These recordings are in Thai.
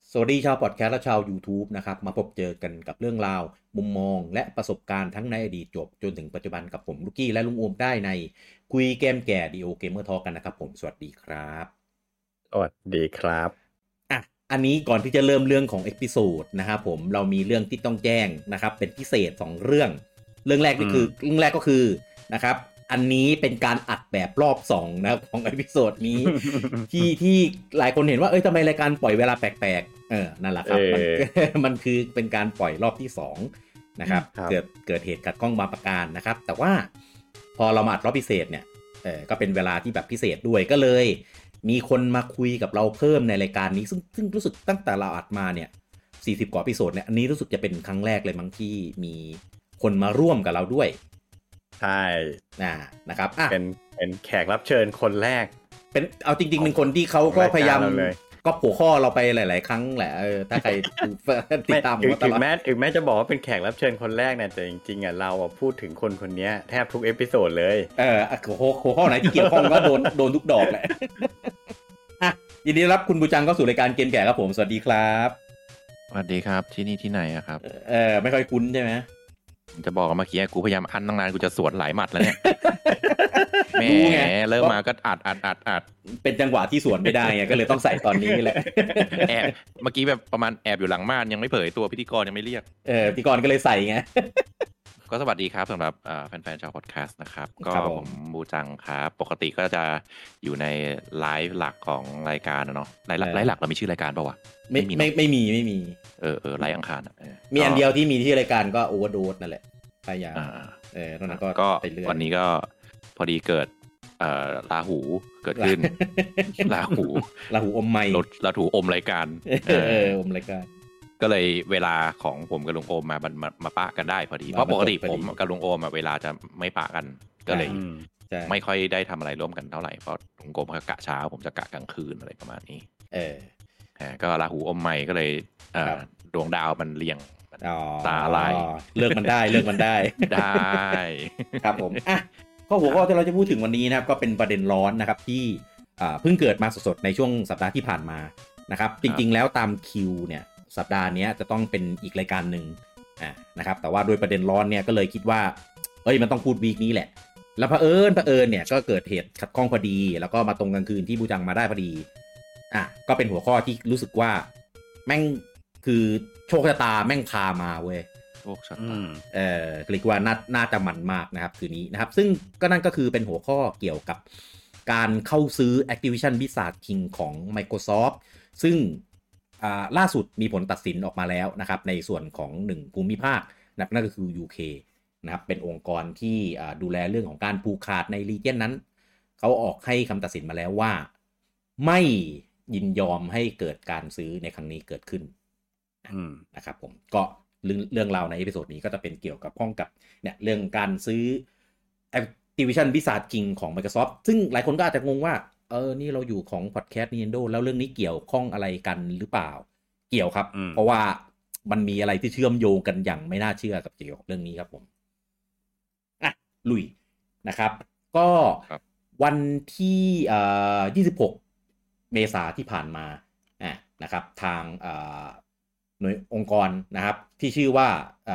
สวัสดีชาวพอดแคสต์และชาว YouTube นะครับมาพบเจอกันกับเรื่องราวมุมมองและประสบการณ์ทั้งในอดีตจบจนถึงปัจจุบันกับผมลูกกี้และลุงโอมได้ในคุยเกมแก่ดีโอเกมเมอร์ทอกันนะครับผมสวัสดีครับสวัสดีครับอ่ะอันนี้ก่อนที่จะเริ่มเรื่องของเอพิโซดนะครับผมเรามีเรื่องที่ต้องแจ้งนะครับเป็นพิเศษ2เรื่องแรกนี่คือเรื่องแรกก็คือนะครับอันนี้เป็นการอัดแบบรอบ2นะครับของเอพิโซดนี้ ที่หลายคนเห็นว่าทำไมรายการปล่อยเวลาแปลกๆนั่นแหละครับมัน มันคือเป็นการปล่อยรอบที่2นะครับเกิดเหตุขัดข้องบางประการนะครับแต่ว่าพอเรามาอัดรอบพิเศษเนี่ยก็เป็นเวลาที่แบบพิเศษด้วยก็เลยมีคนมาคุยกับเราเพิ่มในรายการนี้ซึ่งรู้สึกตั้งแต่เราอัดมาเนี่ย40กว่าอีพิโซดเนี่ยอันนี้รู้สึกจะเป็นครั้งแรกเลยมั้งที่มีคนมาร่วมกับเราด้วยใช่นะครับเป็นแขกรับเชิญคนแรกเป็นเอาจริงๆเป็นคนที่เขาก็พยายามก็หัวข้อเราไปหลายๆครั้งแหละถ้าใครติดตามมาตลอดถึงแม้จะบอกว่าเป็นแขกรับเชิญคนแรกเนี่ยแต่จริงๆเราพูดถึงคนนี้แทบทุกเอพิโซดเลยหัวข้อไหนที่เกี่ยวข้องก็โดนทุกดอกแหละยินดีรับคุณบูจังเข้าสู่รายการเกมแก่ครับผมสวัสดีครับสวัสดีครับที่นี่ที่ไหนอะครับไม่ค่อยคุ้นใช่ไหมจะบอกเมื่อกี้กูพยายามอันตั้งนานกูจะสวนหลายหมัดแล้วเนี่ยแม่เริ่มมาก็อัดเป็นจังหวะที่สวนไม่ได้ไงก็เลยต้องใส่ตอนนี้แหละแอบเมื่อกี้แบบประมาณแอบอยู่หลังม่านยังไม่เผยตัวพิธีกรยังไม่เรียกพิธีกรก็เลยใส่ไงก็สวัสดีครับสำหรับแฟนๆชาวพอดแคสต์นะครับก็ผมบูจังครับปกติก็จะอยู่ในไลฟ์หลักของรายการเนาะไลฟ์หลักเรามีชื่อรายการป่าวะไม่มีไลฟ์อังคารมีอันเดียวที่มีที่รายการก็โอเวอร์โดสนั่นแหละพยายามตอนนั้นก็วันนี้ก็พอดีเกิดราหูเกิดขึ้นราหูอมไมราหูอมรายการอมรายการก็เลยเวลาของผมกับลุงโอมมาปะกันได้พอดีเพราะปกติผมกับลุงโอมเวลาจะไม่ปะกันก็เลยไม่ค่อยได้ทำอะไรร่วมกันเท่าไหร่เพราะลุงโอมเขากะเช้าผมจะกะกลางคืนอะไรประมาณนี้ก็ราหูอมไมก็เลยดวงดาวมันเรียงตาลายเลิกมันได้ได้ครับผมข้อหัวข้อที่เราจะพูดถึงวันนี้นะครับก็เป็นประเด็นร้อนนะครับที่เพิ่งเกิดมาสดๆในช่วงสัปดาห์ที่ผ่านมานะครับจริงๆแล้วตามคิวเนี่ยสัปดาห์นี้จะต้องเป็นอีกรายการหนึ่งนะครับแต่ว่าโดยประเด็นร้อนเนี่ยก็เลยคิดว่ามันต้องพูดวีคนี้แหละแล้วเผอิญเนี่ยก็เกิดเหตุขัดข้องพอดีแล้วก็มาตรงกลางคืนที่บูจังมาได้พอดีก็เป็นหัวข้อที่รู้สึกว่าแม่งคือโชคชะตาแม่งพามาเว้ยโชคชะตาเรียกว่าน่าจะมันมากนะครับคืนนี้นะครับซึ่งก็นั่นก็คือเป็นหัวข้อเกี่ยวกับการเข้าซื้อ Activision Blizzard King ของ Microsoft ซึ่งล่าสุดมีผลตัดสินออกมาแล้วนะครับในส่วนของ1ภูมิภาคนั่นก็คือ UK นะครับเป็นองค์กรที่ดูแลเรื่องของการผูกขาดในรีเจียนนั้นเขาออกให้คำตัดสินมาแล้วว่าไม่ยินยอมให้เกิดการซื้อในครั้งนี้เกิดขึ้นนะครับผมก็เรื่องราวในเอพิโซดนี้ก็จะเป็นเกี่ยวกับข้องกับเนี่ยเรื่องการซื้อ Activision Blizzard King ของ Microsoft ซึ่งหลายคนก็อาจจะงงว่านี่เราอยู่ของ Podcast Nintendo แล้วเรื่องนี้เกี่ยวข้องอะไรกันหรือเปล่าเกี่ยวครับเพราะว่ามันมีอะไรที่เชื่อมโยงกันอย่างไม่น่าเชื่อกับเกี่ยวกับเรื่องนี้ครับผมลุยนะครับก็วันที่26เมษายนที่ผ่านมานะครับทางหน่วยองค์กรนะครับที่ชื่อว่า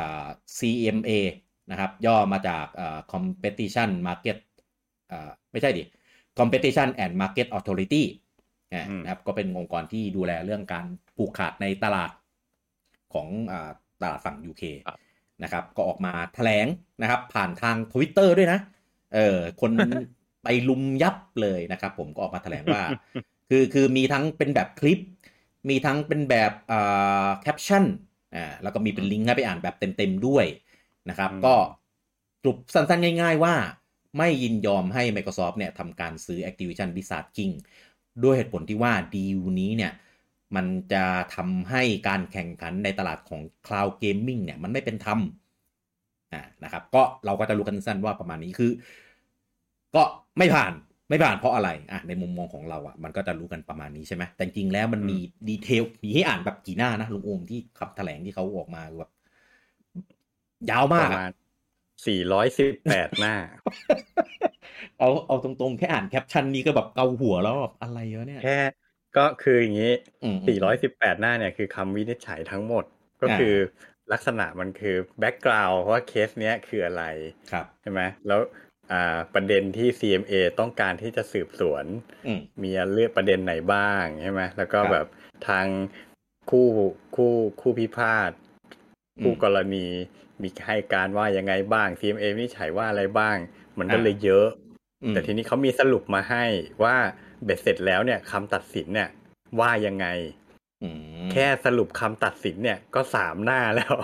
CMA นะครับย่อมาจากCompetition Market ไม่ใช่ดิ Competition and Market Authority นะครับก็เป็นองค์กรที่ดูแลเรื่องการผูกขาดในตลาดของตลาดฝั่ง UK นะครับก็ออกมาแถลงนะครับผ่านทาง Twitter ด้วยนะคนไปลุมยับเลยนะครับผมก็ออกมาแถลงว่า คือมีทั้งเป็นแบบคลิปมีทั้งเป็นแบบแคปชั่นแล้วก็มีเป็นลิงก์ให้ไปอ่านแบบเต็มๆด้วยนะครับก็สรุปสั้นๆง่ายๆว่าไม่ยินยอมให้ Microsoft เนี่ยทำการซื้อ Activision Blizzard King ด้วยเหตุผลที่ว่าดีลนี้เนี่ยมันจะทำให้การแข่งขันในตลาดของ Cloud Gaming เนี่ยมันไม่เป็นธรรมนะครับก็เราก็จะรู้กันสั้นๆว่าประมาณนี้คือก็ไม่ผ่านเพราะอะไรในมุมมองของเรามันก็จะรู้กันประมาณนี้ใช่ไหมแต่จริงแล้วมันมีดีเทลมีให้อ่านแบบกี่หน้านะลุงโอมที่คำแถลงที่เขาออกมาแบบยาวมากประมาณ418 หน้าเอาตรงๆแค่อ่านแคปชั่นนี้ก็แบบเกาหัวแล้วแบบอะไรวะเนี่ยก็คืออย่างนี้ 418 หน้าเนี่ยคือคำวินิจฉัยทั้งหมดก็คือลักษณะมันคือแบ็กกราวด์ว่าเคสเนี้ยคืออะไรใช่ไหมแล้วประเด็นที่ CMA ต้องการที่จะสืบสวนมีเรื่องประเด็นไหนบ้างใช่ไหมแล้วก็แบบทางคู่พิพาทคู่กรณีมีให้การว่ายังไงบ้าง CMA วินิจฉัยว่าอะไรบ้างมันก็เลยเยอะแต่ทีนี้เขามีสรุปมาให้ว่าเบ็ดเสร็จแล้วเนี่ยคำตัดสินเนี่ยว่ายังไงแค่สรุปคำตัดสินเนี่ยก็3 หน้าแล้ว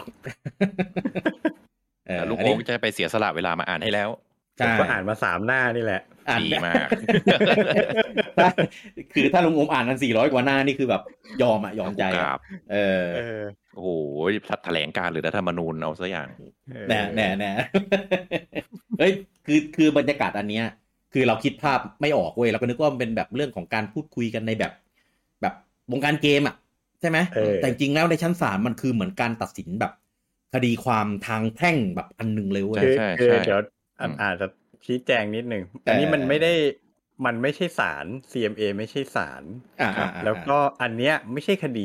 ลูกโอมจะไปเสียสละเวลามาอ่านให้แล้วผมก็อ่านมา3 หน้านี่แหละดีมากคือถ้าลุงโอมอ่านกัน400 กว่าหน้านี่คือแบบยอมใจโอ้โหแถลงการหรือรัฐธรรมนูญเอาซะอย่างแน่เฮ้ยคือบรรยากาศอันเนี้ยคือเราคิดภาพไม่ออกเว้ยเราก็นึกว่ามันเป็นแบบเรื่องของการพูดคุยกันในแบบวงการเกมอ่ะใช่ไหมแต่จริงแล้วในชั้นศาลมันคือเหมือนการตัดสินแบบคดีความทางแพ่งแบบอันนึงเลยเว้ยคือเดี๋ยวอาจจะชี้แจงนิดนึงอันนี้มันไม่ใช่ศาล CMA ไม่ใช่ศาลแล้วก็อันเนี้ยไม่ใช่คดี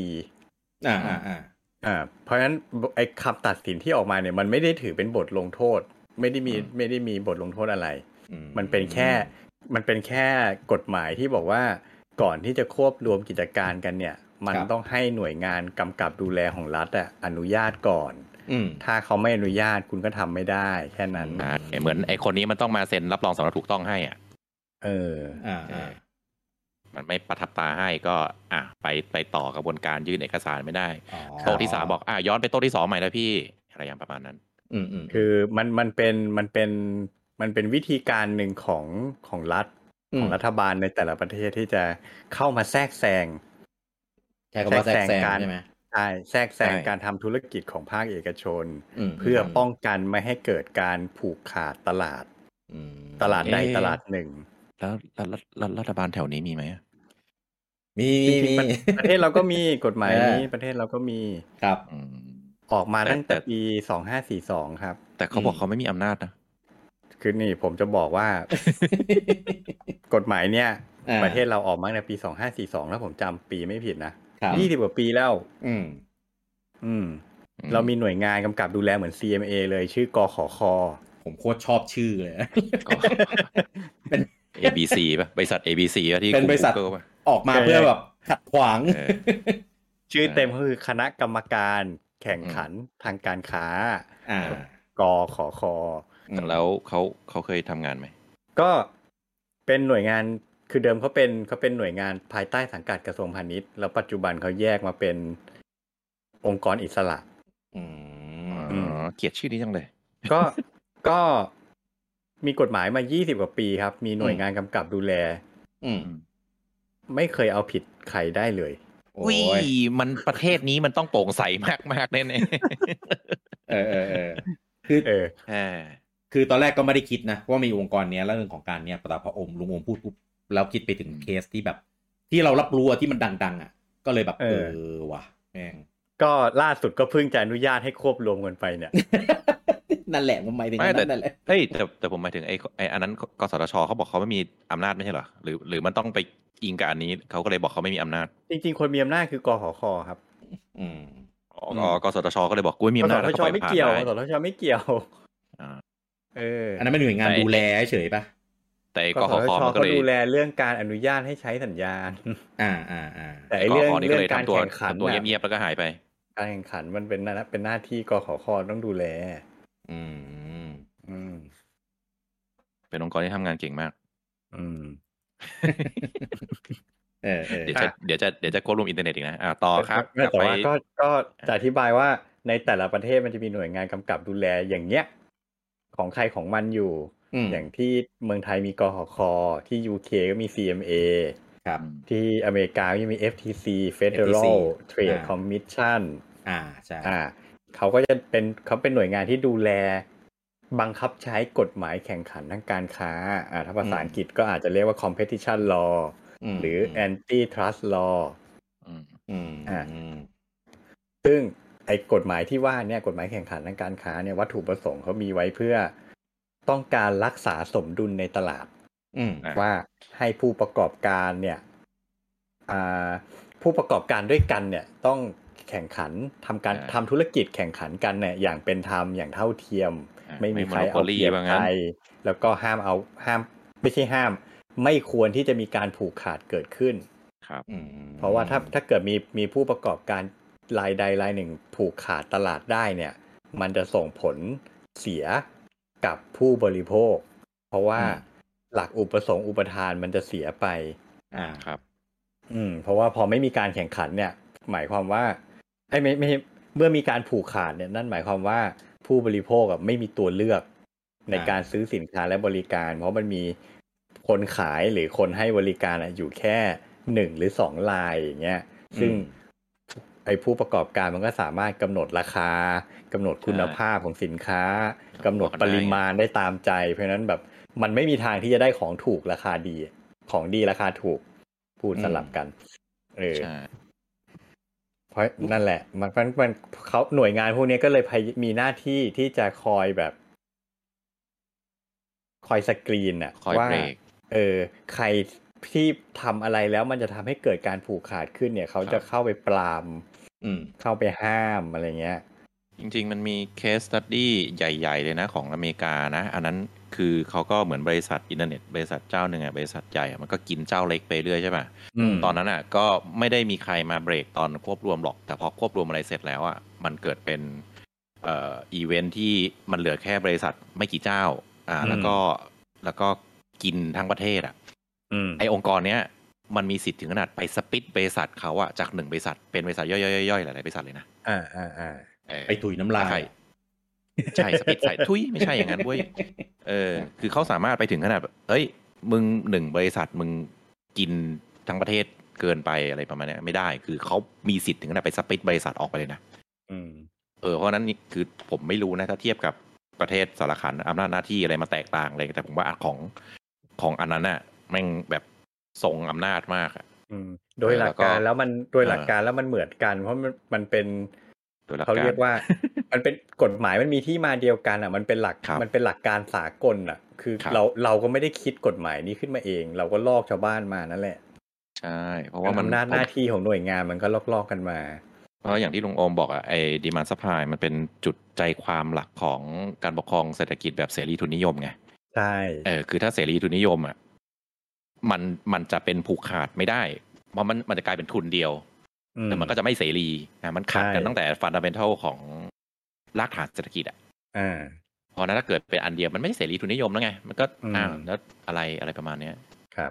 เพราะฉะนั้นไอ้คำตัดสินที่ออกมาเนี่ยมันไม่ได้ถือเป็นบทลงโทษไม่ได้มีบทลงโทษอะไรมันเป็นแค่กฎหมายที่บอกว่าก่อนที่จะควบรวมกิจการกันเนี่ยมันต้องให้หน่วยงานกำกับดูแลของรัฐอนุญาตก่อนถ้าเขาไม่อนุญาตคุณก็ทำไม่ได้แค่นั้นเหมือนไอ้คนนี้มันต้องมาเซ็นรับรองสำเนาถูกต้องให้มันไม่ประทับตาให้ก็ไปต่อกระบวนการยื่นเอกสารไม่ได้โต๊ะที่3บอกย้อนไปโต๊ะที่2ใหม่แล้วพี่อะไรอย่างประมาณนั้นคือมันเป็นวิธีการหนึ่งของรัฐของรัฐบาลในแต่ละประเทศที่จะเข้ามาแทรกแซงการใช่ไหมใช่แทรกแซงการทำธุรกิจของภาคเอกชนเพื่อป้องกันไม่ให้เกิดการผูกขาดตลาดใดตลาดหนึ่งแล้วรัฐบาลแถวนี้มีไหมมีประเทศเราก็มีกฎหมายนี้ประเทศเราก็มีครับออกมาตั้งแต่ปี2542ครับแต่เขาบอกเขาไม่มีอำนาจนะคือนี่ผมจะบอกว่า กฎหมายเนี่ยประเทศเราออกมาในปี2542แล้วผมจำปีไม่ผิดนะ20 กว่าปีแล้วเรามีหน่วยงานกำกับดูแลเหมือน CMA เลยชื่อกขค. ผมโคตรชอบชื่อเลยเป็น ABC ป่ะบริษัท ABC ป่ะที่เป็นบริษัทออกมาเพื่อแบบขัดขวางชื่อเต็มก็คือคณะกรรมการแข่งขันทางการค้ากขค. แล้วเขาเคยทำงานไหมก็เป็นหน่วยงานคือเดิมเขาเป็นหน่วยงานภายใต้สังกัดกระทรวงพาณิชย์แล้วปัจจุบันเขาแยกมาเป็นองค์กรอิสระเกลียดชื่อนี้จังเลยก็มีกฎหมายมา20 กว่าปีครับมีหน่วยงานกำกับดูแลไม่เคยเอาผิดใครได้เลยมันประเทศนี้มันต้องโปร่งใสมากๆแน่ๆคือตอนแรกก็ไม่ได้คิดนะว่ามีองค์กรเนี้ยแล้วเรื่องของการเนี้ยแต่พอลุงโอมพูดปุ๊บแล้วคิดไปถึงเคสที่แบบที่เรารับรู้ที่มันดังๆก็เลยแบบว่ะแม่งก็ล่าสุดก็เพิ่งจะอนุญาตให้ควบรวมกันไปเนี่ยนั่นแหละผมหมายถึงนั่นแหละแต่ผมหมายถึงไอ้อันนั้นกสทชเขาบอกเขาไม่มีอำนาจไม่ใช่เหรอหรือมันต้องไปอิงกับอันนี้เขาก็เลยบอกเขาไม่มีอำนาจจริงๆคนมีอำนาจคือกขค.ครับกสทชก็เลยบอกกูไม่มีอำนาจกสทชไม่เกี่ยวกสทชไม่เกี่ยวอันนั้นเป็นหน่วยงานดูแลเฉยป่ะแต่กขคมันก็ดูแลเรื่องการอนุญาตให้ใช้สัญญาณแต่เรื่องการแข่งขันตัวเงียบๆแล้วก็หายไปการแข่งขันมันเป็นหน้าที่กขค.ต้องดูแลเป็นองค์กรที่ทำงานเก่งมากเดี๋ยวจะควบรวมอินเทอร์เน็ตอีกนะต่อครับแต่ว่าก็จะอธิบายว่าในแต่ละประเทศมันจะมีหน่วยงานกำกับดูแลอย่างเงี้ยของใครของมันอยู่อย่างที่เมืองไทยมีกขค.ที่ UK ก็มี CMA ครับที่อเมริกาก็มี FTC Federal Trade Commission ใช่เขาก็จะเป็นหน่วยงานที่ดูแลบังคับใช้กฎหมายแข่งขันทางการค้าถ้าภาษาอังกฤษก็อาจจะเรียกว่า competition law หรือ antitrust law ซึ่งไอ้กฎหมายที่ว่าเนี่ยกฎหมายแข่งขันทางการค้าเนี่ยวัตถุประสงค์เขามีไว้เพื่อต้องการรักษาสมดุลในตลาดว่าให้ผู้ประกอบการเนี่ยผู้ประกอบการด้วยกันเนี่ยต้องแข่งขันทำธุรกิจแข่งขันกันเนี่ยอย่างเป็นธรรมอย่างเท่าเทียมไม่มีใครเอาเปรียบใครแล้วก็ห้ามไม่ใช่ห้ามไม่ควรที่จะมีการผูกขาดเกิดขึ้นครับเพราะว่าถ้าเกิดมีผู้ประกอบการรายใดรายหนึ่งผูกขาดตลาดได้เนี่ยมันจะส่งผลเสียกับผู้บริโภคเพราะว่าหลักอุปสงค์อุปทานมันจะเสียไปครับเพราะว่าพอไม่มีการแข่งขันเนี่ยหมายความว่าไม่เมื่อมีการผูกขาดเนี่ยนั่นหมายความว่าผู้บริโภคไม่มีตัวเลือกในการซื้อสินค้าและบริการเพราะมันมีคนขายหรือคนให้บริการอยู่แค่1หรือ2รายอย่างเงี้ยซึ่งไอ้ผู้ประกอบการมันก็สามารถกำหนดราคากำหนดคุณภาพของสินค้ากำหนดปริมาณได้ตามใจเพราะฉะนั้นแบบมันไม่มีทางที่จะได้ของถูกราคาดีของดีราคาถูกพูดสลับกันเพราะนั่นแหละมันเขาหน่วยงานพวกนี้ก็เลยมีหน้าที่ที่จะคอยแบบคอยสกรีนน่ะว่าใครที่ทำอะไรแล้วมันจะทำให้เกิดการผูกขาดขึ้นเนี่ยเขาจะเข้าไปปรามเข้าไปห้ามอะไรเงี้ยจริงๆมันมีเคสสตั๊ดดี้ใหญ่ๆเลยนะของอเมริกานะอันนั้นคือเขาก็เหมือนบริษัทอินเทอร์เน็ตบริษัทเจ้าหนึ่งบริษัทใหญ่มันก็กินเจ้าเล็กไปเรื่อยใช่ไหมตอนนั้นก็ไม่ได้มีใครมาเบรกตอนควบรวมหรอกแต่พอควบรวมอะไรเสร็จแล้วมันเกิดเป็นอีเวนท์ที่มันเหลือแค่บริษัทไม่กี่เจ้าแล้วก็กินทั้งประเทศไอองค์กรเนี้ยมันมีสิทธิ์ถึงขนาดไปสปิตบริษัทเขาจาก1บริษัทเป็นบริษัทย่อยๆหลายๆบริษัทเลยนะไปถุยน้ำลายใช่สปิตใส่ทุยไม่ใช่อย่างนั้นเว้ยคือเขาสามารถไปถึงขนาดเอ้ยมึง1บริษัทมึงกินทั้งประเทศเกินไปอะไรประมาณนี้ไม่ได้คือเขามีสิทธิ์ถึงขนาดไปสปิตบริษัทออกไปเลยนะเพราะนั้นนี่คือผมไม่รู้นะถ้าเทียบกับประเทศสารขันอำนาจหน้าที่อะไรมาแตกต่างเลยแต่ผมว่าของอันนั้นน่ะแม่งแบบทรงอำนาจมากโดยหลักการแล้วมันโดยหลักการแล้วมันเหมือนกันเพราะมันเป็นเขาเรียกว่ามันเป็นกฎหมายมันมีที่มาเดียวกันมันเป็นหลักการสากลคือเราก็ไม่ได้คิดกฎหมายนี้ขึ้นมาเองเราก็ลอกชาวบ้านมานั่นแหละใช่เพราะว่ามันหน้าที่ของหน่วยงานมันก็ลอกกันมาเพราะอย่างที่ลุงโอมบอกไอ้ demand supply มันเป็นจุดใจความหลักของการปกครองเศรษฐกิจแบบเสรีทุนนิยมไงใช่คือถ้าเสรีทุนนิยมมันจะเป็นผูกขาดไม่ได้เพราะมันจะกลายเป็นทุนเดียวแต่มันก็จะไม่เสรีมันขัดกันตั้งแต่ฟันดาเมนทัลของรากฐานเศรษฐกิจเพราะนั้นถ้าเกิดเป็นอันเดียวมันไม่ใช่เสรีทุนนิยมแล้วไงมันก็แล้วอะไรประมาณนี้ครับ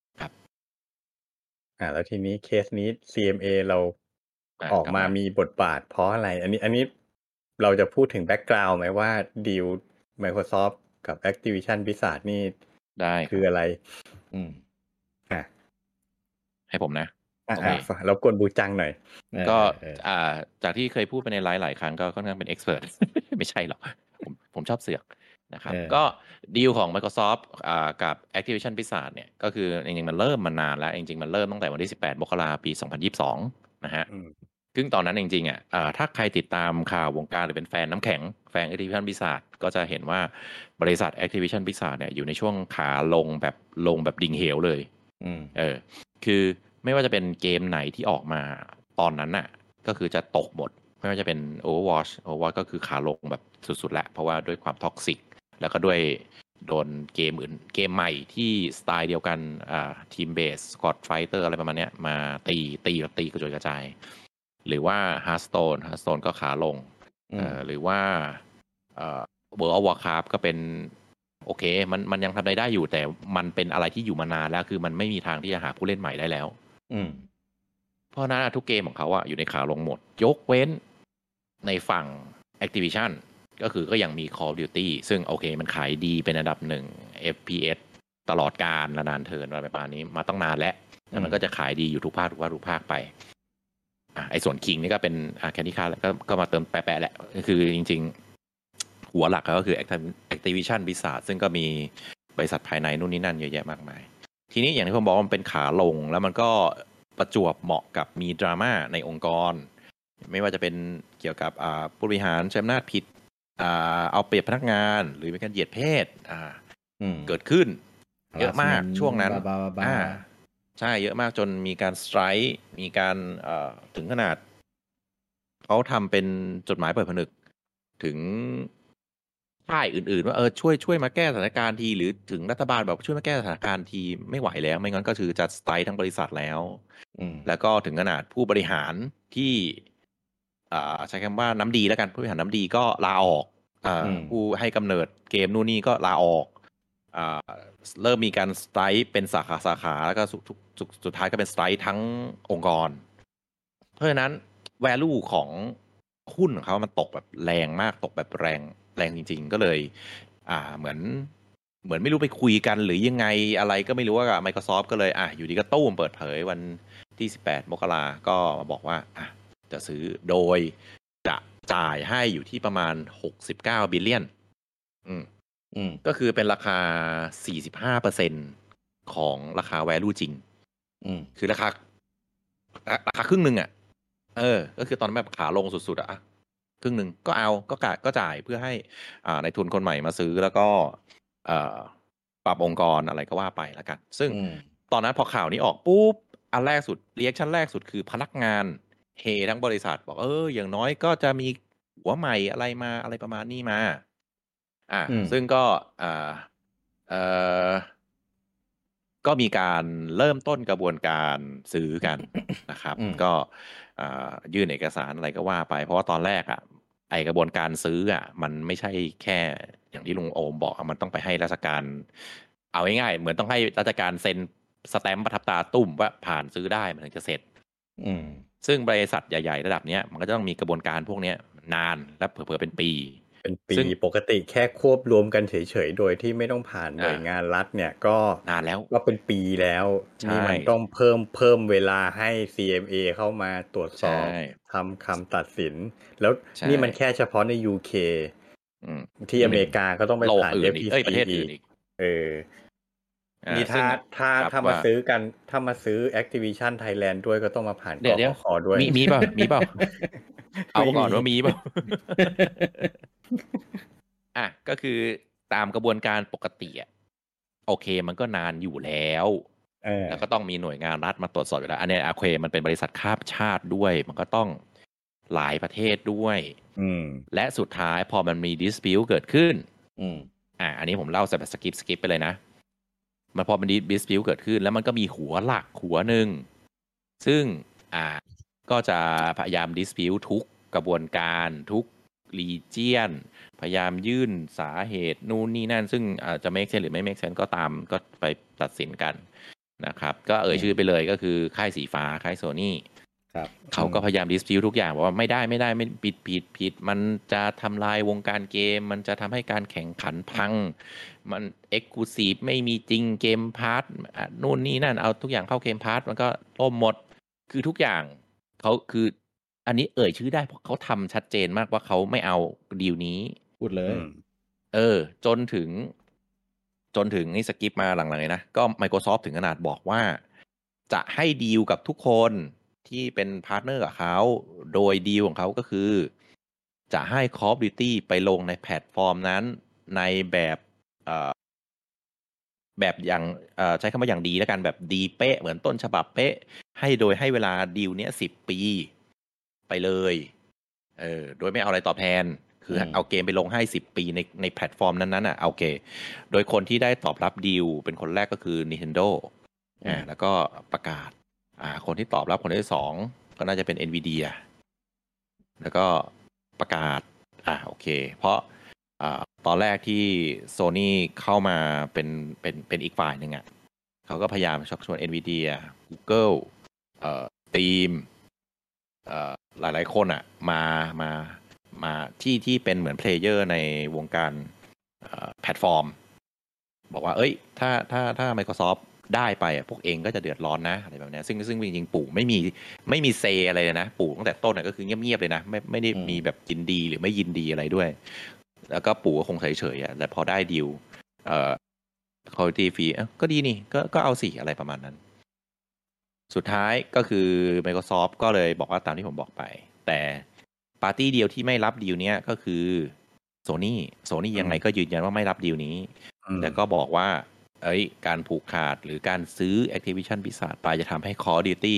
แล้วทีนี้เคสนี้ CMA เราออกมามีบทบาทเพราะอะไรอันนี้เราจะพูดถึงแบ็กกราวด์ไหมว่าดีล Microsoft กับ Activision Blizzard นี่ได้คืออะไรให้ผมนะเรากวนบูจังหน่อยก็จากที่เคยพูดไปในหลายครั้งก็ค่อนข้างเป็นเอ็กซ์เพรสไม่ใช่หรอกผมชอบเสือกนะครับก็ดีลของ Microsoft กับ Activision Blizzard เนี่ยก็คือจริงๆมันเริ่มมานานแล้วจริงๆมันเริ่มตั้งแต่วันที่18 มกราคม ปี 2022นะฮะซึ่งตอนนั้นจริงๆถ้าใครติดตามข่าววงการหรือเป็นแฟนน้ำแข็งแฟน Activision Blizzard ก็จะเห็นว่าบริษัท Activision Blizzard เนี่ยอยู่ในช่วงขาลงแบบดิ่งเหวเลยคือไม่ว่าจะเป็นเกมไหนที่ออกมาตอนนั้นน่ะก็คือจะตกหมดไม่ว่าจะเป็น Overwatch ก็คือขาลงแบบสุดๆแหละเพราะว่าด้วยความท็อกซิกแล้วก็ด้วยโดนเกมอื่นเกมใหม่ที่สไตล์เดียวกันทีมเบสสกอตไฟเตอร์อะไรประมาณนี้มาตีกระจายหรือว่า Hearthstone ก็ขาลงหรือว่าWorld of Warcraft ก็เป็นโอเคมันยังทำได้อยู่แต่มันเป็นอะไรที่อยู่มานานแล้วคือมันไม่มีทางที่จะหาผู้เล่นใหม่ได้แล้วเพราะนั้นทุกเกมของเขาอยู่ในขาลงหมดยกเว้นในฝั่ง Activision ก็ยังมี Call of Duty ซึ่งโอเคมันขายดีเป็นอันดับ1 FPS ตลอดกาลนานเทินอะไรประมาณนี้มาตั้งนานแล้วแต่มันก็จะขายดีอยู่ทุกภาคไปไอ้ส่วน King นี่ก็เป็นแคนดี้คาก็มาเติมแปะๆแหละคือจริงๆหัวหลักก็คือ Activision Blizzard ซึ่งก็มีบริษัทภายในนู่นนี่นั่นเยอะแยะมากมายทีนี้อย่างที่ผมบอกมันเป็นขาลงแล้วมันก็ประจวบเหมาะกับมีดราม่าในองค์กรไม่ว่าจะเป็นเกี่ยวกับผู้บริหารใช้อำนาจผิดเอาเปรียบพนักงานหรือมีการเหยียดเพศเกิดขึ้นเยอะมากช่วงนั้นใช่เยอะมากจนมีการสไตรค์มีการถึงขนาดเขาทำเป็นจดหมายเปิดผนึกถึงค่ายอื่นๆว่าช่วยมาแก้สถานการณ์ทีหรือถึงรัฐบาลแบบช่วยมาแก้สถานการณ์ทีไม่ไหวแล้วไม่งั้นก็คือจะสไตรค์ทั้งบริษัทแล้วแล้วก็ถึงขนาดผู้บริหารที่ใช้คำว่าน้ำดีแล้วกันผู้บริหารน้ำดีก็ลาออกผู้ให้กำเนิดเกมนู่นนี่ก็ลาออกเริ่มมีการสไตรค์เป็นสาขาแล้วก็สุดท้ายก็เป็นสไตรค์ทั้งองค์กรเพราะฉะนั้น value ของหุ้นของเขามันตกแบบแรงมากตกแบบแรงจริงๆก็เลยเหมือนไม่รู้ไปคุยกันหรือยังไงอะไรก็ไม่รู้ว่ากับ Microsoft ก็เลยอยู่ดีก็ตู้มเปิดเผยวันที่18 มกราก็มาบอกว่าจะซื้อโดยจะจ่ายให้อยู่ที่ประมาณ69 บิลเลียนก็คือเป็นราคา 45% ของราคา value จริงคือราคาครึ่งหนึ่งก็คือตอนนั้นแบบขาลงสุดๆครึ่งหนึ่งก็เอาก็จ่ายเพื่อให้ในทุนคนใหม่มาซื้อแล้วก็ปรับองค์กรอะไรก็ว่าไปแล้วกันซึ่งตอนนั้นพอข่าวนี้ออกปุ๊บอันแรกสุดรีแอคชั่นแรกสุดคือพนักงานเฮทั้งบริษัทบอกอย่างน้อยก็จะมีหัวใหม่อะไรมาอะไรประมาณนี้มาซึ่งก็ก็มีการเริ่มต้นกระบวนการซื้อกันนะครับก็ยื่นเอกสารอะไรก็ว่าไปเพราะว่าตอนแรกไอกระบวนการซื้อมันไม่ใช่แค่อย่างที่ลุงโอมบอกมันต้องไปให้ราชการเอาง่ายๆเหมือนต้องให้ราชการเซ็นสแตมป์ประทับตาตุ้มว่าผ่านซื้อได้มันถึงจะเสร็จซึ่งบริษัทใหญ่ๆระดับนี้มันก็จะต้องมีกระบวนการพวกนี้นานและเผลอๆเป็นปีปกติแค่ควบรวมกันเฉยๆโดยที่ไม่ต้องผ่านหน่วยงานรัฐเนี่ยก็นานแล้วก็เป็นปีแล้วนี่มันต้องเพิ่มเวลาให้ CMA เข้ามาตรวจสอบทำคำตัดสินแล้วนี่มันแค่เฉพาะใน UK ที่อเมริกาก็ต้องไปผ่าน FTC ประเทศอื่นอีกนี่ถ้ามาซื้อกันถ้ามาซื้อ Activision Thailand ด้วยก็ต้องมาผ่านกกข.ด้วยมีเปล่าเอาก่อนว่ามีเปล่าก็คือตามกระบวนการปกติโอเคมันก็นานอยู่แล้วแล้วก็ต้องมีหน่วยงานรัฐมาตรวจสอบอยู่แล้วอันนี้โอเคมันเป็นบริษัทข้ามชาติด้วยมันก็ต้องหลายประเทศด้วยและสุดท้ายพอมันมี dispute เกิดขึ้นอันนี้ผมเล่าแบบสกิปไปเลยนะมันพอมัน dispute เกิดขึ้นแล้วมันก็มีหัวหลักหัวหนึ่งซึ่งก็จะพยายาม dispute ทุกกระบวนการทุกregion พยายามยื่นสาเหตุนู่นนี่นั่นซึ่งจะ make sense หรือไม่ make sense ก็ตามก็ไปตัดสินกันนะครับก็ชื่อไปเลยก็คือค่ายสีฟ้าค่าย Sony เขาก็พยายาม dispute ทุกอย่างบอกว่าไม่ได้ไม่ผิดมันจะทำลายวงการเกมมันจะทำให้การแข่งขันพังมัน exclusive ไม่มีจริงเกมพาร์ทนู่นนี่นั่นเอาทุกอย่างเข้าเกมพาร์ทมันก็ล่มหมดคือทุกอย่างเขาคืออันนี้ชื่อได้เพราะเขาทำชัดเจนมากว่าเขาไม่เอาดีลนี้พูดเลยจนถึงนี่สกิปมาหลังๆเลยนะก็ Microsoft ถึงขนาดบอกว่าจะให้ดีลกับทุกคนที่เป็นพาร์ทเนอร์กับเขาโดยดีลของเขาก็คือจะให้ Call of Duty ไปลงในแพลตฟอร์มนั้นในแบบอย่างใช้คำว่าอย่างดีแล้วกันแบบดีเป๊ะเหมือนต้นฉบับเป๊ะโดยให้เวลาดีลเนี้ย10 ปีไปเลยโดยไม่เอาอะไรตอบแทนคือเอาเกมไปลงให้10 ปีในแพลตฟอร์มนั้นโอเคโดยคนที่ได้ตอบรับดีลเป็นคนแรกก็คือ Nintendo แล้วก็ประกาศคนที่ตอบรับคนที่2ก็น่าจะเป็น Nvidia แล้วก็ประกาศโอเคเพราะตอนแรกที่ Sony เข้ามาเป็นอีกฝ่ายหนึ่งเขาก็พยายามชักชวน Nvidia Google Steam หลายๆคนมาที่เป็นเหมือนเพลเยอร์ในวงการแพลตฟอร์มบอกว่าถ้า Microsoft ได้ไปพวกเองก็จะเดือดร้อนนะอะไรแบบนี้ซึ่งจริงๆปู่ไม่มีเซอะไรเลยนะปู่ตั้งแต่ต้นก็คือเงียบๆเลยนะไม่ได้มีแบบยินดีหรือไม่ยินดีอะไรด้วยแล้วก็ปู่ก็คงเฉยๆแต่พอได้ดีลquality fee ก็ดีนี่ก็เอาสิอะไรประมาณนั้นสุดท้ายก็คือ Microsoft ก็เลยบอกว่าตามที่ผมบอกไปแต่ปาร์ตี้เดียวที่ไม่รับดีลเนี้ยก็คือ Sony ยังไงก็ยืนยันว่าไม่รับดีลนี้แต่ก็บอกว่าการผูกขาดหรือการซื้อ Activision Blizzard ไปจะทำให้ Call of Duty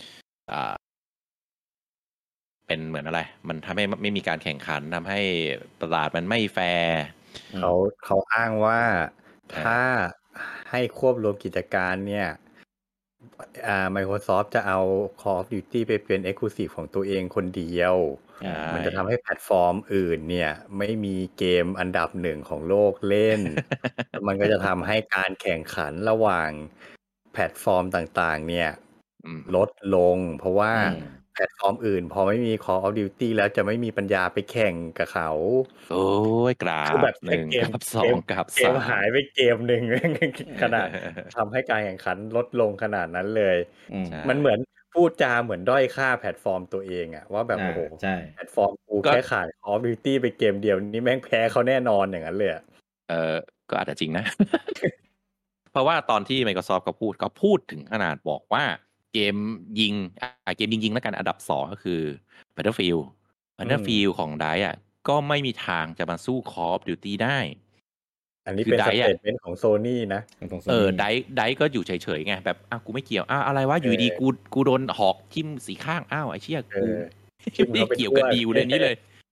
เป็นเหมือนอะไรมันทำให้ไม่มีการแข่งขันทำให้ตลาดมันไม่แฟร์เขาอ้างว่าถ้าให้ควบรวมกิจการเนี่ยMicrosoft จะเอา Call of Duty ไปเป็น Exclusive ของตัวเองคนเดียวมันจะทำให้แพลตฟอร์มอื่นเนี่ยไม่มีเกมอันดับหนึ่งของโลกเล่น มันก็จะทำให้การแข่งขันระหว่างแพลตฟอร์มต่างๆเนี่ยลดลงเพราะว่าแพลตฟอร์มอื่นพอไม่มี Call of Duty แล้วจะไม่มีปัญญาไปแข่งกับเขาโอ้ยกราบแบบ 1กราบ2กราบ3 เกมหายไปเกมหนึ่งขนาดทำให้การแข่งขันลดลงขนาดนั้นเลยมันเหมือนพูดจาเหมือนด้อยค่าแพลตฟอร์มตัวเองอะว่าแบบโอ้โหแพลตฟอร์มกูแค่ขาย Call of Duty ไปเกมเดียวนี่แม่งแพ้เขาแน่นอนอย่างนั้นเลยก็อาจจะจริงนะ เพราะว่าตอนที่ Microsoft ก็พูดถึงขนาดบอกว่าเกมยิงแล้วกันอันดับ2ก็คือ Battlefield ของ DICE ก็ไม่มีทางจะมาสู้ Call of Duty ได้อันนี้เป็นสเตทเมนต์ของ Sony นะ DICE ก็อยู่เฉยๆไงแบบกูไม่เกี่ยวอะไรวะอยู่ดีกูโดนหอกทิ่มสีข้างไอ้เชี่ยกูไม่เกี่ยวกับดีลเลยนี้เลย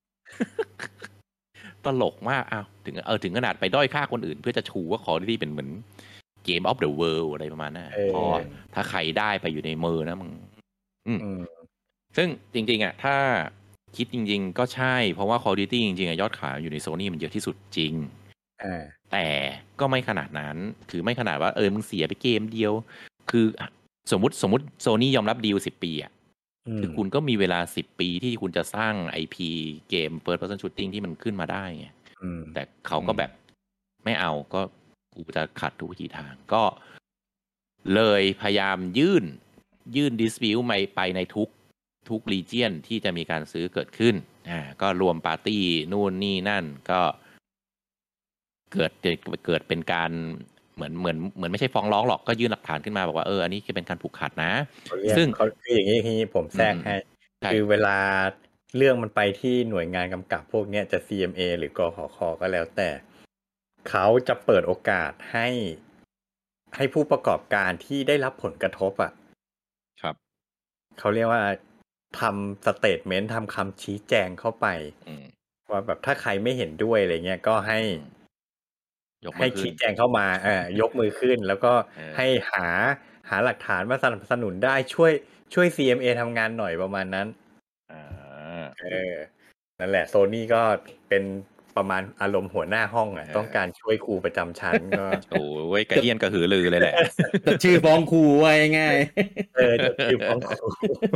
ตลกมากถึงขนาดไปด้อยค่าคนอื่นเพื่อจะชูว่า Call of Duty เป็นเหมือน Game of the World อะไรประมาณนั้นพอถ้าใครได้ไปอยู่ในมือนะมึงซึ่งจริงๆถ้าคิดจริงๆก็ใช่เพราะว่า Call of Duty จริงๆยอดขายอยู่ใน Sony มันเยอะที่สุดจริงแต่ก็ไม่ขนาดนั้นคือไม่ขนาดว่ามึงเสียไปเกมเดียวคือสมมุติ Sony ยอมรับดีล10 ปีคือคุณก็มีเวลา10 ปีที่คุณจะสร้าง IP เกม First Person Shooting ที่มันขึ้นมาได้ไงแต่เขาก็แบบไม่เอาก็กูจะขัดทุกวิธีทางก็เลยพยายามยื่น dispute ไปในทุก region ที่จะมีการซื้อเกิดขึ้นก็รวมปาร์ตี้นู่นนี่นั่นก็เกิดเป็นการเหมือนไม่ใช่ฟ้องร้องหรอกก็ยื่นหลักฐานขึ้นมาบอกว่าอันนี้คือเป็นการผูกขาดนะซึ่งคืออย่างนี้ผมแทรกให้คือเวลาเรื่องมันไปที่หน่วยงานกำกับพวกนี้จะ CMA หรือกขค.ก็แล้วแต่เขาจะเปิดโอกาสให้ผู้ประกอบการที่ได้รับผลกระทบครับเขาเรียกว่าทำสเตทเมนต์ทำคำชี้แจงเข้าไปว่าแบบถ้าใครไม่เห็นด้วยอะไรเงี้ยก็ให้ชี้แจงเข้ามายกมือขึ้นแล้วก็ให้หาหลักฐานมาสนับสนุนได้ช่วย CMA ทำงานหน่อยประมาณนั้นนั่นแหละโซนี่ก็เป็นประมาณอารมณ์หัวหน้าห้องต้องการช่วยครูประจำชั้นก็โอ้ยกระเอียนกระหือรือเลยแหละจะชื่อฟ้องครูไว้ง่ายจะชื่อฟ้องครู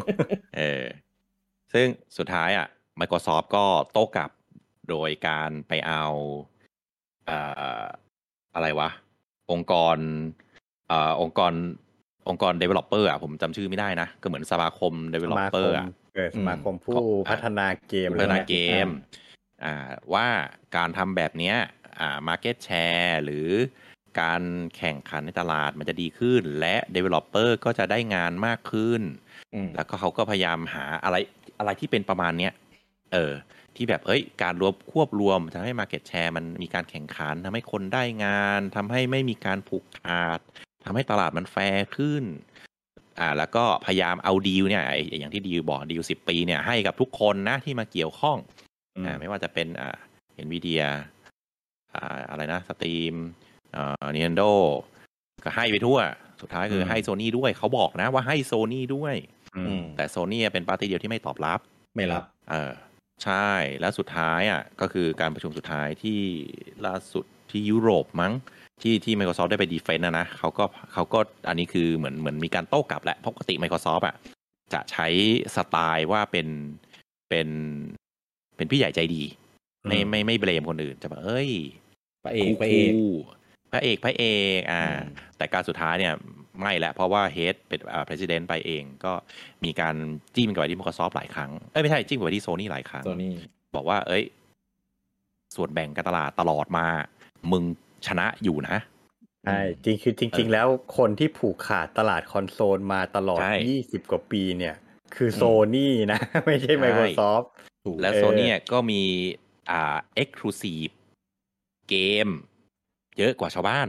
ซึ่งสุดท้ายMicrosoft ก็โต้กลับโดยการไปเอาอะไรวะองค์กร developer ผมจำชื่อไม่ได้นะก็เหมือนสมาคม developer สมาคมผู้พัฒนาเกมว่าการทำแบบนี้market share หรือการแข่งขันในตลาดมันจะดีขึ้นและ developer ก็จะได้งานมากขึ้นแล้วก็เขาก็พยายามหาอะไรที่เป็นประมาณเนี้ยที่แบบการควบรวมทำให้ market share มันมีการแข่งขันทำให้คนได้งานทำให้ไม่มีการผูกขาดทำให้ตลาดมันแฟร์ขึ้นแล้วก็พยายามเอาดีลเนี่ยอย่างที่ดีลบอกดีล10 ปีเนี่ยให้กับทุกคนนะที่มาเกี่ยวข้องไม่ว่าจะเป็นNvidia อะไรนะ Steam Nintendo ก็ให้ไปทั่วสุดท้ายคือให้ Sony ด้วยเขาบอกนะว่าให้ Sony ด้วยแต่ Sony เป็นปาร์ตี้เดียวที่ไม่ตอบรับไม่รับใช่แล้วสุดท้ายก็คือการประชุมสุดท้ายที่ล่าสุดที่ยุโรปมั้งที่ Microsoft ได้ไปดีเฟนต์นะเขาก็อันนี้คือเหมือนมีการโต้กลับแหละปกติ Microsoft จะใช้สไตล์ว่าเป็นพี่ใหญ่ใจดีไม่เบลมคนอื่นจะแบบพระเอกแต่การสุดท้ายเนี่ยไม่แหละเพราะว่าเฮดเป็นpresident ไปเองก็มีการจิ้มกับไปที่ Microsoft หลายครั้งไม่ใช่จิ้มกับไปที่ Sony หลายครั้งบอกว่าส่วนแบ่งการตลาดตลอดมามึงชนะอยู่นะใช่จริงแล้วคนที่ผูกขาดตลาดคอนโซลมาตลอด20 กว่าปีเนี่ยคือ Sony นะไม่ใช่ Microsoft และ Sony ก็มีexclusive เกมเยอะกว่าชาวบ้าน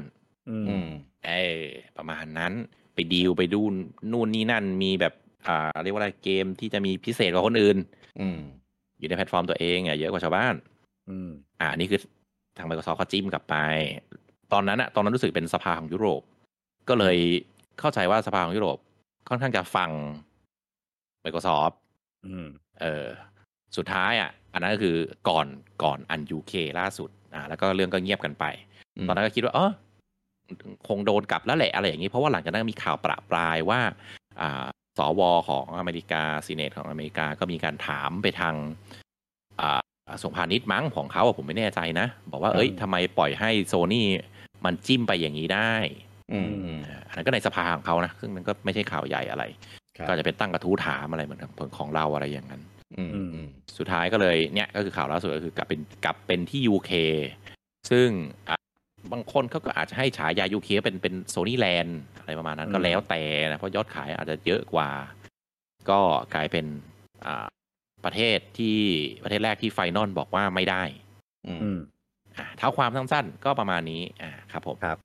เออประมาณนั้นไปดีลไปดูนู่นนี่นั่นมีแบบเรียกว่าอะไรเกมที่จะมีพิเศษกว่าคนอื่นอยู่ในแพลตฟอร์มตัวเองเยอะกว่าชาวบ้านนี่คือทาง Microsoft เขาจิ้มกลับไปตอนนั้นรู้สึกเป็นสภาของยุโรปก็เลยเข้าใจว่าสภาของยุโรปค่อนข้างจะฟัง Microsoft สุดท้ายอันนั้นก็คือก่อนอัน UK ล่าสุดแล้วก็เรื่องก็เงียบกันไปตอนนั้นก็คิดว่าคงโดนกลับแล้วแหละอะไรอย่างนี้เพราะว่าหลังจากนั้นมีข่าวประปรายว่าสวของอเมริกาซีเนตของอเมริกาก็มีการถามไปทางกระทรวงพาณิชย์มั้งของเขาผมไม่แน่ใจนะบอกว่าทำไมปล่อยให้โซนี่มันจิ้มไปอย่างนี้ได้อันนั้นก็ในสภาของเขานะซึ่งมันก็ไม่ใช่ข่าวใหญ่อะไรก็จะเป็นตั้งกระทู้ถามอะไรเหมือนของเราอะไรอย่างนั้นสุดท้ายก็เลยเนี่ยก็คือข่าวล่าสุดก็คือกลับเป็นที่ UK ซึ่งบางคนเขาก็อาจจะให้ฉายา UK เป็นโซนี่แลนด์อะไรประมาณนั้นก็แล้วแต่นะเพราะยอดขายอาจจะเยอะกว่าก็กลายเป็นประเทศแรกที่ไฟนอลบอกว่าไม่ได้เท่าความสั้นๆก็ประมาณนี้ครับผมครับ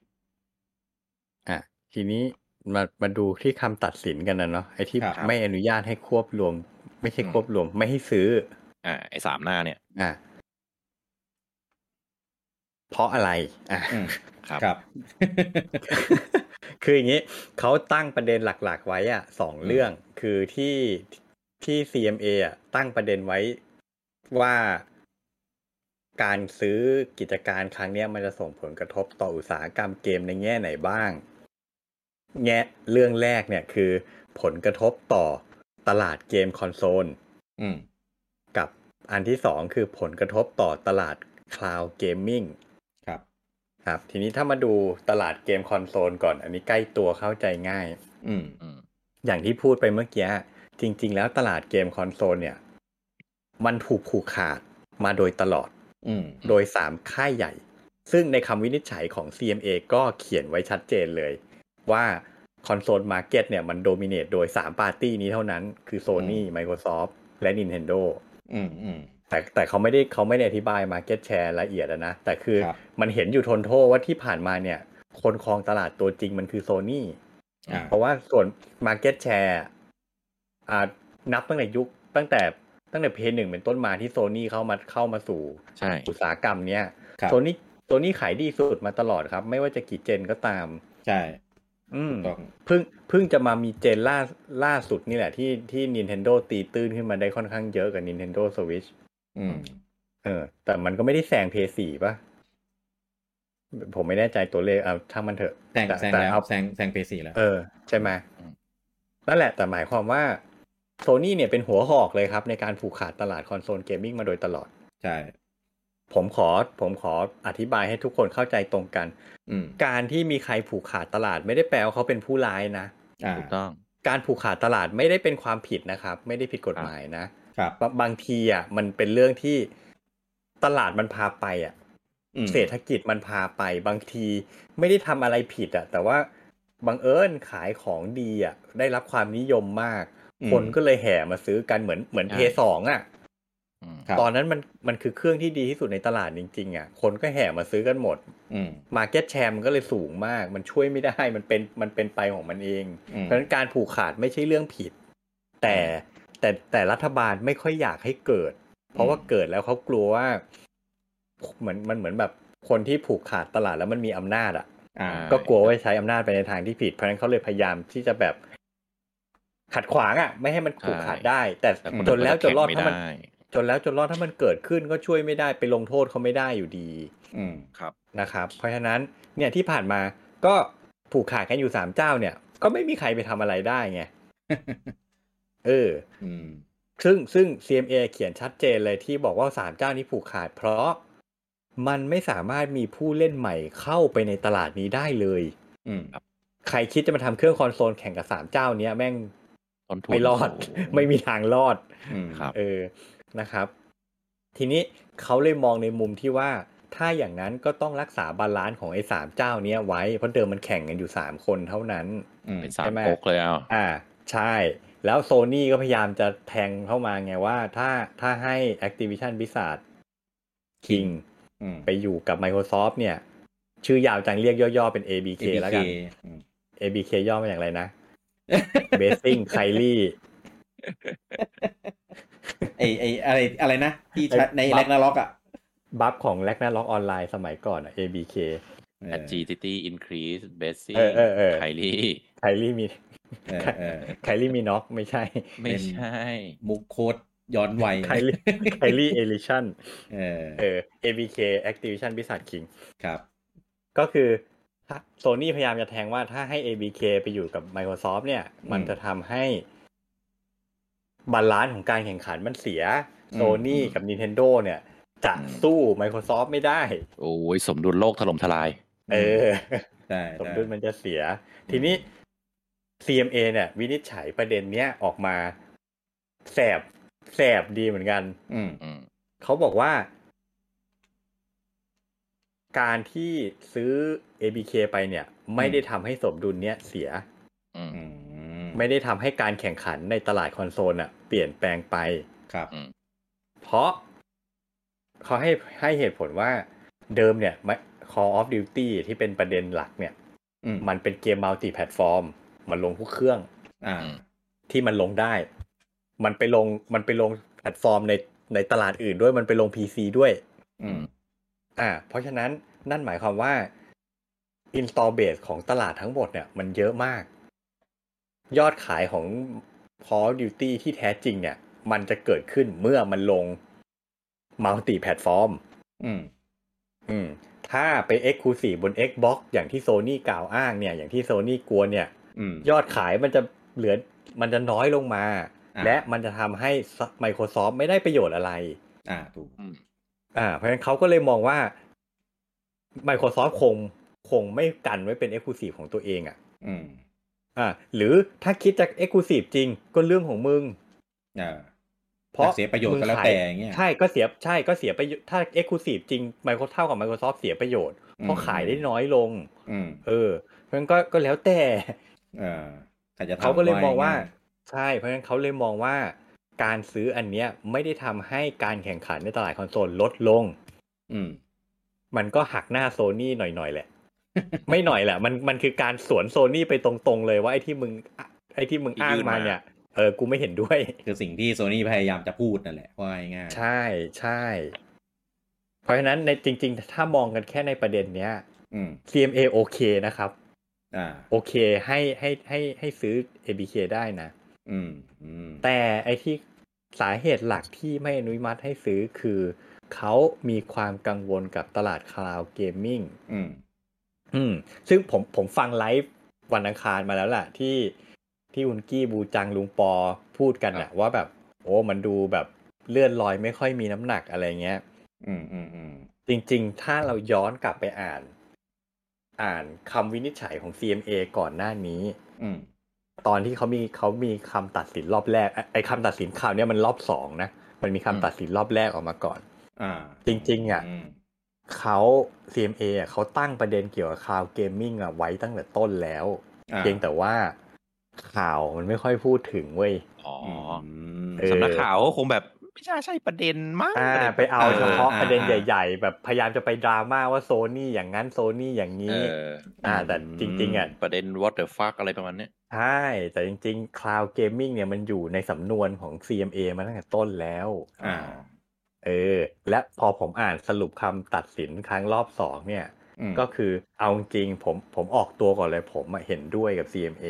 ทีนี้มาดูที่คำตัดสินกันนะเนาะไอ้ที่ไม่อนุญาตให้ควบรวมไม่ใช่ควบรวมไม่ให้ซื้อไอ้3 หน้าเนี่ยเพราะอะไรครับคืออย่างนี้เขาตั้งประเด็นหลักๆไว้2เรื่องคือที่ CMA ตั้งประเด็นไว้ว่าการซื้อกิจการครั้งนี้มันจะส่งผลกระทบต่ออุตสาหกรรมเกมในแง่ไหนบ้างเรื่องแรกเนี่ยคือผลกระทบต่อตลาดเกมคอนโซลกับอันที่2คือผลกระทบต่อตลาดคลาวด์เกมมิ่งครับทีนี้ถ้ามาดูตลาดเกมคอนโซลก่อนอันนี้ใกล้ตัวเข้าใจง่ายอย่างที่พูดไปเมื่อกี้จริงๆแล้วตลาดเกมคอนโซลเนี่ยมันถูกผูกขาดมาโดยตลอดโดย3ค่ายใหญ่ซึ่งในคำวินิจฉัยของ CMA ก็เขียนไว้ชัดเจนเลยว่าคอนโซลมาร์เก็ตเนี่ยมันโดมิเนตโดย3ปาร์ตี้นี้เท่านั้นคือ Sony Microsoft และ Nintendo แต่เขาไม่ได้อธิบาย market share ละเอียดนะแต่คือมันเห็นอยู่ทนโทษว่าที่ผ่านมาเนี่ยคนครองตลาดตัวจริงมันคือ Sony เพราะว่าส่วน market share นับตั้งแต่Play 1เป็นต้นมาที่ Sony เข้ามาสู่อุตสาหกรรมเนี้ย Sony ขายดีสุดมาตลอดครับไม่ว่าจะกี่เจนก็ตามใช่เพิ่งจะมามีเจนล่าสุดนี่แหละที่ Nintendo ตีตื้นขึ้นมาได้ค่อนข้างเยอะกับ Nintendo Switchแต่มันก็ไม่ได้แซง PS4 ป่ะผมไม่แน่ใจตัวเลขช่างมันเถอะแซงแล้วแซง PS4 แล้วใช่ไหมนั่นแหละแต่หมายความว่า Sony เนี่ยเป็นหัวหอกเลยครับในการผูกขาดตลาดคอนโซลเกมมิ่งมาโดยตลอดใช่ผมขออธิบายให้ทุกคนเข้าใจตรงกันการที่มีใครผูกขาดตลาดไม่ได้แปลว่าเขาเป็นผู้ร้ายนะถูกต้องการผูกขาดตลาดไม่ได้เป็นความผิดนะครับไม่ได้ผิดกฎหมายนะครับบางทีมันเป็นเรื่องที่ตลาดมันพาไปเศรษฐกิจมันพาไปบางทีไม่ได้ทำอะไรผิดแต่ว่าบังเอิญขายของดีได้รับความนิยมมากคนก็เลยแห่มาซื้อกันเหมือนPS2ตอนนั้นมันคือเครื่องที่ดีที่สุดในตลาดจริงๆคนก็แห่มาซื้อกันหมดmarket share มันก็เลยสูงมากมันช่วยไม่ได้มันเป็นไปของมันเองเพราะฉะนั้นการผูกขาดไม่ใช่เรื่องผิดแต่รัฐบาลไม่ค่อยอยากให้เกิดเพราะว่าเกิดแล้วเขากลัวว่ามันเหมือนแบบคนที่ผูกขาดตลาดแล้วมันมีอำนาจก็กลัวว่าใช้อำนาจไปในทางที่ผิดเพราะฉะนั้นเขาเลยพยายามที่จะแบบขัดขวางไม่ให้มันผูกขาดได้แต่จนแล้วจนรอดถ้ามันเกิดขึ้นก็ช่วยไม่ได้ไปลงโทษเขาไม่ได้อยู่ดีครับนะครับเพราะฉะนั้นเนี่ยที่ผ่านมาก็ผูกขาดกันอยู่3เจ้าเนี่ยก็ไม่มีใครไปทำอะไรได้ไงซึ่ง CMA เขียนชัดเจนเลยที่บอกว่า3เจ้านี้ผูกขาดเพราะมันไม่สามารถมีผู้เล่นใหม่เข้าไปในตลาดนี้ได้เลยใครคิดจะมาทำเครื่องคอนโซลแข่งกับ3เจ้านี้แม่งไม่รอดไม่มีทางรอดนะครับทีนี้เขาเลยมองในมุมที่ว่าถ้าอย่างนั้นก็ต้องรักษาบาลานซ์ของไอ้3เจ้านี้ไว้เพราะเดิมมันแข่งกันอยู่3คนเท่านั้นเป็น3ก๊กเลยใช่แล้ว Sony ก็พยายามจะแทงเข้ามาไงว่าถ้าให้ Activision Blizzard King ไปอยู่กับ Microsoft เนี่ยชื่อยาวจังเรียกย่อๆเป็น ABK แล้วกัน ABK ย่อมาจากอะไรนะ Basing Kylie อะไรนะที่ในแร็กนาร็อกอ่ะบัฟของแร็กนาร็อกออนไลน์สมัยก่อนอ่ะ ABK agility increase basing Kylie มีKylie มีน็อกไม่ใช่มุกโค้ดย้อนวัย Kylie Edition ABK Activision Blizzard King ครับก็คือโซนี่พยายามจะแทงว่าถ้าให้ ABK ไปอยู่กับ Microsoft เนี่ยมันจะทำให้บาลานซ์ของการแข่งขันมันเสียโซนี่กับ Nintendo เนี่ยจะสู้ Microsoft ไม่ได้โอ้ยสมดุลโลกถล่มทลายใช่สมดุลมันจะเสียทีนี้ CMA เนี่ยวินิจฉัยประเด็นเนี้ยออกมาแสบดีเหมือนกันเขาบอกว่าการที่ซื้อ ABK ไปเนี่ยไม่ได้ทำให้สมดุลเนี้ยเสียไม่ได้ทำให้การแข่งขันในตลาดคอนโซลเปลี่ยนแปลงไปครับเพราะเขาให้เหตุผลว่าเดิมเนี่ย Call of Duty ที่เป็นประเด็นหลักเนี่ยมันเป็นเกมมัลติแพลตฟอร์มมันลงทุกเครื่องที่มันลงได้มันไปลงแพลตฟอร์มในตลาดอื่นด้วยมันไปลง PC ด้วยเพราะฉะนั้นนั่นหมายความว่า install base ของตลาดทั้งหมดเนี่ยมันเยอะมากยอดขายของ Call of Duty ที่แท้จริงเนี่ยมันจะเกิดขึ้นเมื่อมันลง multi platform ถ้าไป exclusive บน Xbox อย่างที่ Sony กล่าวอ้างเนี่ยอย่างที่ Sony กลัวเนี่ยยอดขายมันจะน้อยลงมาและมันจะทำให้ Microsoft ไม่ได้ประโยชน์อะไรถูกเพราะฉะนั้นเขาก็เลยมองว่า Microsoft คงไม่กันไว้เป็น Exclusive ของตัวเองหรือถ้าคิดจะ Exclusive จริงก็เรื่องของมึงเพราะเสียประโยชน์ก็แล้วแต่อย่างเงี้ยใช่ก็เสียประโยชน์ถ้า Exclusive จริง Microsoft เท่ากับ Microsoft เสียประโยชน์เพราะขายได้น้อยลงเพราะฉะนั้นก็แล้วแต่เขาก็เลยมองว่าใช่เพราะฉะนั้นเขาเลยมองว่าการซื้ออันเนี้ยไม่ได้ทำให้การแข่งขันในตลาดคอนโซลลดลงมันก็หักหน้าโซนี่หน่อยๆแหละ ไม่หน่อยแหละมันคือการสวนโซนี่ไปตรงๆเลยว่าไอ้ที่มึงอ้างมาเนี่ยกูไม่เห็นด้วยคือสิ่งที่โซนี่พยายามจะพูดนั่นแหละว่าง่ายใช่เพราะฉะนั้นในจริงๆถ้ามองกันแค่ในประเด็นเนี้ยCMA โอเคนะครับโอเคให้ซื้อ ABK ได้นะแต่ไอ้ที่สาเหตุหลักที่ไม่อนุมัติให้ซื้อคือเขามีความกังวลกับตลาดคลาวด์เกมมิ่งซึ่งผมฟังไลฟ์วันอังคารมาแล้วล่ะที่อุนกี้บูจังลุงปอพูดกันนะว่าแบบโอ้มันดูแบบเลื่อนลอยไม่ค่อยมีน้ำหนักอะไรเงี้ยจริงๆถ้าเราย้อนกลับไปอ่านคำวินิจฉัยของ CMA ก่อนหน้านี้ตอนที่เขามีคำตัดสินรอบแรกไอ้คำตัดสินข่าวเนี้ยมันรอบ2นะมันมีคำตัดสินรอบแรกออกมาก่อนจริงๆเขา CMA เขาตั้งประเด็นเกี่ยวกับคลาวด์เกมมิ่งไว้ตั้งแต่ต้นแล้วเพียงแต่ว่าข่าวมันไม่ค่อยพูดถึงเว้ยสำนักข่าวคงแบบไม่ใช่ประเด็นมั้งไปเอาเฉพาะประเด็นใหญ่ๆแบบพยายามจะไปดราม่าว่าโซนี่อย่างนั้นโซนี่อย่างนี้แต่จริงๆประเด็น what the fuck อะไรประมาณนี้ใช่แต่จริงๆ cloud gaming เนี่ยมันอยู่ในสำนวนของ CMA มาตั้งแต่ต้นแล้วและพอผมอ่านสรุปคำตัดสินครั้งรอบ2เนี่ยก็คือเอาจริงผมออกตัวก่อนเลยผมเห็นด้วยกับ CMA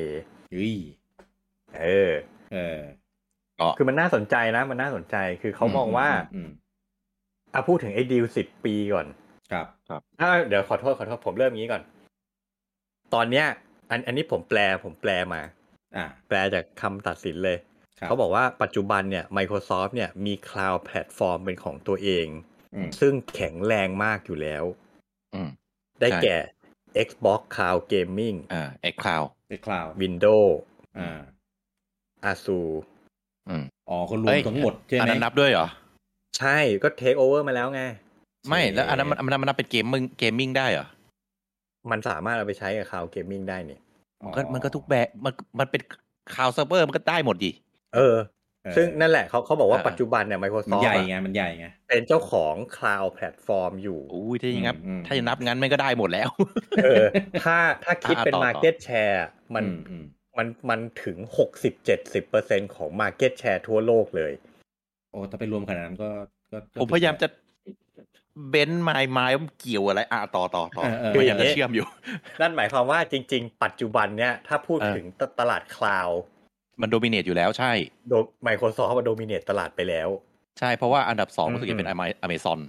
คือมันน่าสนใจนะมันน่าสนใจคือเขามองว่าพูดถึงไอ้ดีล10 ปีก่อนครับเดี๋ยวขอโทษผมเริ่มอย่างนี้ก่อนตอนเนี้ยอันนี้ผมแปลมาแปลจากคำตัดสินเลยเขาบอกว่าปัจจุบันเนี่ย Microsoft เนี่ยมี Cloud Platform เป็นของตัวเองซึ่งแข็งแรงมากอยู่แล้วได้แก่ Xbox Cloud Gaming Xcloud Windows Azure คนรวมทั้งหมดใช่ไหมอันนั้นนับด้วยเหรอใช่ก็ take over มาแล้วไงไม่แล้วอันนั้นมันนับเป็นเกมมิ่งได้เหรอมันสามารถเอาไปใช้กับ Cloud Gaming ได้นี่มันก็ทุกแบบมันเป็น Cloud Server มันก็ได้หมดดิซึ่งนั่นแหละเขาบอกว่าปัจจุบันเนี่ย Microsoft มันใหญ่ไงเป็นเจ้าของ Cloud Platform อยู่ถ้าอย่างงั้นถ้าจะนับงั้นมันก็ได้หมดแล้วถ้าคิดเป็น Market Share มันถึง 60-70% ของ Market Share ทั่วโลกเลยถ้าไปรวมขนาดนั้นก็ผมพยายามจะเบนซ์ไม้เกี่ยวอะไรต่อพยายามจะเชื่อมอยู่นั่นหมายความว่าจริงๆปัจจุบันเนี้ยถ้าพูดถึงตลาดคลาวด์มันโดมิเนตอยู่แล้วใช่ Microsoft มันโดมิเนตตลาดไปแล้วใช่เพราะว่าอันดับ2รู้สึกจะเป็น Amazon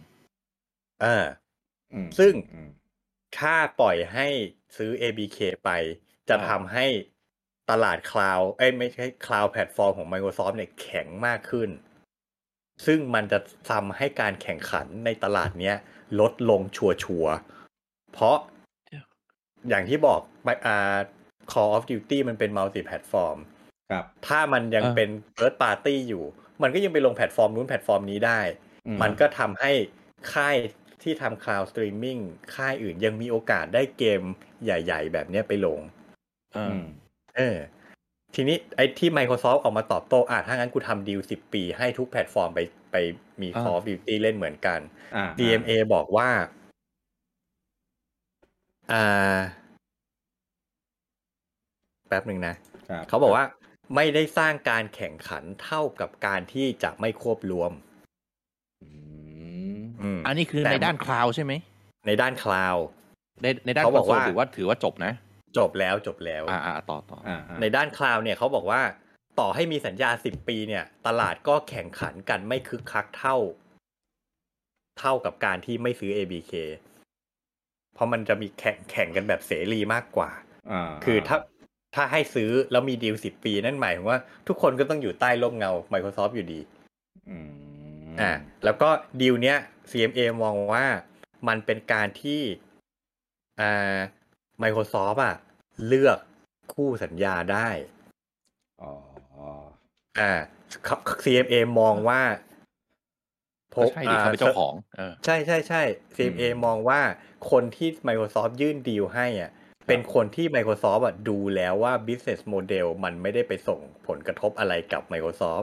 ซึ่งถ้าปล่อยให้ซื้อ ABK ไปจะทำให้ตลาดคลาวด์ไม่ใช่คลาวด์แพลตฟอร์มของ Microsoft เนี่ยแข็งมากขึ้นซึ่งมันจะทำให้การแข่งขันในตลาดเนี้ยลดลงชัวร์เพราะอย่างที่บอกCall of Duty มันเป็น multi platform ครับถ้ามันยังเป็น third party อยู่มันก็ยังไปลงแพลตฟอร์มนู้นแพลตฟอร์มนี้ได้มันก็ทำให้ค่ายที่ทำ cloud streaming ค่ายอื่นยังมีโอกาสได้เกมใหญ่ๆแบบนี้ไปลงทีนี้ไอ้ที่ Microsoft ออกมาตอบโต้ถ้างั้นกูทำดีล10 ปีให้ทุกแพลตฟอร์มไปมี Call of Duty เล่นเหมือนกัน DMA บอกว่าแป๊บนึงนะเขาบอกว่าไม่ได้สร้างการแข่งขันเท่ากับการที่จะไม่ควบรวมอันนี้คือในด้านคลาวด์ใช่ไหมในด้านคลาวด์ในด้านคอนโซลถือว่าจบนะจบแล้วต่อในด้านคลาวด์เนี่ยเขาบอกว่าต่อให้มีสัญญา10 ปีเนี่ยตลาดก็แข่งขันกันไม่คึกคักเท่ากับการที่ไม่ซื้อ ABK เพราะมันจะมีแข่งกันแบบเสรีมากกว่าคือถ้าให้ซื้อแล้วมีดีล10 ปีนั่นหมายถึงว่าทุกคนก็ต้องอยู่ใต้ร่มเงา Microsoft อยู่ดีแล้วก็ดีลเนี้ย CMA มองว่ามันเป็นการที่Microsoft เลือกคู่สัญญาได้CMA มองว่าใช่ดิเขาเป็นเจ้าของใช่ CMA มองว่าคนที่ Microsoft ยื่นดีลให้เป็นคนที่ Microsoft ดูแล้วว่า business model มันไม่ได้ไปส่งผลกระทบอะไรกับ Microsoft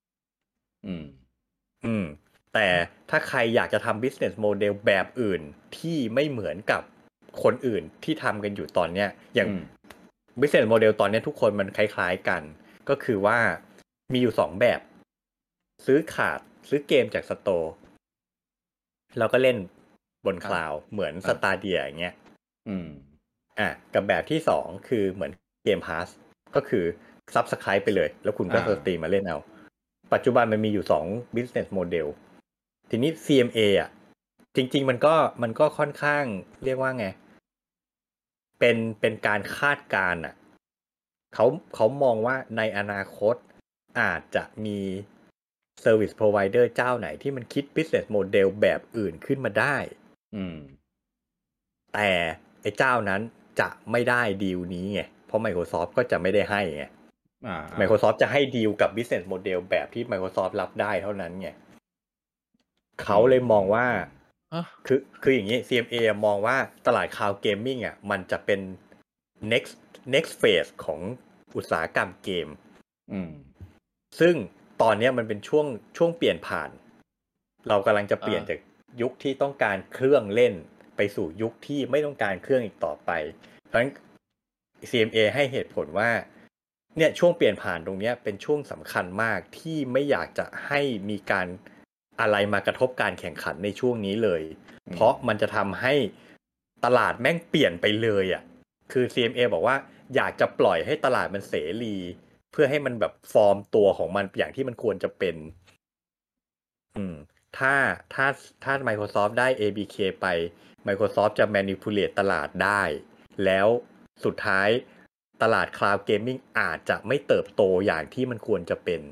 แต่ถ้าใครอยากจะทำ business model แบบอื่นที่ไม่เหมือนกับคนอื่นที่ทำกันอยู่ตอนเนี้ยอย่าง business model ตอนนี้ทุกคนมันคล้ายๆกันก็คือว่ามีอยู่2แบบซื้อเกมจากสโตร์แล้วก็เล่นบนคลาวด์เหมือน Stadia อย่างเงี้ยกับแบบที่2คือเหมือนเกมพาสก็คือ Subscribe ไปเลยแล้วคุณก็สตรีมมาเล่นเอาปัจจุบันมันมีอยู่2 business model ทีนี้ CMA จริงๆมันก็ค่อนข้างเรียกว่าไงเป็นการคาดการณ์เขามองว่าในอนาคตอาจจะมี Service Provider เจ้าไหนที่มันคิด Business Model แบบอื่นขึ้นมาได้แต่ไอ้เจ้านั้นจะไม่ได้ดีลนี้ไงเพราะ Microsoft ก็จะไม่ได้ให้ไงMicrosoft จะให้ดีลกับ Business Model แบบที่ Microsoft รับได้เท่านั้นไงเขาเลยมองว่าคืออย่างนี้ CMA มองว่าตลาด Cloud Gaming มันจะเป็น next phase ของอุตสาหกรรมเกมซึ่งตอนนี้มันเป็นช่วงเปลี่ยนผ่านเรากำลังจะเปลี่ยนจากยุคที่ต้องการเครื่องเล่นไปสู่ยุคที่ไม่ต้องการเครื่องอีกต่อไปเพราะฉะนั้น CMA ให้เหตุผลว่าเนี่ยช่วงเปลี่ยนผ่านตรงนี้เป็นช่วงสำคัญมากที่ไม่อยากจะให้มีการอะไรมากระทบการแข่งขันในช่วงนี้เลยเพราะมันจะทำให้ตลาดแม่งเปลี่ยนไปเลยคือ CMA บอกว่าอยากจะปล่อยให้ตลาดมันเสรีเพื่อให้มันแบบฟอร์มตัวของมันอย่างที่มันควรจะเป็นถ้า Microsoft ได้ ABK ไป Microsoft จะ manipulate ตลาดได้แล้วสุดท้ายตลาด Cloud Gaming อาจจะไม่เติบโตอย่างที่มันควรจะเป็น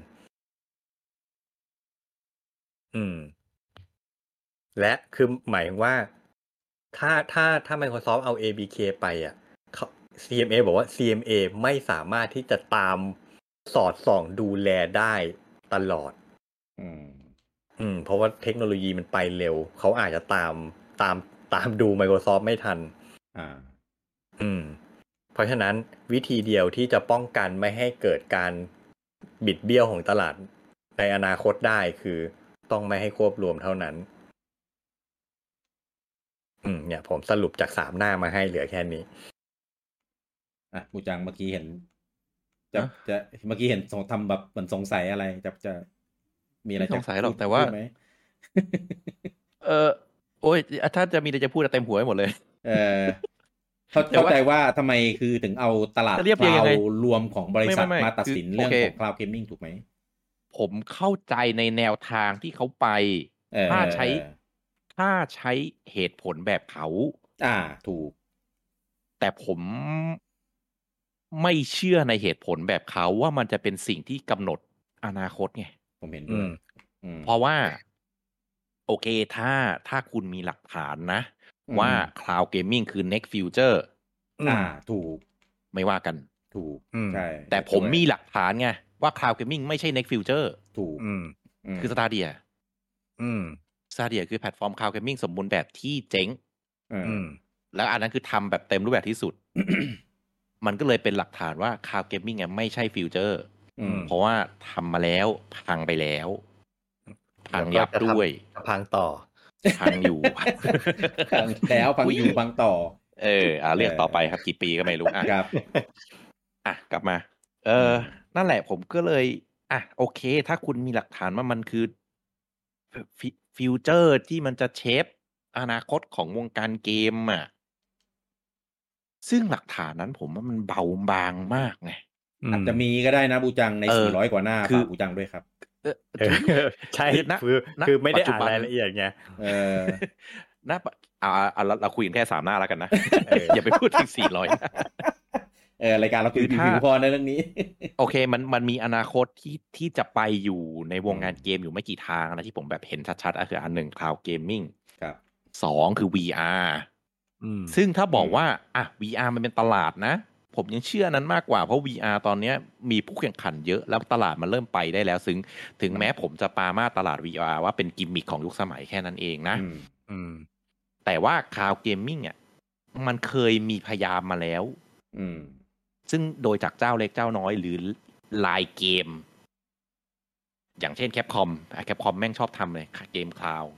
และคือหมายถึงว่าถ้า Microsoft เอา ABK ไปCMA บอกว่า CMA ไม่สามารถที่จะตามสอดส่องดูแลได้ตลอดเพราะว่าเทคโนโลยีมันไปเร็วเขาอาจจะตามดู Microsoft ไม่ทันเพราะฉะนั้นวิธีเดียวที่จะป้องกันไม่ให้เกิดการบิดเบี้ยวของตลาดในอนาคตได้คือต้องไม่ให้ควบรวมเท่านั้นเนี่ยผมสรุปจาก3หน้ามาให้เหลือแค่นี้ปูจังเมื่อกี้เห็นจะเมื่อกี้เห็นทำแบบเหมือนสงสัยอะไรจะมีอะไรสงสัยหรอกแต่ว่าโอ้ยถ้าจะมีอะไรจะพูดเต็มหัวไปหมดเลยเข้าใจว่าทำไมคือถึงเอาตลาดคลาวด์รวมของบริษัทมาตัดสินเรื่องของ Cloud Gaming ถูกไหมผมเข้าใจในแนวทางที่เขาไปถ้าใช้เหตุผลแบบเขาถูกแต่ผมไม่เชื่อในเหตุผลแบบเขาว่ามันจะเป็นสิ่งที่กำหนดอนาคตไงผมเห็นด้วยเพราะว่าโอเคถ้าคุณมีหลักฐานนะว่า Cloud Gaming คือ Next Future ถูกไม่ว่ากันถูกใช่แต่ผมมีหลักฐานไงว่า Cloud Gaming ไม่ใช่ Next Future ถูกคือ Stadia Stadia คือแพลตฟอร์ม Cloud Gaming สมบูรณ์แบบที่เจ๊งแล้วอันนั้นคือทำแบบเต็มรูปแบบที่สุด มันก็เลยเป็นหลักฐานว่า Cloud Gaming ไม่ใช่ฟิวเจอร์เพราะว่าทำมาแล้วพังไปแล้วพังยับด้วยพังต่อพังอยู่พังแล้วพังอยู่พังต่อเรียกต่อไปครับกี่ปีก็ไม่รู้ครับกลับมานั่นแหละผมก็เลยโอเคถ้าคุณมีหลักฐานว่ามันคือฟิวเจอร์ที่มันจะเชฟอนาคตของวงการเกมซึ่งหลักฐานนั้นผมว่ามันเบาบางมากไงอาจจะมีก็ได้นะบูจังใน400กว่าหน้าฝากบูจังด้วยครับใช่คือไม่ได้อ่านรายละเอียดไงเราคุยกันแค่3หน้าแล้วกันนะอย่าไปพูดถึง400 รายการเราคุยผิวพอในเรื่องนี้โอเคมันมีอนาคตที่จะไปอยู่ในวงงานเกมอยู่ไม่กี่ทางนะที่ผมแบบเห็นชัดๆคืออันหนึ่ง Cloud Gaming ครับ 2คือ VR ซึ่งถ้าบอกว่าVR มันเป็นตลาดนะผมยังเชื่อนั้นมากกว่าเพราะ VR ตอนนี้มีผู้แข่งขันเยอะแล้วตลาดมันเริ่มไปได้แล้วซึ่งถึงแม้ผมจะปามาตลาด VR ว่าเป็นกิมมิคของยุคสมัยแค่นั้นเองนะแต่ว่า Cloud Gaming มันเคยมีพยายามมาแล้วซึ่งโดยจากเจ้าเล็กเจ้าน้อยหรือลายเกมอย่างเช่น Capcom แม่งชอบทำเลยเกม Cloud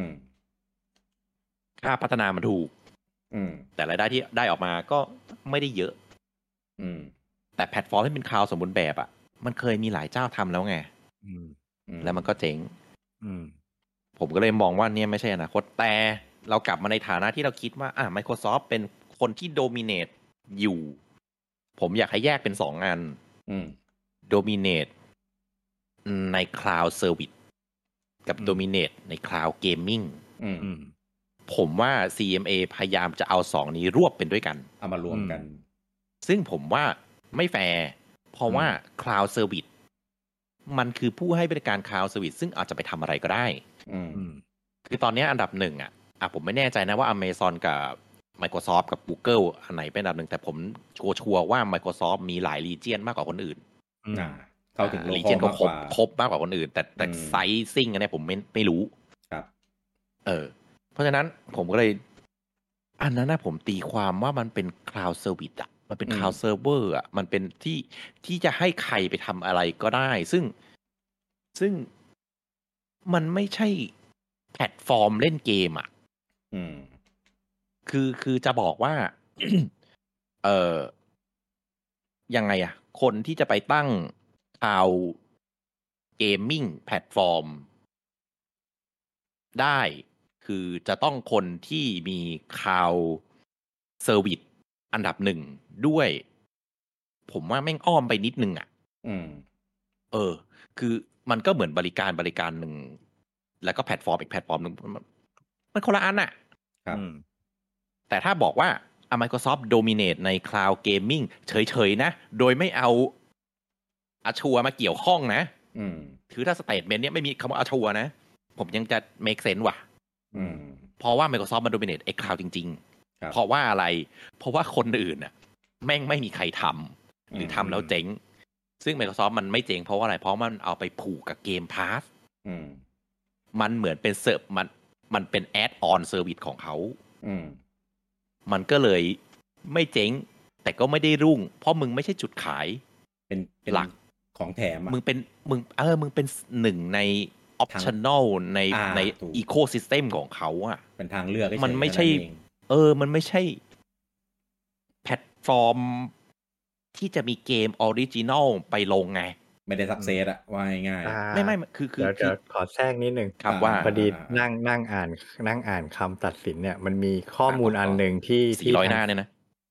ค่าพัฒนามันถูกแต่รายได้ที่ได้ออกมาก็ไม่ได้เยอะแต่แพลตฟอร์มที่เป็นคลาวด์สมบูรณ์แบบมันเคยมีหลายเจ้าทำแล้วไงแล้วมันก็เจ๊งผมก็เลยมองว่าเนี่ยไม่ใช่อนาคตแต่เรากลับมาในฐานะที่เราคิดว่าMicrosoft เป็นคนที่โดมิเนตอยู่ผมอยากให้แยกเป็น2อันโดมิเนตใน Cloud Service กับโดมิเนตใน Cloud Gamingผมว่า CMA พยายามจะเอา2นี้รวบเป็นด้วยกันเอามารวมกันซึ่งผมว่าไม่แฟร์เพราะว่า Cloud Service มันคือผู้ให้บริการ Cloud Service ซึ่งอาจจะไปทำอะไรก็ได้คือตอนนี้อันดับ1ผมไม่แน่ใจนะว่า Amazon กับ Microsoft กับ Google อันไหนเป็นอันดับ1แต่ผมชัวร์ว่า Microsoft มีหลาย region มากกว่าคนอื่นเข้าถึง region ก็ครบมากกว่าคนอื่นแต่ไซซิ่งอันนี้ผมไม่รู้ครับเพราะฉะนั้นผมก็เลยอันนั้นนะผมตีความว่ามันเป็น Cloud Service มันเป็น Cloud Server มันเป็นที่จะให้ใครไปทำอะไรก็ได้ซึ่งมันไม่ใช่แพลตฟอร์มเล่นเกมคือจะบอกว่า ยังไงคนที่จะไปตั้ง Cloud Gaming แพลตฟอร์มได้คือจะต้องคนที่มี Cloud Service อันดับ1ด้วยผมว่าแม่งอ้อมไปนิดนึงคือมันก็เหมือนบริการหนึ่งแล้วก็แพลตฟอร์มอีกแพลตฟอร์มนึงมันคนละอันครับแต่ถ้าบอกว่าMicrosoft dominate ใน Cloud Gaming เฉยๆนะโดยไม่เอาAzureมาเกี่ยวข้องนะคือถ้า statement เนี้ยไม่มีคำว่าAzureนะผมยังจะ make sense ว่ะเพราะว่า Microsoft มัน dominate Cloud จริงๆเพราะว่าอะไรเพราะว่าคนอื่นแม่งไม่มีใครทำหรือทำแล้วเจ๊งซึ่ง Microsoft มันไม่เจ๊งเพราะว่าอะไรเพราะมันเอาไปผูกกับ Game Pass มันเหมือนเป็นเสิร์ฟมันเป็น add on service ของเขามันก็เลยไม่เจ๊งแต่ก็ไม่ได้รุ่งเพราะมึงไม่ใช่จุดขายเป็นหลักของแถมมึงเป็นหนึ่งใน optional ใน ecosystem ของเขาอ่ะเป็นทางเลือกมันไม่ใช่มันไม่ใช่แพลตฟอร์มที่จะมีเกมออริจินอลไปลงไงไม่ได้ซักเซสอะว่าง่ายๆไม่คือขอแทรกนิดนึงครับว่าพอดีนั่งอ่านคำตัดสินเนี่ยมันมีข้อมูลอันหนึ่งที่ 400 หน้าเนี่ยนะ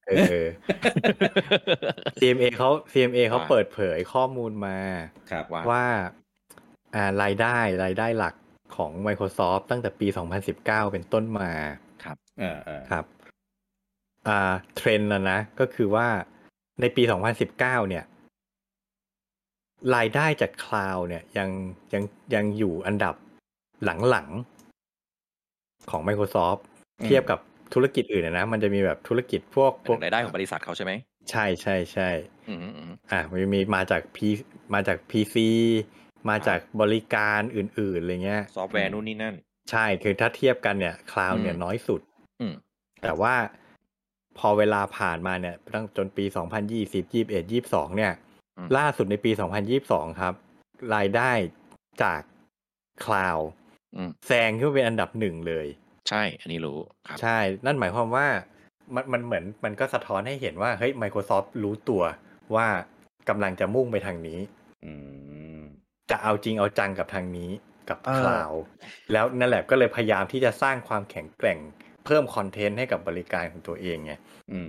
CMA เขาเปิดเผยข้อมูลมาว่ารายได้หลักของ Microsoft ตั้งแต่ปี 2019 เป็นต้นมาครับครับเทรนด์นะก็คือว่าในปี 2019 เนี่ยรายได้จากคลาวด์เนี่ยยังอยู่อันดับหลังๆของ Microsoft เทียบกับธุรกิจอื่นนะมันจะมีแบบธุรกิจพวกรายได้ของบริษัทเขาใช่ไหมใช่มีมาจาก PC มาจากบริการอื่นๆอะไรเงี้ยซอฟต์แวร์นู่นนี่นั่นใช่คือถ้าเทียบกันเนี่ยคลาวด์เนี่ยน้อยสุดแต่ว่าพอเวลาผ่านมาเนี่ยตั้งจนปี2020 21 22เนี่ยล่าสุดในปี2022ครับรายได้จากคลาวด์แซงขึ้นเป็นอันดับ1เลยใช่อันนี้รู้ครับใช่นั่นหมายความว่ามันเหมือนมันก็สะท้อนให้เห็นว่าเฮ้ย Microsoft รู้ตัวว่ากำลังจะมุ่งไปทางนี้จะเอาจริงเอาจังกับทางนี้กับคลาวด์แล้วนั่นแหละก็เลยพยายามที่จะสร้างความแข็งแกร่งเพิ่มคอนเทนต์ให้กับบริการของตัวเองไง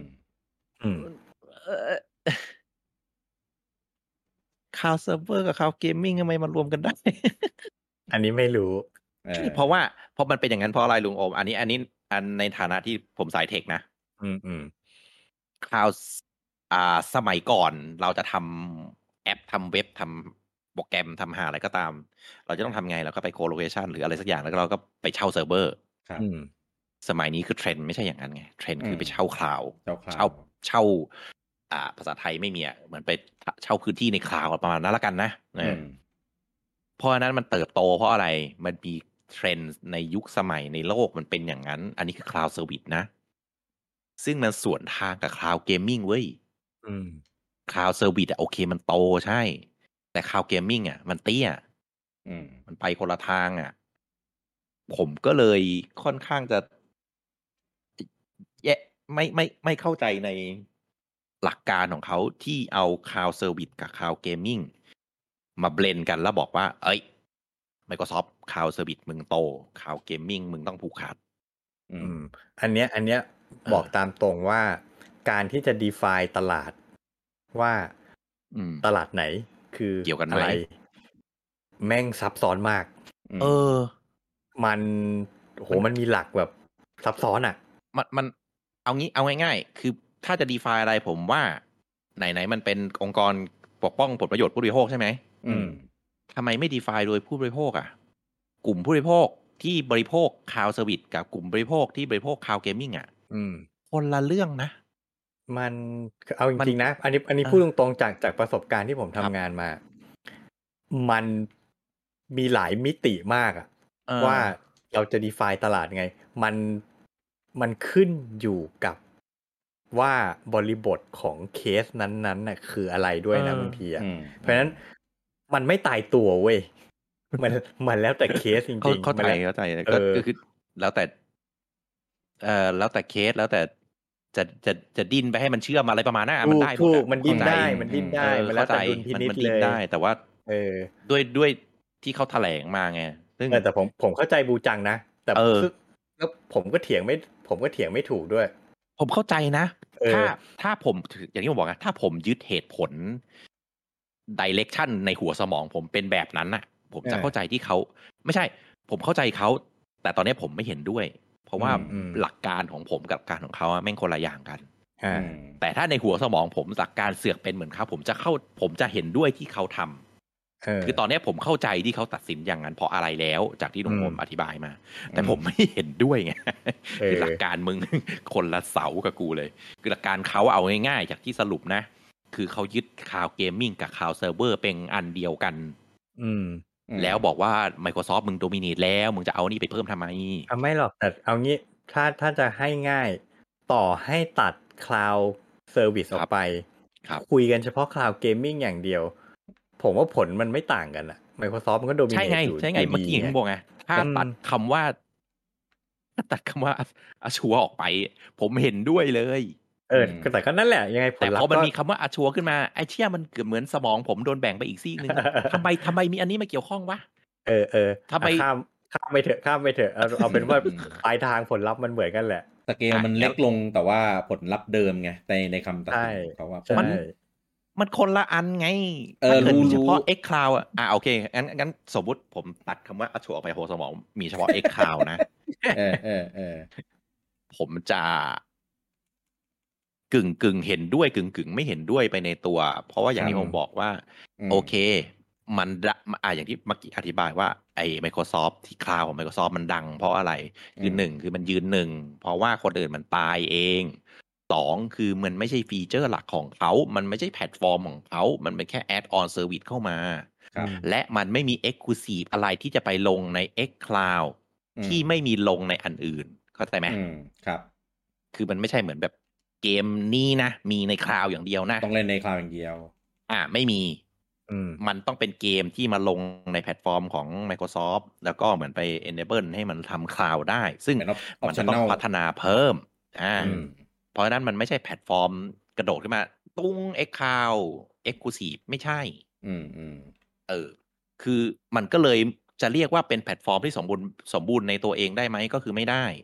คลาวด์เซิร์ฟเวอร์กับคลาวด์เกมมิ่งทำไมมันรวมกันได้อันนี้ไม่รู้เพราะมันเป็นอย่างนั้นเพราะอะไรลุงโอมอันในฐานะที่ผมสายเทคนะคลาวด์สมัยก่อนเราจะทำแอปทำเว็บทำโปรแกรมทำหาอะไรก็ตามเราจะต้องทำไงเราก็ไปโคโลเคชันหรืออะไรสักอย่างแล้วเราก็ไปเช่าเซิร์ฟเวอร์สมัยนี้คือเทรนด์ไม่ใช่อย่างนั้นไงเทรนด์คือไปเช่าคลาวด์เช่าภาษาไทยไม่มีเหมือนไปเช่าพื้นที่ในคลาวด์ประมาณนั้นละกันนะเพราะนั้นมันเติบโตเพราะอะไรมันมีเทรนด์ในยุคสมัยในโลกมันเป็นอย่างนั้นอันนี้คือคลาวด์เซอร์วิสนะซึ่งมันสวนทางกับคลาวด์เกมมิ่งเว้ยคลาวด์เซอร์วิสโอเคมันโตใช่แต่คลาวด์เกมมิ่งมันเตี้ยมันไปคนละทางผมก็เลยค่อนข้างจะไม่เข้าใจในหลักการของเขาที่เอาคลาวด์เซอร์วิสกับคลาวด์เกมมิ่งมาเบลนกันแล้วบอกว่าเอ้ย Microsoft Cloud Service มึงโต Cloud Gaming มึงต้องผูกขาดอันเนี้ยบอกตามตรงว่าการที่จะ define ตลาดว่าตลาดไหนคือเกี่ยวกันอะไรแม่งซับซ้อนมากมันมันมีหลักแบบซับซ้อนมันเอาง่ายๆคือถ้าจะ define อะไรผมว่าไหนมันเป็นองค์กรปกป้องผลประโยชน์ผู้บริโภคใช่ไหมทำไมไม่ define โดยผู้บริโภคกลุ่มผู้บริโภคที่บริโภค Cloud Service กับกลุ่มบริโภคที่บริโภค Cloud Gaming คนละเรื่องนะมันเอาจริงๆนะอันนี้พูดตรงๆจากประสบการณ์ที่ผมทำงานมามันมีหลายมิติมากว่าเราจะ define ตลาดไงมันขึ้นอยู่กับว่าบริบทของเคสนั้นๆน่ะคืออะไรด้วยนะบางทีเพราะฉะนั้นมันไม่ตายตัวเว้ยมันแล้วแต่เคสจริงๆเข้าใจก็คือแล้วแต่แล้วแต่เคสแล้วแต่จะดิ้นไปให้มันเชื่อมอะไรประมาณนั้นมันได้ถูกมันดิ้นได้มันแล้วแต่ดุลพินิจเลยได้แต่ว่าด้วยที่เขาแถลงมาไงซึ่งแต่ผมเข้าใจบูจังนะแต่แล้วผมก็เถียงไม่ถูกด้วยผมเข้าใจนะถ้าผมอย่างที่ผมบอกนะถ้าผมยึดเหตุผล direction ในหัวสมองผมเป็นแบบนั้นน่ะผมจะเข้าใจที่เขาไม่ใช่ผมเข้าใจเขาแต่ตอนนี้ผมไม่เห็นด้วยเพราะว่าหลักการของผมกับการของเขาแม่งคนละอย่างกันแต่ถ้าในหัวสมองผมหลักการเสือกเป็นเหมือนเขาผมจะเห็นด้วยที่เขาทำคือตอนนี้ผมเข้าใจที่เขาตัดสินอย่างนั้นเพราะอะไรแล้วจากที่ลุงผมอธิบายมาแต่ผมไม่เห็นด้วยไงคือหลักการมึงคนละเสากับกูเลยคือหลักการเขาเอาง่ายๆจากที่สรุปนะคือเขายึดคลาวด์เกมมิ่งกับคลาวด์เซิร์ฟเวอร์เป็นอันเดียวกันแล้วบอกว่า Microsoft มึงโดมิเนตแล้วมึงจะเอานี่ไปเพิ่มทำไมไม่หรอกแต่เอางี้ถ้าจะให้ง่ายต่อให้ตัด Cloud Service ออกไปคุยกันเฉพาะ Cloud Gaming อย่างเดียวผมว่าผลมันไม่ต่างกันอะ Microsoft มันก็โดมิเนตอยู่ใช่ไงเมื่อกี้ผมบอกไงถ้าตัดคำว่าAzure ออกไปผมเห็นด้วยเลยแต่ก็นั่นแหละยังไงผลลัพธ์แต่พอมันมีคำว่า Azure ขึ้นมาไอ้เชี่ยมันเกือบเหมือนสมองผมโดนแบ่งไปอีกซีกนึงทำไมมีอันนี้มาเกี่ยวข้องวะทำไมข้ามไปเถอะเอาเป็นว่าปลายทางผลลัพธ์มันเหมือนกันแหละสเกลมันเล็กลงแต่ว่าผลลัพธ์เดิมไงในคำตัดสินของเขาว่ามันคนละอันไงรู้เฉพาะ X Cloud โอเคงั้นสมมุติผมตัดคำว่า Azure ออกไปโหสมองมีเฉพาะ X Cloud นะผมจะกึ่งเห็นด้วยกึ่งไม่เห็นด้วยไปในตัวเพราะว่าอย่างที่ผมบอกว่าโอเคมันอย่างที่เมื่อกี้อธิบายว่าไอ้ Microsoft ที่คลาวด์ของ Microsoft มันดังเพราะอะไรคือ1คือมันยืน1เพราะว่าคนอื่นมันตายเอง2คือมันไม่ใช่ฟีเจอร์หลักของเขามันไม่ใช่แพลตฟอร์มของเขามันเป็นแค่ add on service เข้ามาและมันไม่มี exclusive อะไรที่จะไปลงใน X Cloud ที่ไม่มีลงในอันอื่นเข้าใจไหมครับคือมันไม่ใช่เหมือนแบบเกมนี้นะมีในคลาวด์อย่างเดียวนะต้องเล่นในคลาวด์อย่างเดียวไม่มีมันต้องเป็นเกมที่มาลงในแพลตฟอร์มของ Microsoft แล้วก็เหมือนไป enable ให้มันทำคลาวด์ได้ซึ่งมันจะต้องพัฒนาเพิ่มเพราะฉะนั้นมันไม่ใช่แพลตฟอร์มกระโดดขึ้นมาตุ้ง X Cloud Exclusive ไม่ใช่คือมันก็เลยจะเรียกว่าเป็นแพลตฟอร์มที่สมบูรณ์ในตัวเองได้ไหมก็คือไม่ได้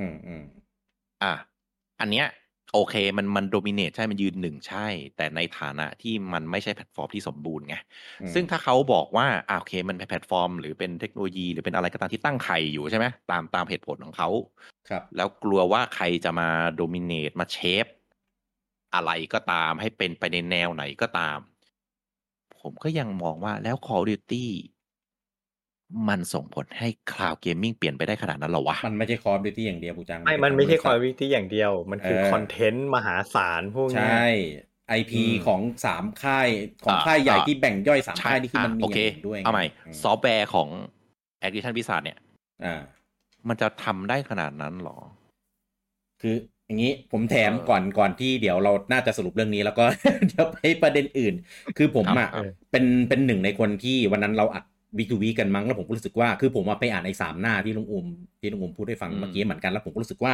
อันเนี้ยโอเคมันโดมิเนตใช่มันยืน1ใช่แต่ในฐานะที่มันไม่ใช่แพลตฟอร์มที่สมบูรณ์ไงซึ่งถ้าเขาบอกว่าโอเคมันเป็นแพลตฟอร์มหรือเป็นเทคโนโลยีหรือเป็นอะไรก็ตามที่ตั้งไข่อยู่ใช่ไหมตามเหตุผลของเขาครับแล้วกลัวว่าใครจะมาโดมิเนตมาเชฟอะไรก็ตามให้เป็นไปในแนวไหนก็ตามผมก็ยังมองว่าแล้ว Call of Dutyมันส่งผลให้ Cloud Gaming เปลี่ยนไปได้ขนาดนั้นหรอวะมันไม่ใช่ Call of Duty อย่างเดียวปูจังมันไม่ใช่ Call of Duty อย่างเดียวมันคือคอนเทนต์มหาศาลพวกนี้ใช่ IP ของ3ค่ายของค่ายใหญ่ที่แบ่งย่อย3ค่ายนี่คือมันมีอย่างด้วยเอาใหม่ซอฟต์แวร์ของ Activision Blizzard เนี่ยมันจะทำได้ขนาดนั้นหรอคืออย่างนี้ผมแถมก่อนที่เดี๋ยวเราน่าจะสรุปเรื่องนี้แล้วก็เดี๋ยวไปประเด็นอื่นคือผมเป็นหนึ่งในคนที่วันนั้นเราอัดวีคทูวีกันมั้งแล้วผมก็รู้สึกว่าคือผมไปอ่านไอ้3หน้าที่ลุงอุ้มพูดให้ฟังเมื่อกี้เหมือนกันแล้วผมก็รู้สึกว่า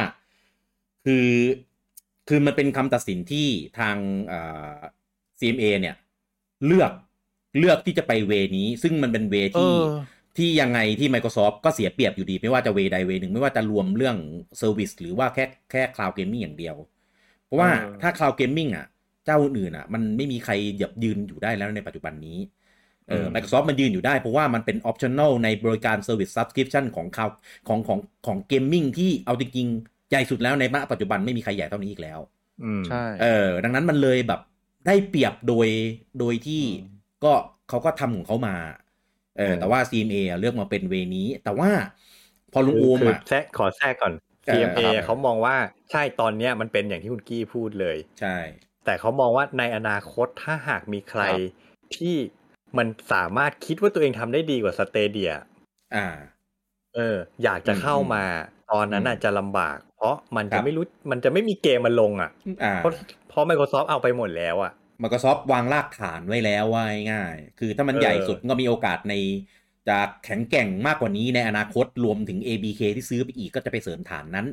คือมันเป็นคำตัดสินที่ทางCMA เนี่ยเลือกที่จะไปเวนี้ซึ่งมันเป็นเวที่ยังไงที่ Microsoft ก็เสียเปรียบอยู่ดีไม่ว่าจะเวใดเวหนึ่งไม่ว่าจะรวมเรื่อง Service หรือว่าแค่ Cloud Gaming อย่างเดียวเพราะว่าถ้า Cloud Gaming เจ้าอื่นมันไม่มีใครยืนอยู่ได้แล้วในปัจจุบันนี้Microsoft มันยืนอยู่ได้เพราะว่ามันเป็น optional ในบริการ Service Subscription ของ Gaming ที่เอาจริงๆใหญ่สุดแล้วในปัจจุบันไม่มีใครใหญ่เท่านี้อีกแล้วใช่ดังนั้นมันเลยแบบได้เปรียบโดยที่ก็เขาก็ทำของเขามาแต่ว่า CMA เลือกมาเป็นเวนี้แต่ว่าพอลุงโอมขอแทรกก่อน CMA เขามองว่าใช่ตอนนี้มันเป็นอย่างที่คุณกี้พูดเลยใช่แต่เขามองว่าในอนาคตถ้าหากมีใครที่มันสามารถคิดว่าตัวเองทำได้ดีกว่า Stadia อยากจะเข้ามาตอนนั้นจะลำบากเพราะมันจะไม่มีเกมมาลงเพราะ Microsoft เอาไปหมดแล้ว Microsoft วางรากฐานไว้แล้วว่าง่ายคือถ้ามันใหญ่สุดก็มีโอกาสในจะแข็งแกร่งมากกว่านี้ในอนาคตรวมถึง ABK ที่ซื้อไปอีกก็จะไปเสริมฐานนั้น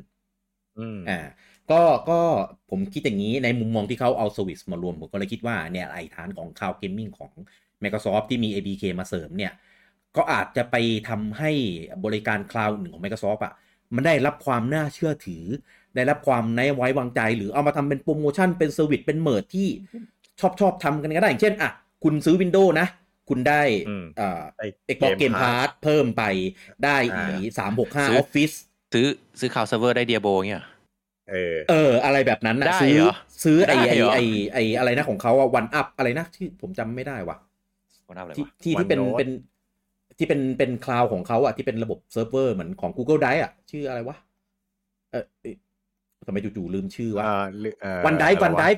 ก็ผมคิดอย่างนี้ในมุมมองที่เขาเอา Service มารวมผมก็เลยคิดว่าเนี่ยไอ้ฐานของ Cloud Gaming ของ Microsoft ที่มี ABK มาเสริมเนี่ยก็อาจจะไปทำให้บริการ Cloud หนึ่งของ Microsoft มันได้รับความน่าเชื่อถือได้รับความไว้วางใจหรือเอามาทำเป็นโปรโมชั่นเป็นเซอร์วิสเป็นเมิร์จที่ชอบทำกันก็ได้อย่างเช่นคุณซื้อ Windows นะคุณได้Xbox Game Pass เพิ่มไปได้365 Office ซื้อข่าวเซิร์ฟเวอร์ได้ Diablo เงี้ยอะไรแบบนั้นนะซื้อไอ้อะไรนะของเขาOne Up อะไรนะที่ผมจำไม่ได้ว่ะที่เป็นคลาวด์ของเขาที่เป็นระบบเซิร์ฟเวอร์เหมือนของ Google Drive ชื่ออะไรวะทำไมจู่ๆลืมชื่อวะวันไดฟ์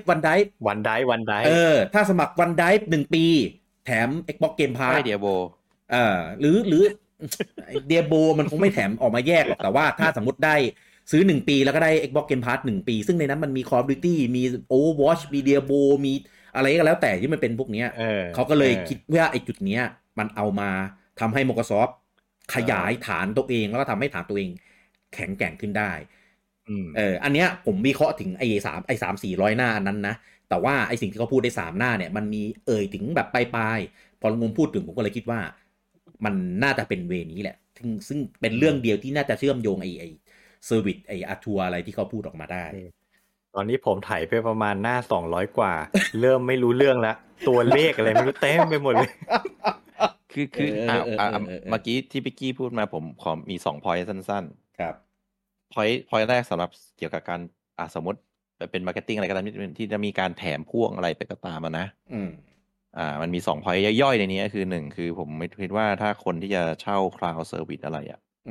ถ้าสมัครวันไดฟ์1 ปีแถม Xbox Game Pass ได้ Diablo หรือ Diablo มันคงไม่แถมออกมาแยกหรอกแต่ว่าถ้าสมมติได้ซื้อ1 ปีแล้วก็ได้ Xbox Game Pass 1 ปีซึ่งในนั้นมันมี Call of Duty มี Overwatch มี Diablo มีอะไรก็แล้วแต่ที่มันเป็นพวกเนี้ยเขาก็เลยคิดว่าไอ้จุดเนี้ยมันเอามาทำให้ Microsoft ขยายฐานตัวเองแล้วก็ทำให้ฐานตัวเองแข็งแกร่งขึ้นได้อันเนี้ยผมวิเคราะห์ถึงไอ้300-400 หน้าอันนั้นนะแต่ว่าไอ้สิ่งที่เขาพูดได้3หน้าเนี่ยมันมีถึงแบบปลายๆพอลุงงมพูดถึงผมก็เลยคิดว่ามันน่าจะเป็นเวนี้แหละซึ่งเป็นเรื่องเดียวที่น่าจะเชื่อมโยงไอ้เซอร์วิสไอ้อาทัวอะไรที่เขาพูดออกมาได้ตอนนี้ผมถ่ายไปประมาณหน้า200 กว่า เริ่มไม่รู้เรื่องแล้วตัวเลขอะไรไม่รู้เต็มไปหมดเลยคือเมื่อกี้ที่พี่กี้พูดมาผมขอมี2 point สั้นๆครับ point แรกสำหรับเกี่ยวกับการสมมติเป็นมาร์เก็ตติ้งอะไรก็ตามที่จะมีการแถมพ่วงอะไรไปก็ตามนะมันมี2 point ย่อยๆในนี้คือ1คือผมไม่คิดว่าถ้าคนที่จะเช่า cloud service อะไร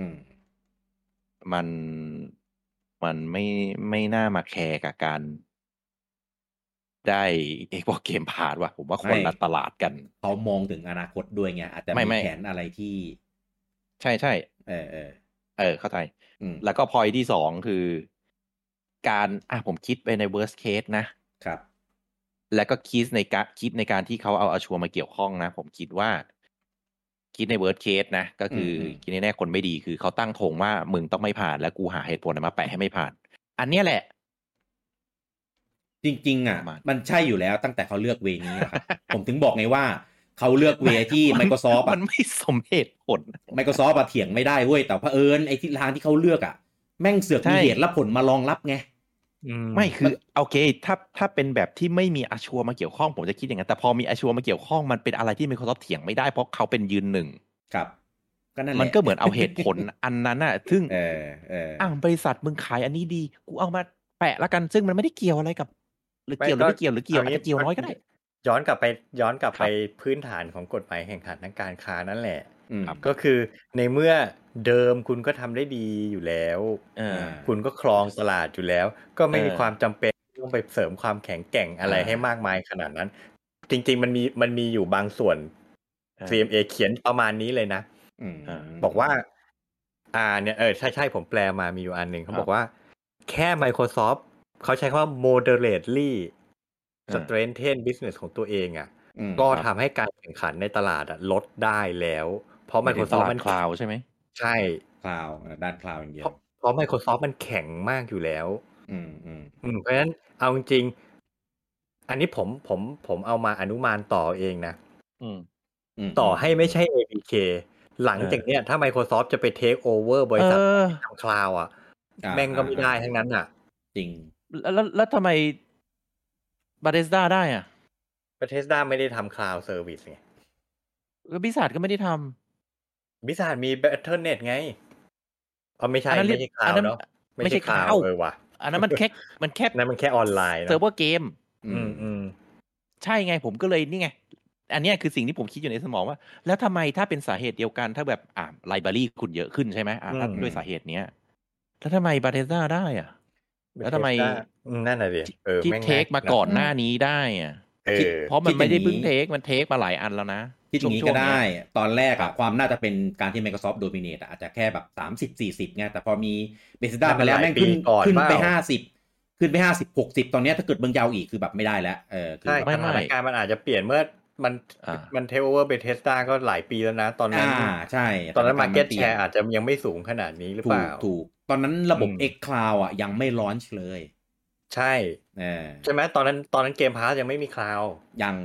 มันไม่น่ามาแคร์กับการได้ Xbox Game Pass ว่ะผมว่าคนละตลาดกันเขามองถึงอนาคตด้วยไงอาจจะมีแผนอะไรที่ใช่เข้าใจแล้วก็ point ที่2คือการผมคิดไปใน worst case นะครับแล้วก็คิดในการที่เขาเอาAzureมาเกี่ยวข้องนะผมคิดว่าคิดใน worst case นะก็คือคิดแน่ๆคนไม่ดีคือเขาตั้งธงว่ามึงต้องไม่ผ่านแล้วกูหาเหตุผลมาแปะให้ไม่ผ่านอันนี้แหละจริงๆมันใช่อยู่แล้วตั้งแต่เขาเลือกเวนี้ครับ ผมถึงบอกไงว่าเขาเลือกเวที่ Microsoft มันไม่สมเหตุผล Microsoft เถียงไม่ได้เว้ยแต่เผอิญไอ้ทิศทางที่เขาเลือกแม่งเสือกมีเหตุและผลมารองรับไงไม่คือโอเคถ้าเป็นแบบที่ไม่มีAzureมาเกี่ยวข้องผมจะคิดอย่างนั้นแต่พอมีAzureมาเกี่ยวข้องมันเป็นอะไรที่ Microsoft เถียงไม่ได้เพราะเขาเป็นยืนหนึ่งครับก็นั่นแหละมันก็เหมือนเอาเหตุผลอันนั้นซึ่งบริษัทมึงขายอันนี้ดีกูเอามาแปะละกันซึ่งมันไม่ได้เกี่ยวอะไรกับหรือเกี่ยวหรือไม่เกี่ยวหรือเกี่ยวอาจจะเกี่ยวน้อยก็ได้ย้อนกลับไปพื้นฐานของกฎหมายแข่งขันทางการค้านั่นแหละก็คือในเมื่อเดิมคุณก็ทำได้ดีอยู่แล้วคุณก็ครองตลาดอยู่แล้วก็ไม่มีความจำเป็นต้องไปเสริมความแข็งแกร่งอะไรให้มากมายขนาดนั้นจริงๆมันมีอยู่บางส่วน CMA เขียนประมาณนี้เลยนะบอกว่าเนี่ยใช่ผมแปลมามีอยู่อันหนึ่งเขาบอกว่าแค่ Microsoft เขาใช้คำว่า moderately strengthen business ของตัวเองก็ทำให้การแข่งขันในตลาดลดได้แล้วเพราะ Microsoft มัน cloud ใช่ไหมใช่ cloud ด้าน cloud อย่างเดียวเพราะ Microsoft มันแข็งมากอยู่แล้วเพราะฉะนั้นเอาจริงอันนี้ผมเอามาอนุมานต่อเองนะต่อให้ไม่ใช่ APK หลังจากเนี้ยถ้า Microsoft จะไป take over บริษัททำ cloud แม่งก็ไม่ได้ทั้งนั้นจริงแล้วทำไมBethesda ได้ Bethesda ไม่ได้ทำ cloud service ไง Blizzard ก็ไม่ได้ทำBlizzard มี Battle.net ไงไม่ใช่ cloud เนาะไม่ใช่ cloud ว่ะอันนั้นมันแค่นั่นมันแค่ออนไลน์เซิร์ฟเวอร์เกมใช่ไงผมก็เลยนี่ไงอันนี้คือสิ่งที่ผมคิดอยู่ในสมองว่าแล้วทำไมถ้าเป็นสาเหตุเดียวกันถ้าแบบไลบรารีคุณเยอะขึ้นใช่ไหมถ้าด้วยสาเหตุเนี้ยแล้วทำไม Bethesda ได้แล้วทำไมนั่นน่ะดิที่เทคมาก่อนหน้านี้ได้เพราะมันไม่ได้เพิ่งเทคมันเทคมาหลายอันแล้วนะที่ตรงนี้ก็ได้ตอนแรกความน่าจะเป็นการที่ Microsoft dominate อาจจะแค่แบบ30-40ไงแต่พอมี Bethesda ไปแล้วแม่งขึ้นไป50ขึ้นไป50-60ตอนนี้ถ้าเกิดเมืองยาวอีกคือแบบไม่ได้แล้วใช่สถานการณ์มันอาจจะเปลี่ยนเมื่อมันเทคโอเวอร์ Bethesda ก็หลายปีแล้วนะตอนนั้นใช่ตอนนั้น market share อาจจะยังไม่สูงขนาดนี้หรือเปล่าถูกตอนนั้นระบบ X Cloud ยังไม่ลอนช์เลยใช่ใช่ไหมตอนนั้นเกมพาสยังไม่มี Cloud ยัง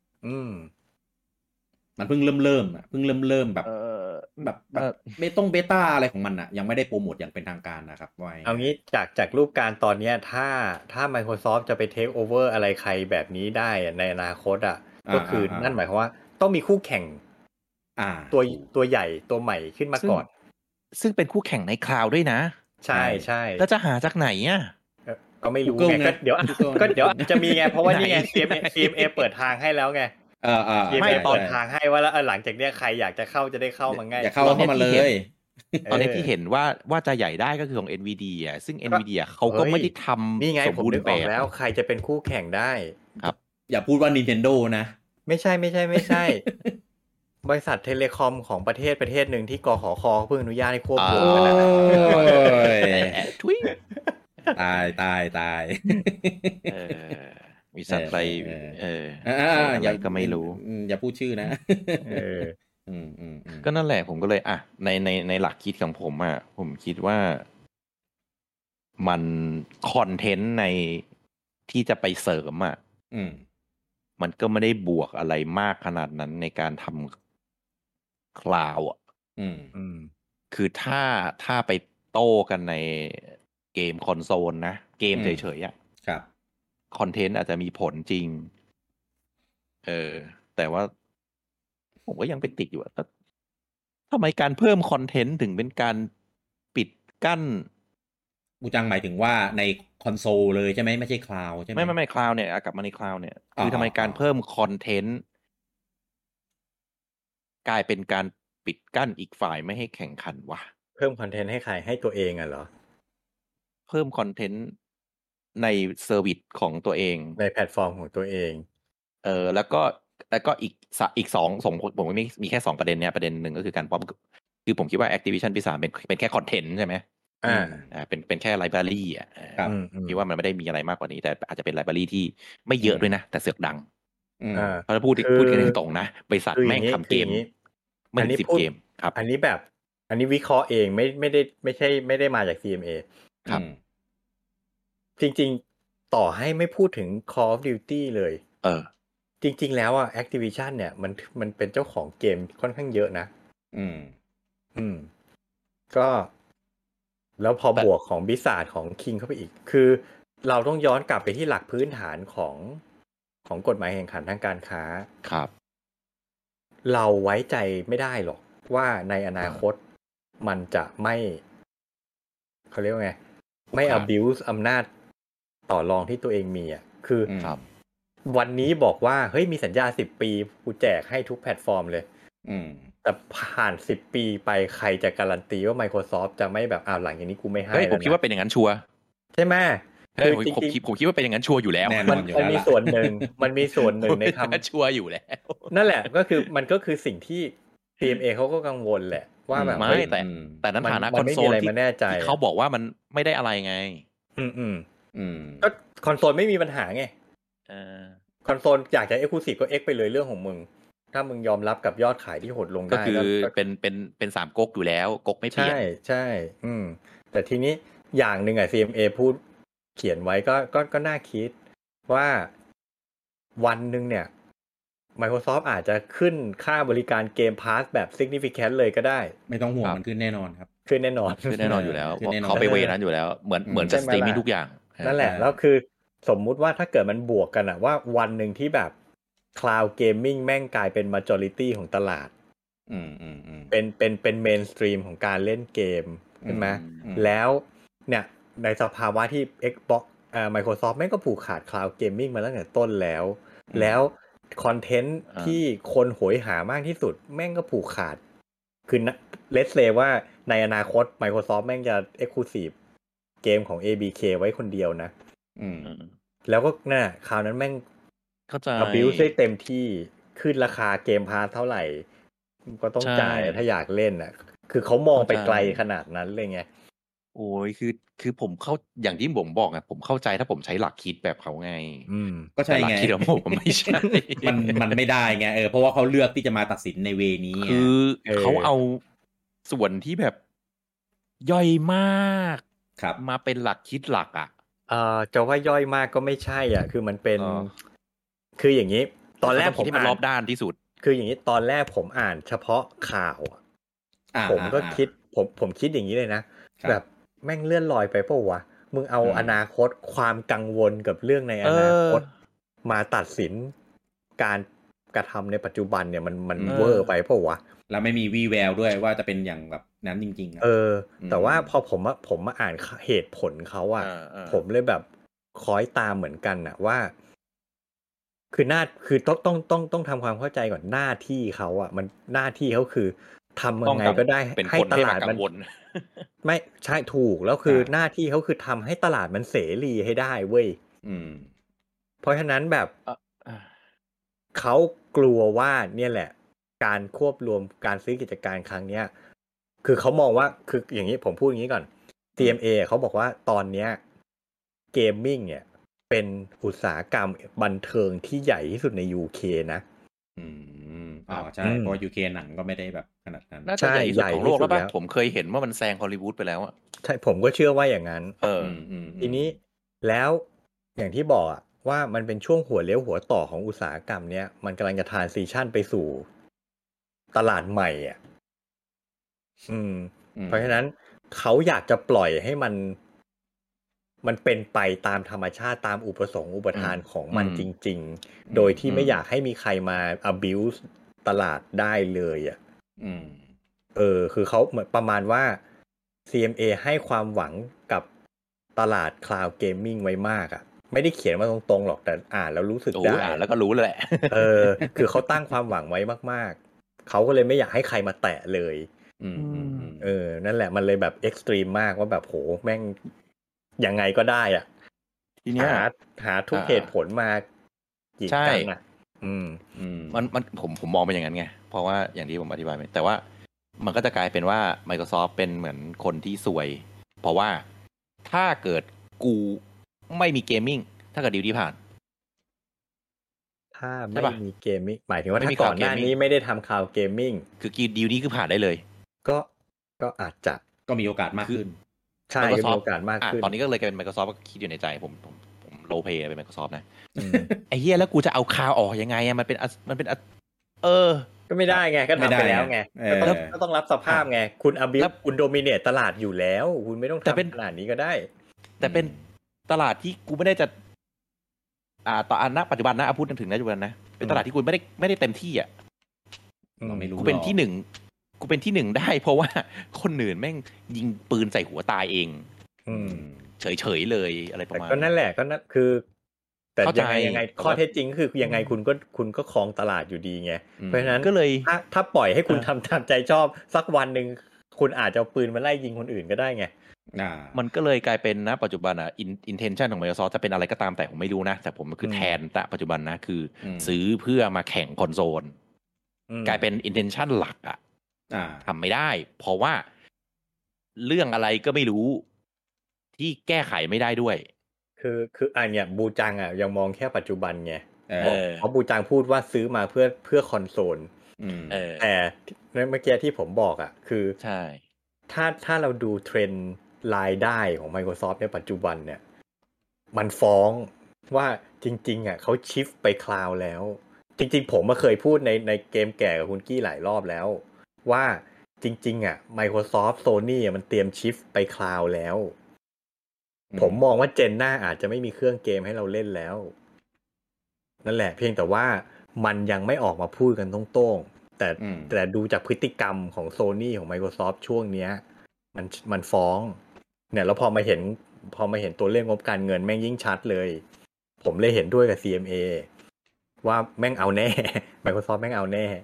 มันเพิ่งเริ่มแบบไม่ต้องเบต้าอะไรของมันยังไม่ได้โปรโมทอย่างเป็นทางการนะครับเอางี้จากรูปการตอนนี้ถ้า Microsoft จะไปเทคโอเวอร์อะไรใครแบบนี้ได้ในอนาคตก็คือนั่นหมายความว่าต้องมีคู่แข่งตัวใหญ่ตัวใหม่ขึ้นมาก่อนซึ่งเป็นคู่แข่งในคลาวด์ด้วยนะใช่แล้วจะหาจากไหนก็ไม่รู้ไงเดี๋ยวจะมีไงเพราะว่านี่ไง CMA เปิดทางให้แล้วไงไม่เปิดทางให้ว่าแล้วหลังจากเนี้ยใครอยากจะเข้าจะได้เข้ามาง่ายอยากเข้ามาเลยตอนนี้ที่เห็นว่าจะใหญ่ได้ก็คือของ Nvidia ซึ่ง Nvidia เขาก็ไม่ได้ทำสมบูรณ์แบบแล้วใครจะเป็นคู่แข่งได้ครับอย่าพูดว่า Nintendo นะไม่ใช่บริษัทเทเลคอมของประเทศหนึ่งที่กขค.เพิ่งอนุญาตให้ควบรวมกันทุยตายบริษัทอะไรอย่าก็ไม่รู้อย่าพูดชื่อนะก็นั่นแหละผมก็เลยในหลักคิดของผมผมคิดว่ามันคอนเทนต์ในที่จะไปเสริมมันก็ไม่ได้บวกอะไรมากขนาดนั้นในการทำคลาวด์คือถ้าไปโต้กันในเกมคอนโซลนะเกมเฉยๆครับคอนเทนต์อาจจะมีผลจริงแต่ว่าผมก็ยังไปติดอยู่ว่าทำไมการเพิ่มคอนเทนต์ถึงเป็นการปิดกั้นบูจังหมายถึงว่าในคอนโซลเลยใช่ไหมไม่ใช่คลาวด์ใช่ไหมไม่คลาวด์เนี่ยกลับมาในคลาวด์เนี่ยคือทำไมการเพิ่มคอนเทนต์กลายเป็นการปิดกั้นอีกฝ่ายไม่ให้แข่งขันวะเพิ่มคอนเทนต์ให้ใครให้ตัวเองเหรอเพิ่มคอนเทนต์ในเซอร์วิสของตัวเองในแพลตฟอร์มของตัวเองแล้วก็อีกสองผมมีแค่2ประเด็นเนี้ยประเด็นหนึ่งก็คือการป้อมคือผมคิดว่า Activision ปี3เป็นแค่คอนเทนต์ใช่ไหมเป็นแค่ไลบรารีคิดว่ามันไม่ได้มีอะไรมากกว่านี้แต่อาจจะเป็นไลบรารีที่ไม่เยอะด้วยนะแต่เสือกดังเพราะพูดกันตรงๆนะบริษัทแม่งทำเกมไม่ถึง10 เกมครับอันนี้วิเคราะห์เองไม่ได้มาจาก CMA ครับจริงๆต่อให้ไม่พูดถึง Call of Duty เลยจริงๆแล้วActivision เนี่ยมันเป็นเจ้าของเกมค่อนข้างเยอะนะก็แล้วพอบวกของบิซาร์ดของ King เข้าไปอีกคือเราต้องย้อนกลับไปที่หลักพื้นฐานของกฎหมายแข่งขันทางการค้าครับเราไว้ใจไม่ได้หรอกว่าในอนาคตมันจะไม่เขาเรียกว่าไงไม่ abuse อำนาจต่อรองที่ตัวเองมีคือวันนี้บอกว่าเฮ้ยมีสัญญา10 ปีกูแจกให้ทุกแพลตฟอร์มเลยแต่ผ่าน10 ปีไปใครจะการันตีว่า Microsoft จะไม่แบบหลังอย่างนี้กูไม่ให้ผมคิดว่าเป็นอย่างนั้นชัวร์ใช่ไหมผมคิดว่าเป็นอย่างนั้นชัวร์อยู่แล้วมันมีส่วนหนึ่งในคำชัวร์อยู่แล้วนั่นแหละก็คือสิ่งที่ CMA เขาก็กังวลแหละว่าแบบไม่แต่นั้นฐานะคอนโซลที่เขาบอกว่ามันไม่ได้อะไรไงก็คอนโซลไม่มีปัญหาไงคอนโซลอยากจะ Exclusive ก็ X ไปเลยเรื่องของมึงถ้ามึงยอมรับกับยอดขายที่หดลงได้ก็คือเป็น3ก๊กอยู่แล้วก๊กไม่เปลี่ยนใช่แต่ทีนี้อย่างหนึ่งCMA พูดเขียนไว้ก็น่าคิดว่าวันหนึ่งเนี่ย Microsoft อาจจะขึ้นค่าบริการเกมพาสแบบ significant เลยก็ได้ไม่ต้องห่วงมันขึ้นแน่นอนครับขึ้นแน่นอนอยู่แล้วเขาไปเวนั้นอยู่แล้วเหมือนจะสตรีมมิ่งทุกอย่างนั่นแหละแล้วคือสมมุติว่าถ้าเกิดมันบวกกันว่าวันหนึ่งที่แบบ Cloud Gaming แม่งกลายเป็น majority ของตลาดเป็นเมนสตรีมของการเล่นเกมใช่ไหมแล้วเนี่ยในสภาวะที่ Xbox Microsoft แม่งก็ผูกขาด Cloud Gaming มาตั้งแต่ต้นแล้วคอนเทนต์ที่คนโหยหามากที่สุดแม่งก็ผูกขาดคือเลทเซว่าในอนาคต Microsoft แม่งจะ Exclusive เกมของ ABK ไว้คนเดียวนะแล้วก็น่ะคราวนั้นแม่งabuse ได้เต็มที่ขึ้นราคาเกมพาสเท่าไหร่ก็ต้องจ่ายถ้าอยากเล่นคือเขามองไปไกลขนาดนั้นเลยไงโอ้ยคือผมเข้าอย่างที่ผมบอกผมเข้าใจถ้าผมใช้หลักคิดแบบเขาไงก็ใช่ไงหลักคิดของผมไม่ใช่มันไม่ได้ไงเพราะว่าเขาเลือกที่จะมาตัดสินในเวนี้คือเขาเอาส่วนที่แบบย่อยมากครับมาเป็นหลักคิดหลักจะว่าย่อยมากก็ไม่ใช่คือมันเป็นคืออย่างนี้ตอนแรกผมอ่านรอบด้านที่สุดคืออย่างนี้ตอนแรกผมอ่านเฉพาะข่าวผมก็คิดผมคิดอย่างนี้เลยนะแบบแม่งเลื่อนลอยไปเปล่าวะมึงเอาอนาคตความกังวลกับเรื่องในอนาคตมาตัดสินการกระทำในปัจจุบันเนี่ยมันเวอร์ไปเปล่าวะแล้วไม่มีวี่แววด้วยว่าจะเป็นอย่างแบบนั้นจริงๆแต่ว่าพอผมมาอ่านเหตุผลเขาผมเลยแบบคล้อยตามเหมือนกันว่าคือต้องทำความเข้าใจก่อนหน้าที่เขามันหน้าที่เขาคือทำยังไงก็ได้ให้ตลาดมันไม่ใช่ถูกแล้วคือหน้าที่เขาคือทำให้ตลาดมันเสรีให้ได้เว้ยเพราะฉะนั้นแบบเขากลัวว่าเนี่ยแหละการควบรวมการซื้อกิจการครั้งเนี้ยคือเขามองว่าคืออย่างนี้ผมพูดอย่างนี้ก่อน CMA เขาบอกว่าตอนเนี้ยเกมมิ่งเนี่ยเป็นอุตสาหกรรมบันเทิงที่ใหญ่ที่สุดใน UK นะใช่เพราะ UK หนังก็ไม่ได้แบบขนาดนั้นน่าจะใหญ่ที่สุดของโลกแล้วป่ะผมเคยเห็นว่ามันแซงฮอลลีวูดไปแล้วอ่ะใช่ผมก็เชื่อว่าอย่างนั้นทีนี้แล้วอย่างที่บอกอะว่ามันเป็นช่วงหัวเลี้ยวหัวต่อของอุตสาหกรรมเนี้ยมันกำลังจะทรานซิชันไปสู่ตลาดใหม่อ่ะเพราะฉะนั้นเขาอยากจะปล่อยให้มันเป็นไปตามธรรมชาติตามอุปสงค์อุปทานของมันจริงๆโดยที่ไม่อยากให้มีใครมา abuse ตลาดได้เลยอ่ะคือเขาเหมือนประมาณว่า CMA ให้ความหวังกับตลาด cloud gaming ไว้มากอ่ะไม่ได้เขียนมาตรงๆหรอกแต่อ่านแล้วรู้สึกได้อ่านแล้วก็รู้แหละคือเขาตั้งความหวังไว้มากๆเขาก็เลยไม่อยากให้ใครมาแตะเลยนั่นแหละมันเลยแบบเอ็กซ์ตรีมมากว่าแบบโหแม่งยังไงก็ได้อ่ะทีเนี้ยหาทุกเหตุผลมาจีบกันอ่ะมันผมมองเป็นอย่างนั้นไงเพราะว่าอย่างที่ผมอธิบายไปแต่ว่ามันก็จะกลายเป็นว่า Microsoft เป็นเหมือนคนที่ซวยเพราะว่าถ้าเกิดกูไม่มีเกมมิ่งถ้าเกิดดีลที่ผ่านถ้าไม่มีเกมมิ่งหมายถึงว่าถ้าก่อนหน้านี้ไม่ได้ทำข่าวเกมมิ่งคือดีลนี้คือผ่านได้เลยก็อาจจะก็มีโอกาสมากขึ้นใช่มีโอกาสมากขึ้นตอนนี้ก็เลยกลายเป็น Microsoft ก็คิดอยู่ในใจผมโลเพย์เป็น Microsoft นะไอ้เหี้ยแล้วกูจะเอาคาวออกยังไงมันเป็นก็ไม่ได้ไงก็ทำไปแล้วไงก็ต้องรับสภาพไงคุณอบิวคุณโดมิเนตตลาดอยู่แล้วคุณไม่ต้องทำขนาดนี้ก็ได้แต่เป็นตลาดที่กูไม่ได้จะต่อณปัจจุบันนะพูดถึงณปัจจุบันนะเป็นตลาดที่กูไม่ได้เต็มที่อ่ะกูเป็นที่หนึ่งได้เพราะว่าคนอื่นแม่งยิงปืนใส่หัวตายเองเฉยๆเลยอะไรประมาณก็นั่นแหละก็นั่นคือแต่ยังไงข้อเท็จจริงคือยังไงคุณก็ครองตลาดอยู่ดีไงเพราะฉะนั้นก็เลยถ้าปล่อยให้คุณทำตามใจชอบสักวันหนึ่งคุณอาจจะเอาปืนมาไล่ยิงคนอื่นก็ได้ไงมันก็เลยกลายเป็นนะปัจจุบันintention ของ Microsoft จะเป็นอะไรก็ตามแต่ผมไม่รู้นะแต่ผมคือแทนแต่ปัจจุบันนะคือซื้อเพื่อมาแข่งคอนโซลกลายเป็น intention หลักทำไม่ได้เพราะว่าเรื่องอะไรก็ไม่รู้ที่แก้ไขไม่ได้ด้วยคืออันเนี้ยบูจังยังมองแค่ปัจจุบันไงเพราะบูจังพูดว่าซื้อมาเพื่อคอนโซลแต่เมื่อกี้ที่ผมบอกคือใช่ถ้าเราดูเทรนด์รายได้ของ Microsoft ในปัจจุบันเนี่ยมันฟ้องว่าจริงๆเขาชิฟไปคลาวด์แล้วจริงๆผมเคยพูดในเกมแก่กับคุณกี้หลายรอบแล้วว่าจริงๆMicrosoft Sony มันเตรียมชิฟไปคลาวด์แล้วผมมองว่าเจนหน้าอาจจะไม่มีเครื่องเกมให้เราเล่นแล้วนั่นแหละเพียงแต่ว่ามันยังไม่ออกมาพูดกันตรงๆแต่ดูจากพฤติกรรมของ Sony ของ Microsoft ช่วงเนี้ยมันฟ้องเนี่ยแล้วพอมาเห็นตัวเลขงบการเงินแม่งยิ่งชัดเลยผมเลยเห็นด้วยกับ CMA ว่าแม่งเอาแน่ Microsoft แม่งเอาแน่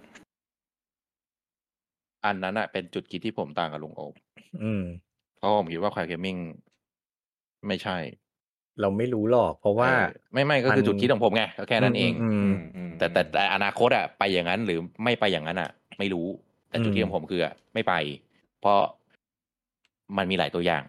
อันนั้นเป็นจุดคิดที่ผมต่างกับลุงโอมเพราะผมคิดว่าCloud Gamingไม่ใช่เราไม่รู้หรอกเพราะว่าไม่ก็คือจุดคิดของผมไงก็แค่นั้นเองแต่อนาคตไปอย่างนั้นหรือไม่ไปอย่างนั้นไม่รู้แต่จุดคิดของผมคือไม่ไปเพราะมันมีหลายตัวอย่าง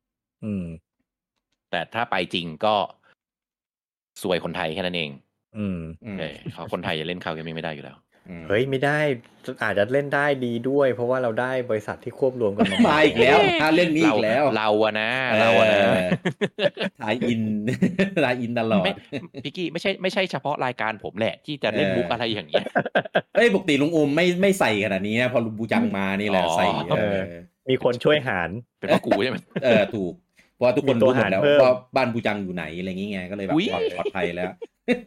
แต่ถ้าไปจริงก็ซวยคนไทยแค่นั้นเองเพราะคนไทยจะเล่นCloud Gamingไม่ได้อยู่แล้วเฮ้ยไม่ได้อาจจะเล่นได้ดีด้วยเพราะว่าเราได้บริษัทที่ควบรวมกันมาอีกแล้วถ้าเล่นนี้อีกแล้วเรานะถ่ายอินตลอดพี่กี้ไม่ใช่เฉพาะรายการผมแหละที่จะเล่นมุกอะไรอย่างเงี้ยปกติลุงโอมไม่ใส่ขนาดนี้นะพอลุงบูจังมานี่แหละใส่มีคนช่วยหารเป็นพ่อกูใช่ไหมถูกเพราะทุกคนรู้หมดแล้วว่าบ้านบูจังอยู่ไหนอะไรอย่างเงี้ยก็เลยแบบปลอดภัยแล้ว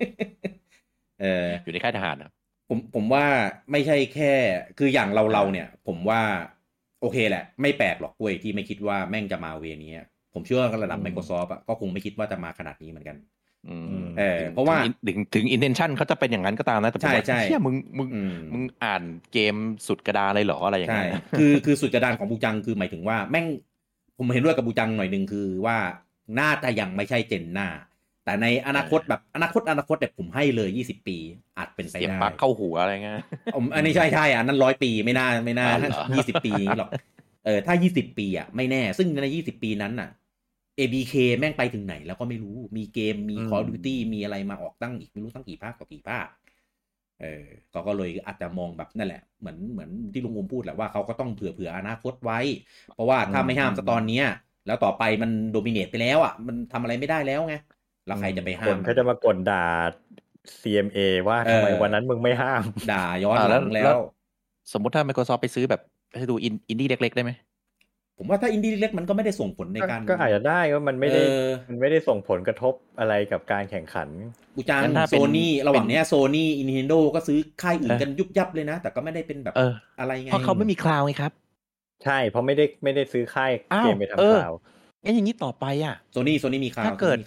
อยู่ในค่ายทหารนะผมว่าไม่ใช่แค่คืออย่างเราเนี่ยผมว่าโอเคแหละไม่แปลกหรอกเว้ยที่ไม่คิดว่าแม่งจะมาเวนี้ผมเชื่อว่าระดับ Microsoft ก็คงไม่คิดว่าจะมาขนาดนี้เหมือนกันเพราะว่าถึง intention เขาจะเป็นอย่างนั้นก็ตามนะแต่ผมว่าเชี่ยมึงอ่านเกมสุดกระดานเลยเหรออะไรอย่างเงี้ยคือสุดกระดานของบูจังคือหมายถึงว่าแม่งผมเห็นด้วยกับบูจังหน่อยนึงคือว่าน่าจะยังไม่ใช่เจนหน้าแต่ในอนาคตแบบอนาคตแบบผมให้เลย20ปีอาจเป็นไปได้เสียบปลั๊กเข้าหัวอะไรเงี้ยอันนี้ใช่อันนั้น100ปีไม่น่า20ปีหรอกถ้า20ปีไม่แน่ซึ่งใน20ปีนั้นน่ะ ABK แม่งไปถึงไหนแล้วก็ไม่รู้มีเกมมี Call of Duty มีอะไรมาออกตั้งอีกไม่รู้ตั้งกี่ภาคต่อกี่ภาคก็เลยอาจจะมองแบบนั่นแหละเหมือนที่ลุงอมพูดแหละว่าเขาก็ต้องเผื่ออนาคตไว้เพราะว่าถ้าไม่ห้ามซะตอนนี้แล้วต่อไปมันโดมิเนตไปแล้วอ่ะมันทำอะไรไม่ได้แล้วไงแล้วใครจะไปห้ามคนเขาจะมากดด่า CMA ว่าทำไมวันนั้นมึงไม่ห้ามด่าย้อนหลังแล้วสมมติถ้า Microsoft ไปซื้อแบบให้ดูอินดี้เล็กๆได้ไหมผมว่าถ้าอินดี้เล็กมันก็ไม่ได้ส่งผลในการก็อาจจะได้ว่ามันไม่ได้ส่งผลกระทบอะไรกับการแข่งขันกูจางโซนี่ระหว่างนี้โซนี่ Nintendo ก็ซื้อค่ายอื่นกันยุบยับเลยนะแต่ก็ไม่ได้เป็นแบบอะไรไงเพราะเขาไม่มีคลาวด์ไงครับใช่เพราะไม่ได้ซื้อค่ายเกมไปทำคลาวด์อย่างนี้ต่อไปอ่ะโซนี่มีคลาวด์ถ้าเกิด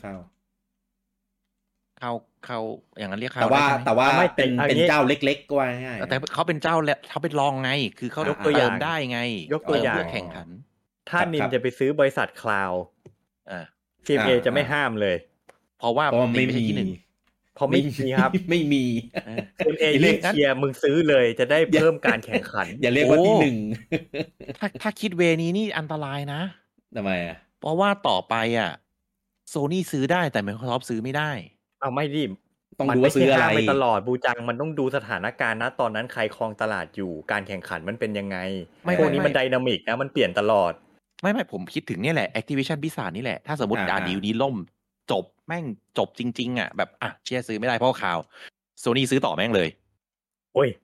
เขาอย่างนั้นเรียกเขาแต่ว่าเป็นเจ้าเล็กๆก็ว่าง่ายแต่เขาเป็นเจ้าและเขาเป็นรองไงคือเขายกตัวอย่างได้ไงยกตัวอย่างแข่งขันถ้านินจะไปซื้อบริษัทคลาวด์CMA จะไม่ห้ามเลยเพราะว่าไม่ใช่ที่หนึ่งเพราะไม่มีครับไม่มี CMA เรียกเชียร์มึงซื้อเลยจะได้เพิ่มการแข่งขันอย่าเรียกว่าที่หนึ่งถ้าคิดเวนี้นี่อันตรายนะทำไมอ่ะเพราะว่าต่อไปอ่ะ Sony ซื้อได้แต่ Microsoft ซื้อไม่ได้ไม่ดิต้องดูว่าซื้ออะไรไปตลอดบูจังมันต้องดูสถานการณ์นะตอนนั้นใครครองตลาดอยู่การแข่งขันมันเป็นยังไงพวกนี้มันไดนามิกนะมันเปลี่ยนตลอดไม่ผมคิดถึงเนี่ยแหละ Activision Blizzard นี่แหละถ้าสมมติดีลนี้ล่มจบแม่งจบจริงๆอ่ะแบบเชียร์ซื้อไม่ได้เพราะข่าว Sony ซื้อต่อแม่งเลยโอ้ย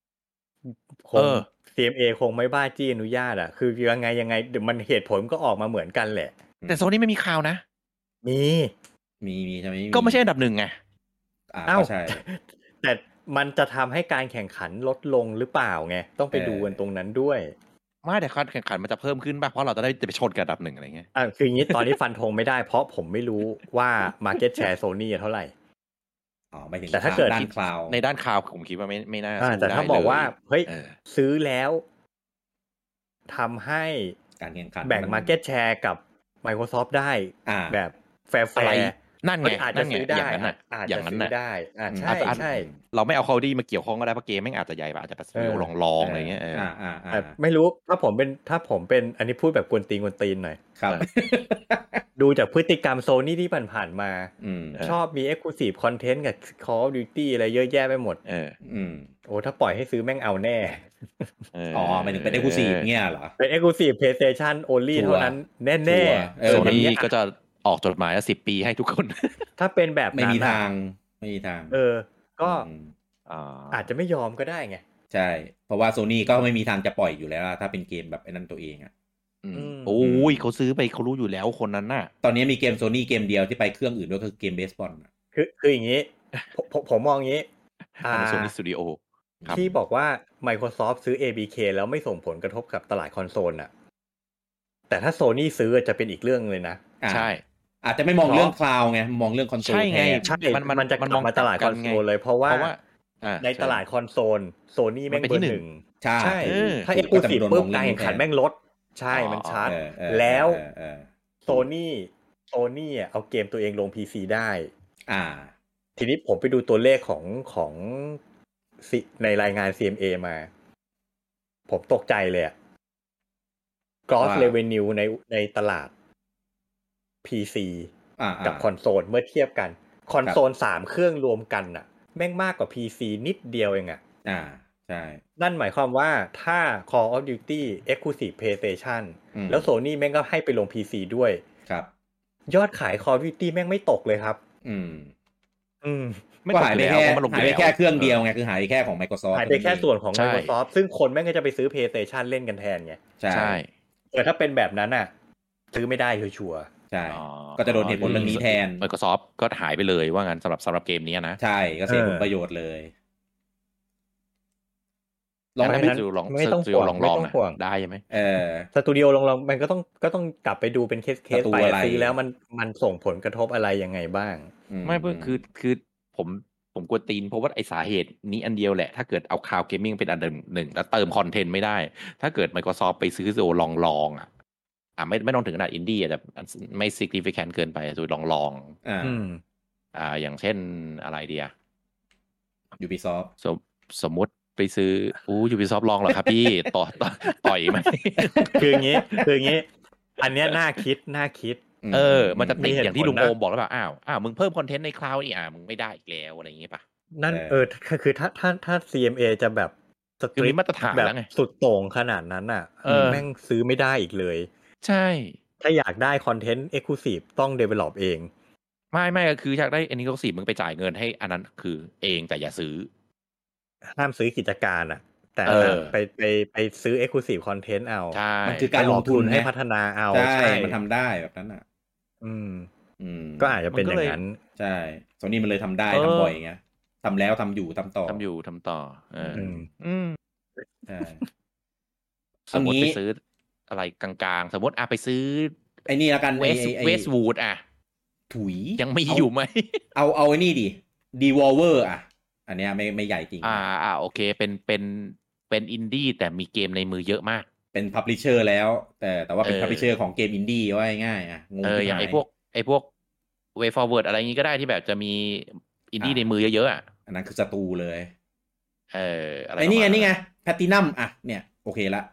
CMA คงไม่บ้าจี้อนุญาตอ่ะคือยังไงเดี๋ยวมันเหตุผลก็ออกมาเหมือนกันแหละแต่ Sony ไม่มีข่าวนะมีใช่ไหมก็ไม่ใช่อันดับหนึ่งไงใช่แต่มันจะทำให้การแข่งขันลดลงหรือเปล่าไงต้องไปดูกันตรงนั้นด้วยไม่แต่การแข่งขันมันจะเพิ่มขึ้นป่ะเพราะเราจะได้ไปชนกับอันดับหนึ่งอะไรเงี้ยคืออย่างนี้ตอนนี้ฟันธงไม่ได้เพราะผมไม่รู้ว่า market share Sony เท่าไหร่ไม่ถึงแต่ถ้าเกิดด้านคลาวในด้านคลาวผมคิดว่าไม่น่าแต่ถ้าบอกว่าเฮ้ยซื้อแล้วทำให้การแข่งขันแบ่ง market share กับ Microsoft ได้แบบแฟร์นั่นไงอาจจะซื้อได้อย่างนั้นได้ใช่เราไม่เอาเขาดีมาเกี่ยวข้องก็ได้เพราะเกมแม่งอาจจะใหญ่อาจจะซื้อลองอะไรเงี้ยไม่รู้ถ้าผมเป็นอันนี้พูดแบบกวนตีนหน่อยครับดูจากพฤติกรรมโซนี่ที่ผ่านมาชอบมี Exclusive Content กับ Call of Duty อะไรเยอะแยะไปหมดถ้าปล่อยให้ซื้อแม่งเอาแน่หมายถึงเป็น Exclusive เงี้ยเหรอเป็น Exclusive PlayStation Only เท่านั้นแน่ๆโซนี่ก็จะออกจดหมาย10 ปีให้ทุกคนถ้าเป็นแบบนั้นไม่มีทางก็อาจจะไม่ยอมก็ได้ไงใช่เพราะว่าโซนี่ก็ไม่มีทางจะปล่อยอยู่แล้วถ้าเป็นเกมแบบไอ้นั่นตัวเองโอ้ยเขาซื้อไปเขารู้อยู่แล้วคนนั้นน่ะตอนนี้มีเกมโซนี่เกมเดียวที่ไปเครื่องอื่นด้วยคือเกมเบสบอลคืออย่างนี้ผมมองอย่างนี้โซนี่สตูดิโอที่บอกว่า Microsoft ซื้อ ABK แล้วไม่ส่งผลกระทบกับตลาดคอนโซลน่ะแต่ถ้า Sony ซื้อจะเป็นอีกเรื่องเลยนะใช่อาจจะไม่มองเรื่องคลาวด์ไงมองเรื่องคอนโซลใช่ไงมันจะกลับมาตลาดคอนโซลเลยเพราะว่าในตลาดคอนโซลโซนี่แม่งเบอร์หนึ่งใช่ถ้า Exclusive ปุ๊บการแข่งขันแม่งลดใช่มันชัดแล้วโซนี่เอาเกมตัวเองลง PC ได้ทีนี้ผมไปดูตัวเลขของในรายงาน CMA มาผมตกใจเลยGross Revenue ในตลาดPC กับคอนโซลเมื่อเทียบกันคอนโซล3เครื่องรวมกันน่ะแม่งมากกว่า PC นิดเดียวเองใช่นั่นหมายความว่าถ้า Call of Duty Exclusive PlayStation แล้ว Sony แม่งก็ให้ไปลง PC ด้วยครับยอดขาย Call of Duty แม่งไม่ตกเลยครับไม่หายไปแค่เครื่องเดียวไงคือหายไปแค่ของ Microsoft หายไปแค่ส่วนของ Microsoft ซึ่งคนแม่งก็จะไปซื้อ PlayStation เล่นกันแทนไงใช่แต่ถ้าเป็นแบบนั้นน่ะซื้อไม่ได้ชัวร์ใช่ก็จะโดนเหตุผลเรื่องนี้แทน Microsoft ก็หายไปเลยว่างั้นสำหรับเกมนี้นะใช่ก็เสียผลประโยชน์เลยลองไม่ต้องห่วงได้ใช่ไหมสตูดิโอลองมันก็ต้องกลับไปดูเป็นเคสไปซื้อแล้วมันส่งผลกระทบอะไรยังไงบ้างไม่เพื่อคือผมกลัวตีนเพราะว่าไอสาเหตุนี้อันเดียวแหละถ้าเกิดเอาคลาวด์เกมมิ่งเป็นอันดับหนึ่งแล้วเติมคอนเทนต์ไม่ได้ถ้าเกิด Microsoft ไปซื้อลองไม่ต้องถึงขนาดอินดี้อาจจะไม่ significant เกินไปดูลองอย่างเช่นอะไรเดีย Ubisoft สมมุติไปซื้อUbisoft ลองเหรอครับพี่ต่อยไหมคืออย่างงี้อันเนี้ยน่าคิดมันจะติดอย่างที่ลุงโอมบอกแล้วแบบอ้าวมึงเพิ่มคอนเทนต์ในคลาวด์นี่มึงไม่ได้อีกแล้วอะไรอย่างงี้ป่ะนั่นคือถ้า CMA จะแบบสตรีทมาตรฐานแล้วไงสุดโต่งขนาดนั้นน่ะแม่งซื้อไม่ได้อีกเลยใช่ถ้าอยากได้คอนเทนต์ Exclusive ต้อง develop เองไม่ก็คืออยากได้ Exclusive มึงไปจ่ายเงินให้อันนั้นคือเองแต่อย่าซื้อห้ามซื้อกิจการอ่ะแต่ไปซื้อ Exclusive Content เอามันคือการลงทุนให้พัฒนาเอาใช่มันทำได้แบบนั้นอ่ะก็อาจจะเป็นอย่างนั้นใช่โซนี่มันเลยทำได้ทำบ่อยไงทำแล้วทำอยู่ทำต่อสมมติไปซื้ออะไรกลางๆสมมติไปซื้อไอ้นี่ละกันเวสวูดถุยยังมีอยู่ไหมเอาไอ้นี่ดิดีวอลเวอร์อันเนี้ยไม่ใหญ่จริงโอเคเป็นอินดี้แต่มีเกมในมือเยอะมากเป็นพับลิเชอร์แล้วแต่ว่าเป็นพับลิเชอร์ของเกมอินดี้ว่าง่ายงงอย่างไอ้พวกWay Forward อะไรอย่างงี้ก็ได้ที่แบบจะมีอินดี้ในมือเยอะๆอันนั้นคือศัตรูเลยอะไรไอ้นี่ไงแพลตินัมเนี่ยโอเคละ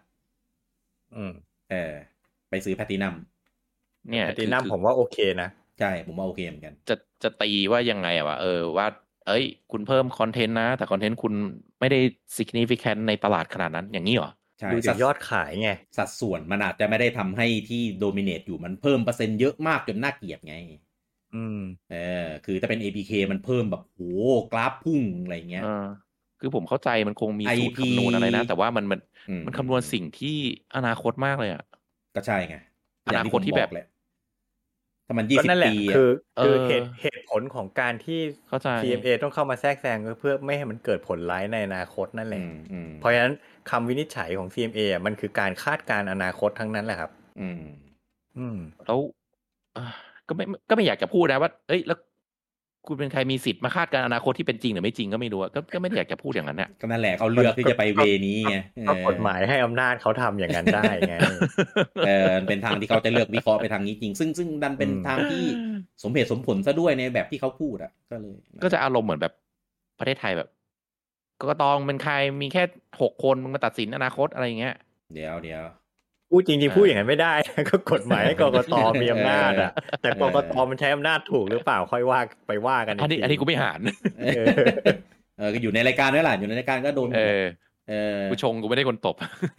ไปซื้อแพลตินัมเนี่ยแพลตินัมผมว่าโอเคนะใช่ผมว่าโอเคเหมือนกันจะตีว่ายังไงวะว่าคุณเพิ่มคอนเทนต์นะแต่คอนเทนต์คุณไม่ได้ significant ในตลาดขนาดนั้นอย่างนี้หรอดูจากยอดขายไงสัดส่วนมันอาจจะไม่ได้ทำให้ที่โดมิเนตอยู่มันเพิ่มเปอร์เซ็นต์เยอะมากจนน่าเกลียดไงคือถ้าเป็น APK มันเพิ่มแบบโหกราฟพุ่งอะไรเงี้ยคือผมเข้าใจมันคงมีสูตรคำนวณอะไรนะแต่ว่ามันคำนวณสิ่งที่อนาคตมากเลยก็ใช่ไงอนาคตที่แบบถ้ามัน20 ปีคือเหตุผลของการที่ CMA ต้องเข้ามาแทรกแซงเพื่อไม่ให้มันเกิดผลร้ายในอนาคตนั่นแหละเพราะฉะนั้นคำวินิจฉัยของ CMA มันคือการคาดการณ์อนาคตทั้งนั้นแหละครับแล้วก็ไม่อยากจะพูดนะว่าแล้วคุณเป็นใครมีสิทธิ์มาคาดการณ์อนาคตที่เป็นจริงหรือไม่จริงก็ไม่รู้ก็ไม่ได้อยากจะพูดอย่างนั้นนะก็นั่นแหละเขาเลือกที่จะไปเวนี้ไงกฎหมายให้อำนาจเขาทำอย่างนั้นได้ไงเป็นทางที่เขาจะเลือกวิเคราะห์ไปทางนี้จริงซึ่งดันเป็นทางที่สมเหตุสมผลซะด้วยในแบบที่เขาพูดก็จะอารมณ์เหมือนแบบประเทศไทยแบบกกต.เป็นใครมีแค่6 คนมึงมาตัดสินอนาคตอะไรอย่างเงี้ยเดี๋ยวพูดจริงๆพูดอย่างนั้นไม่ได้ก็กฎหมายให้กกต.มีอำนาจแต่กกต.มันใช้อำนาจถูกหรือเปล่าค่อยว่ากันอันนี้กูไม่หานก็อยู่ในรายการด้วยล่ะอยู่ในรายการก็โดนกูชงกูไม่ได้คนตบ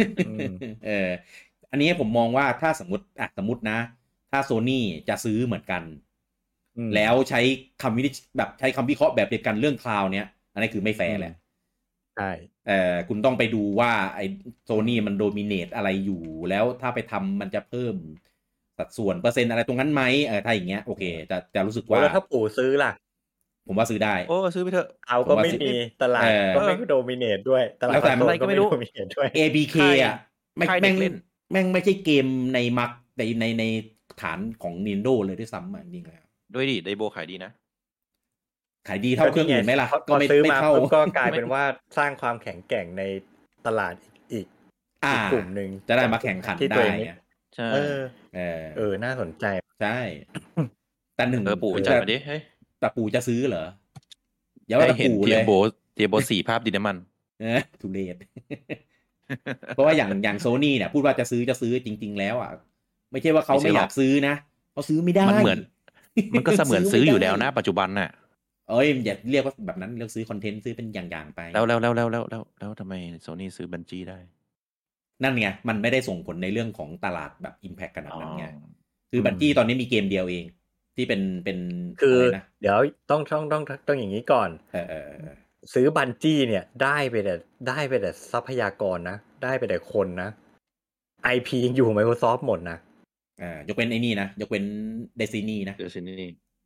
อันนี้ผมมองว่าถ้าสมมตินะถ้า Sony จะซื้อเหมือนกันแล้วใช้คำวิเคราะห์แบบเดียวกันเรื่องคลาวด์เนี้ยอันนี้คือไม่แฟร์แหละใช่คุณต้องไปดูว่าไอ้โซนี่มันโดมิเนตอะไรอยู่แล้วถ้าไปทำมันจะเพิ่มสัดส่วนเปอร์เซ็นต์อะไรตรงนั้นไหมถ้าอย่างเงี้ยโอเคจะรู้สึกว่าแล้วถ้าปู่ซื้อล่ะผมว่าซื้อได้ซื้อไปเถอะเอาก็ไม่มีตลาดก็ไม่โดมิเนตด้วยตลาดอะไรก็ไม่รู้ ABK แม่งไม่ใช่เกมในมักในฐานของ Nintendo เลยด้วยซ้ำจริงๆแล้วด้วยดิไดโบขายดีนะขายดีเท่าเครื่องอื่นไหมล่ะก็ซื้อมาก็กลายเป็นว่าสร้างความแข็งแกร่งในตลาดอีกกลุ่มนึงจะได้มาแข่งขันได้ใช่น่าสนใจใช่แต่หนึ่งปู่จัดมาดิเฮ้ยแต่ปู่จะซื้อเหรออย่าว่าแต่ปู่เลยเทียโบ4ภาพดินน้ำมันทุเรศเพราะว่าอย่างโซนี่เนี่ยพูดว่าจะซื้อจริงๆแล้วไม่ใช่ว่าเขาไม่อยากซื้อนะเขาซื้อไม่ได้มันก็เสมือนซื้ออยู่แล้วนะปัจจุบันน่ะอย่าเรียกว่าแบบนั้นเรียกซื้อคอนเทนต์ซื้อเป็นอย่างๆไปแล้วทำไมโซนี่ซื้อบันจี้ได้นั่นไงมันไม่ได้ส่งผลในเรื่องของตลาดแบบ impact ขนาดนั้นไงคือบันจี้ตอนนี้มีเกมเดียวเองที่เป็นคือเดี๋ยวต้องอย่างนี้ก่อนซื้อบันจี้เนี่ยได้ไปแต่ทรัพยากรนะได้ไปแต่คนนะ IP ยังอยู่ Microsoft หมดนะยกเว้นไอ้นี่นะยกเว้น Destiny นะ Destiny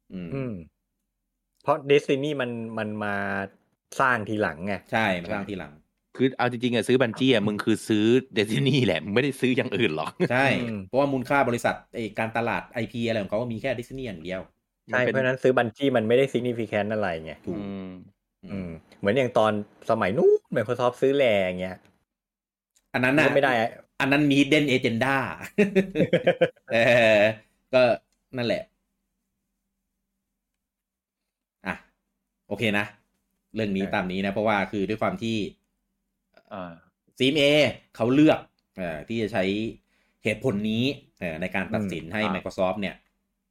เพราะ Destiny มันมาสร้างทีหลังไงใช่มาสร้างทีหลังคือเอาจริงๆซื้อบันจี้มึงคือซื้อ Destiny แหละมึงไม่ได้ซื้ออย่างอื่นหรอกใช่เพราะว่ามูลค่าบริษัทการตลาด IP อะไรของเขาก็มีแค่ Destiny อย่างเดียวใช่เพราะนั้นซื้อบันจี้มันไม่ได้ significant อะไรไงถูกเหมือนอย่างตอนสมัยนู้น Microsoft ซื้อแลเงี้ยอันนั้นน่ะไม่ได้อันนั้นมี Hidden Agenda ก็นั่นแหละโอเคนะเรื่องนี้ตามนี้นะเพราะว่าคือด้วยความที่CMA เขาเลือกที่จะใช้เหตุผลนี้ในการตัดสินให้ Microsoft เนี่ย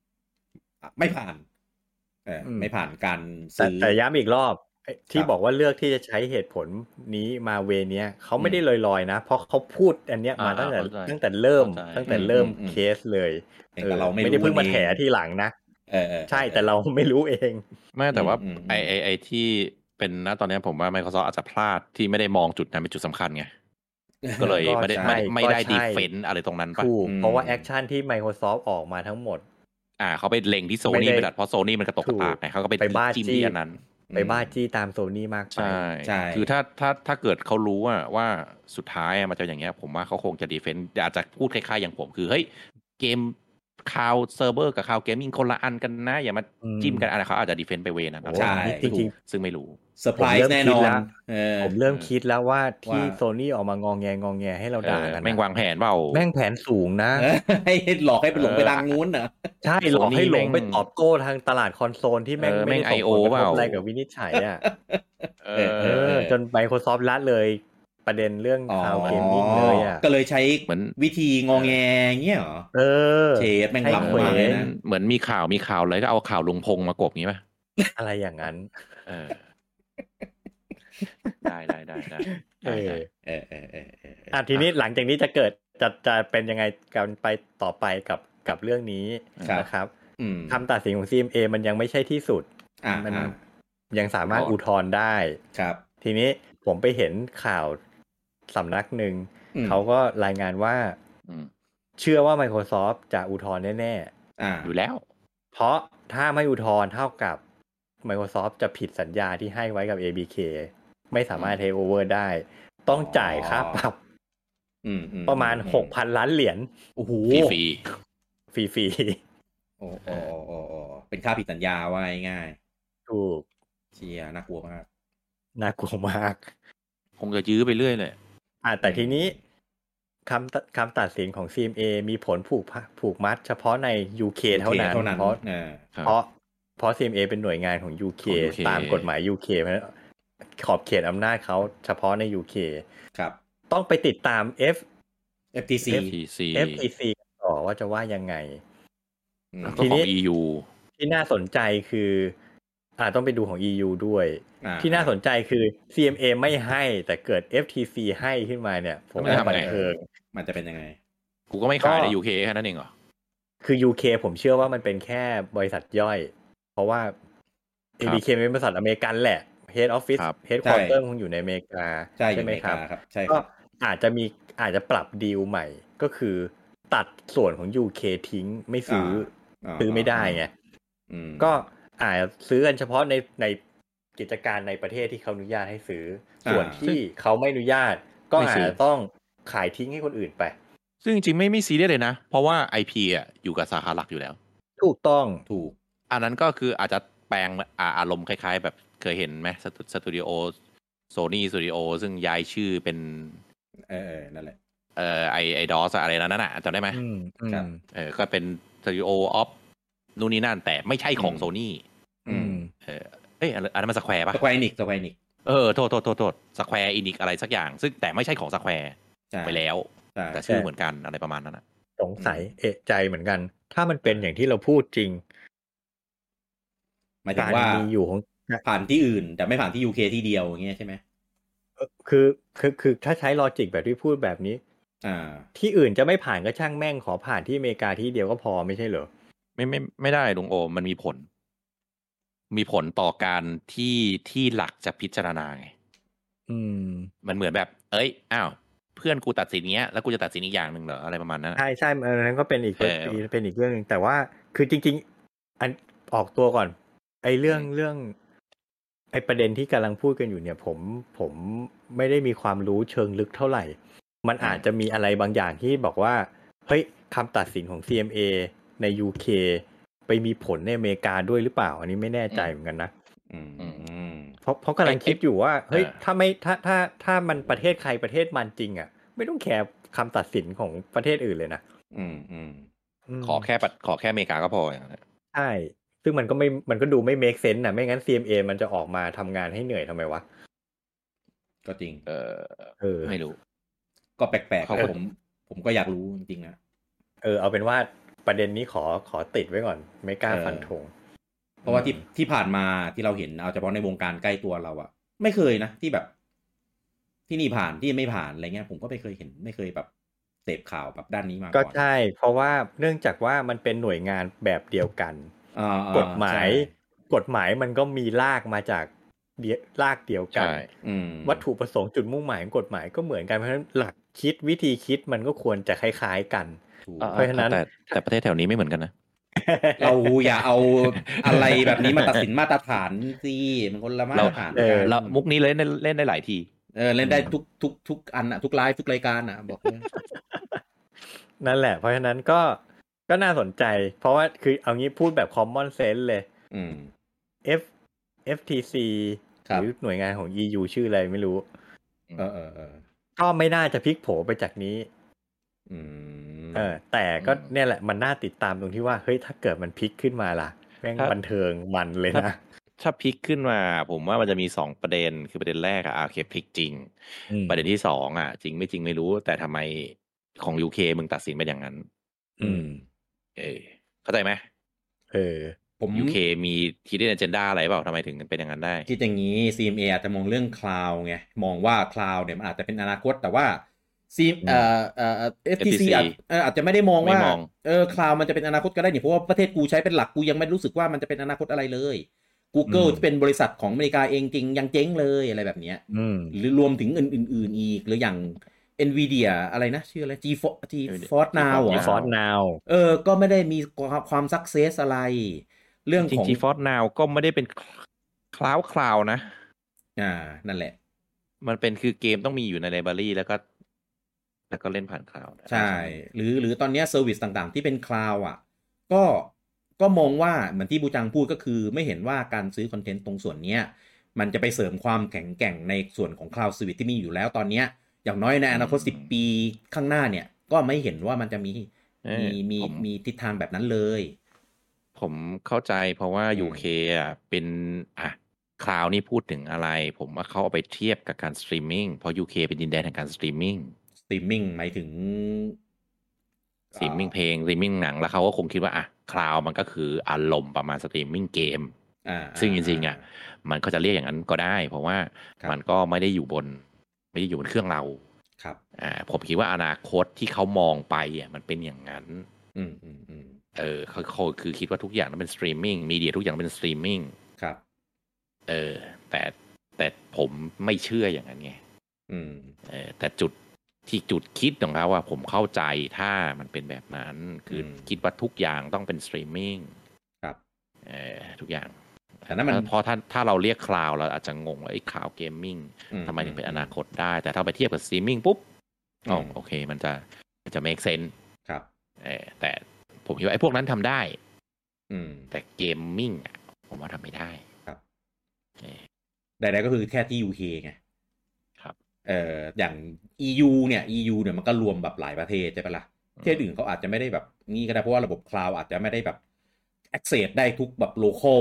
ไม่ผ่านไม่ผ่านการซื้อแต่ย้ำอีกรอบที่บอกว่าเลือกที่จะใช้เหตุผลนี้มาเวเนี้ยเขาไม่ได้ลอยๆนะเพราะเขาพูดอันเนี้ยมาตั้งแต่เริ่มเคสเลยแต่เราไม่ได้เพิ่งมาแถทีหลังนะใช่แต่เราไม่รู้เองไม่แต่ว่าไอที่เป็นนะตอนนี้ผมว่า Microsoft อาจจะพลาดที่ไม่ได้มองจุดนั้นเป็นจุดสำคัญไงก็เลยไม่ได้ดีเฟนต์อะไรตรงนั้นป่ะเพราะว่าแอคชั่นที่ Microsoft ออกมาทั้งหมดเขาไปเล็งที่ Sony ไปดัดเพราะ Sony มันกระตกกระตากไงเขาก็ไปจิ้มที่อันนั้นไปบ้าจี้ตาม Sony มากไปใช่คือถ้าเกิดเขารู้ว่าสุดท้ายมันจะอย่างเงี้ยผมว่าเขาคงจะดีเฟนต์อาจจะพูดคล้ายๆอย่างผมคือเฮ้ยเกมคลาวด์เซิร์ฟเวอร์กับคลาวด์เกมมิ่งคนละอันกันนะอย่ามาจิ้มกันอะไรเขาอาจจะดีเฟนต์ไปเวนั้นใช่จริงๆซึ่งไม่รู้เซอร์ไพรส์แน่นอนผมเริ่มคิดแล้วว่าที่ Sony ออกมางองแงให้เราด่ากันแม่งวางแผนเปล่าแม่งแผนสูงนะให้หลอกให้ไปหลงไปทางนู้นนะใช่หลอกให้หลงไปตอบโต้ทางตลาดคอนโซลที่แม่งไม่ได้ส่งผลกระทบอะไรกับวินิจฉัยอ่ะจน Microsoft ละเลยประเด็นเรื่องคลาวด์เกมมิ่งเลยอ่ะก็เลยใช้เหมือนวิธีงอแงเงี้ยเหรอเชดแม่งล้ำมาเลยนะเหมือนมีข่าวเลยก็เอาข่าวลุงพงมากบงี้ป่ะอะไรอย่างนั้นได้ทีนี้หลังจากนี้จะเกิดจะเป็นยังไงกันไปต่อไปกับเรื่องนี้นะครับคำตัดสินของ CMA มันยังไม่ใช่ที่สุดมันยังสามารถอุทธรณ์ได้ครับทีนี้ผมไปเห็นข่าวสำนักหนึ่งเขาก็รายงานว่าเชื่อว่า Microsoft จะอุทธรณ์แน่ๆอยู่แล้วเพราะถ้าไม่อุทธรณ์เท่ากับ Microsoft จะผิดสัญญาที่ให้ไว้กับ ABK ไม่สามารถ take over ได้ต้องจ่ายค่าปรับประมาณ 6,000 ล้านเหรียญโอ้โหฟรีโอ้เป็นค่าผิดสัญญาว่าง่ายๆถูกเชียน่ากลัวมากคงจะยื้อไปเรื่อยเลยแต่ทีนี้คำตัดสินของ CMA มีผลผูกมัดเฉพาะใน UK เท่านั้นเพราะ CMA เป็นหน่วยงานของ UK ตามกฎหมาย UK เพราะขอบเขตอำนาจเขาเฉพาะใน UK ครับต้องไปติดตาม FTC ต่อว่าจะว่ายังไงทีนี้ EU ที่น่าสนใจคือต้องไปดูของ EU ด้วยที่น่าสนใจคือ CMA ไม่ให้แต่เกิด FTC ให้ขึ้นมาเนี่ยผมว่าบันเทิงมันจะเป็นยังไงกูก็ไม่ขายใน UK แค่นั้นเองเหรอคือ UK ผมเชื่อว่ามันเป็นแค่บริษัทย่อยเพราะว่า ABK เป็นบริษัทอเมริกันแหละ Head Office Headquarter คงอยู่ในอเมริกาใช่ไหมครับก็อาจจะปรับดีลใหม่ก็คือตัดส่วนของ UK ทิ้งไม่ซื้อไม่ได้ไงก็อาจซื้อกันเฉพาะในกิจการในประเทศที่เขาอนุญาตให้ซื้อส่วนที่เขาไม่อนุญาตก็อาจจะต้องขายทิ้งให้คนอื่นไปซึ่งจริงๆไม่ซีเรียสเลยนะเพราะว่า IP อยู่กับสาขาหลักอยู่แล้วถูกต้องอันนั้นก็คืออาจจะแปลงอารมณ์คล้ายๆแบบเคยเห็นไหมสตูดิโอโซนี่สตูดิโอซึ่งย้ายชื่อเป็นนั่นแหละไอดอสอะไรนั้นน่ะจำได้ไหมครับก็เป็นสตูดิโอออฟนู่นนี่นั่นแต่ไม่ใช่ของโซนี่อันนั้นมันสแควร์ป่ะสแควร์อินิกโทษสแควร์อินิกอะไรสักอย่างซึ่งแต่ไม่ใช่ของสแควร์ไปแล้วแต่ชื่อเหมือนกันอะไรประมาณนั้นนะสงสัยใจเหมือนกันถ้ามันเป็นอย่างที่เราพูดจริงหมายถึงว่ามีอยู่ของผ่านที่อื่นแต่ไม่ผ่านที่ UK ที่เดียวอย่างเงี้ยใช่ไหมคือถ้าใช้ลอจิกแบบที่พูดแบบนี้ที่อื่นจะไม่ผ่านก็ช่างแม่งขอผ่านที่อเมริกาที่เดียวก็พอไม่ใช่เหรอไม่ได้ลุงโอมันมีผลต่อการที่หลักจะพิจารณาไงมันเหมือนแบบอ้าวเพื่อนกูตัดสินเงี้ยแล้วกูจะตัดสินอีกอย่างหนึ่งเหรออะไรประมาณนั้นใช่อันนั้นก็เป็นอีกเรื่องนึงแต่ว่าคือจริงๆอันออกตัวก่อนไอ้เรื่องไอ้ประเด็นที่กำลังพูดกันอยู่เนี่ยผมไม่ได้มีความรู้เชิงลึกเท่าไหร่มันอาจจะมีอะไรบางอย่างที่บอกว่าเฮ้ยคำตัดสินของ CMA ใน UK ไปมีผลในอเมริกาด้วยหรือเปล่าอันนี้ไม่แน่ใจเหมือนกันนะเพราะกำลังคิดอยู่ว่าเฮ้ยถ้ามันประเทศใครประเทศมันจริงอ่ะไม่ต้องแคร์คำตัดสินของประเทศอื่นเลยนะขอแค่อเมริกาก็พออย่างนั้นใช่ซึ่งมันก็ดูไม่ make sense นะไม่งั้น CMA มันจะออกมาทำงานให้เหนื่อยทำไมวะก็จริงไม่รู้ก็แปลกๆผมก็อยากรู้จริงๆนะเอาเป็นว่าประเด็นนี้ขอติดไว้ก่อนไม่กล้าฟันธงเพราะว่าที่ผ่านมาที่เราเห็นเอาเฉพาะในวงการใกล้ตัวเราอะไม่เคยนะที่แบบที่นี่ผ่านที่ไม่ผ่านอะไรเงี้ยผมก็ไม่เคยเห็นไม่เคยแบบเสพข่าวแบบด้านนี้มาก่อนก็ใช่เพราะว่าเนื่องจากว่ามันเป็นหน่วยงานแบบเดียวกันกฎหมายมันก็มีรากมาจากรากเดียวกันวัตถุประสงค์จุดมุ่งหมายของกฎหมายก็เหมือนกันเพราะฉะนั้นหลักคิดวิธีคิดมันก็ควรจะคล้ายๆกันเพราะฉะนั้นแต่ประเทศแถวนี้ไม่เหมือนกันนะเราอย่าเอาอะไรแบบนี้มาตัดสินมาตรฐานสิมันคนละมาตรฐานเรามุกนี้เล่นได้หลายทีเล่นได้ทุกอันอ่ะทุกไลฟ์ทุกรายการอ่ะบอกเลยนั่นแหละเพราะฉะนั้นก็น่าสนใจเพราะว่าคือเอางี้พูดแบบ common sense เลยFTC หรือหน่วยงานของ EU ชื่ออะไรไม่รู้ก็ไม่น่าจะพลิกโผไปจากนี้แต่ก็เนี่ยแหละมันน่าติดตามตรงที่ว่าเฮ้ยถ้าเกิดมันพลิกขึ้นมาล่ะแม่งบันเทิงมันเลยนะถ้าพลิกขึ้นมาผมว่ามันจะมี2ประเด็นคือประเด็นแรกอ่ะโอเคพลิกจริงประเด็นที่2อ่ะจริงไม่จริงไม่รู้แต่ทำไมของ UK มึงตัดสินไปอย่างนั้นเข้าใจไหมผม UK มี hidden agenda อะไรเปล่าทำไมถึงเป็นอย่างนั้นได้คิดอย่างนี้ CMA อาจจะมองเรื่อง cloud ไงมองว่า cloud เนี่ยมันอาจจะเป็นอนาคตแต่ว่าFTC อาจจะไม่ได้มองว่าcloud มันจะเป็นอนาคตก็ได้นี่เพราะว่าประเทศกูใช้เป็นหลักกูยังไม่รู้สึกว่ามันจะเป็นอนาคตอะไรเลย Google ที่เป็นบริษัทของอเมริกาเองจริงยังเจ๊งเลยอะไรแบบเนี้ยหรือรวมถึงอื่นๆอีกหรืออย่าง Nvidia อะไรนะชื่ออะไร GeForce Now GeForce Now ก็ไม่ได้มีความ success อะไรเรื่องของ GeForce Now ก็ไม่ได้เป็นคลาวนะนั่นแหละมันเป็นคือเกมต้องมีอยู่ในไลบรารีแล้วก็เล่นผ่านคลาวด์ใช่หรือตอนนี้เซอร์วิสต่างๆที่เป็นคลาวด์ก็มองว่าเหมือนที่บูจังพูดก็คือไม่เห็นว่าการซื้อคอนเทนต์ตรงส่วนนี้มันจะไปเสริมความแข็งแกร่งในส่วนของคลาวด์เซอร์วิสที่มีอยู่แล้วตอนนี้อย่างน้อยในอนาคต10 ปีข้างหน้าเนี่ยก็ไม่เห็นว่ามันจะมีทิศทางแบบนั้นเลยผมเข้าใจเพราะว่า UK อ่ะเป็นคลาวด์นี่พูดถึงอะไรผมว่าเขาเอาไปเทียบกับการสตรีมมิ่งเพราะ UK เป็นดินแดนแห่งการสตรีมมิ่งหมายถึงสตรีมมิ่งเพลงสตรีมมิ่งหนังแล้วเขาก็คงคิดว่าคลาวด์มันก็คืออารมณ์ประมาณสตรีมมิ่งเกมซึ่งจริงๆมันก็จะเรียกอย่างนั้นก็ได้เพราะว่ามันก็ไม่ได้อยู่บนเครื่องเราครับผมคิดว่าอนาคตที่เขามองไปมันเป็นอย่างนั้นเขาคือคิดว่าทุกอย่างต้องเป็นสตรีมมิ่งมีเดียทุกอย่างเป็นสตรีมมิ่งครับแต่ผมไม่เชื่ออย่างนั้นไงแต่จุดคิดของเขาว่าผมเข้าใจถ้ามันเป็นแบบนั้นคือคิดว่าทุกอย่างต้องเป็นสตรีมมิ่งครับทุกอย่างแต่นั้นมันพอถ้าเราเรียกคลาวด์เราอาจจะงงว่าไอ้คลาวด์เกมมิ่งทำไมถึงเป็นอนาคตได้แต่ถ้าไปเทียบกับสตรีมมิ่งปุ๊บโอเคมันจะ make sense ครับแต่ผมคิดว่าไอ้พวกนั้นทำได้แต่เกมมิ่งผมว่าทำไม่ได้ครับใดๆก็คือแค่ที่ UK ไงครับอย่าง EU เนี่ยมันก็รวมแบบหลายประเทศใช่ปะล่ะประเทศอื่นเขาอาจจะไม่ได้แบบนี่ก็ได้เพราะว่าระบบคลาวด์อาจจะไม่ได้แบบ access ได้ทุกแบบ local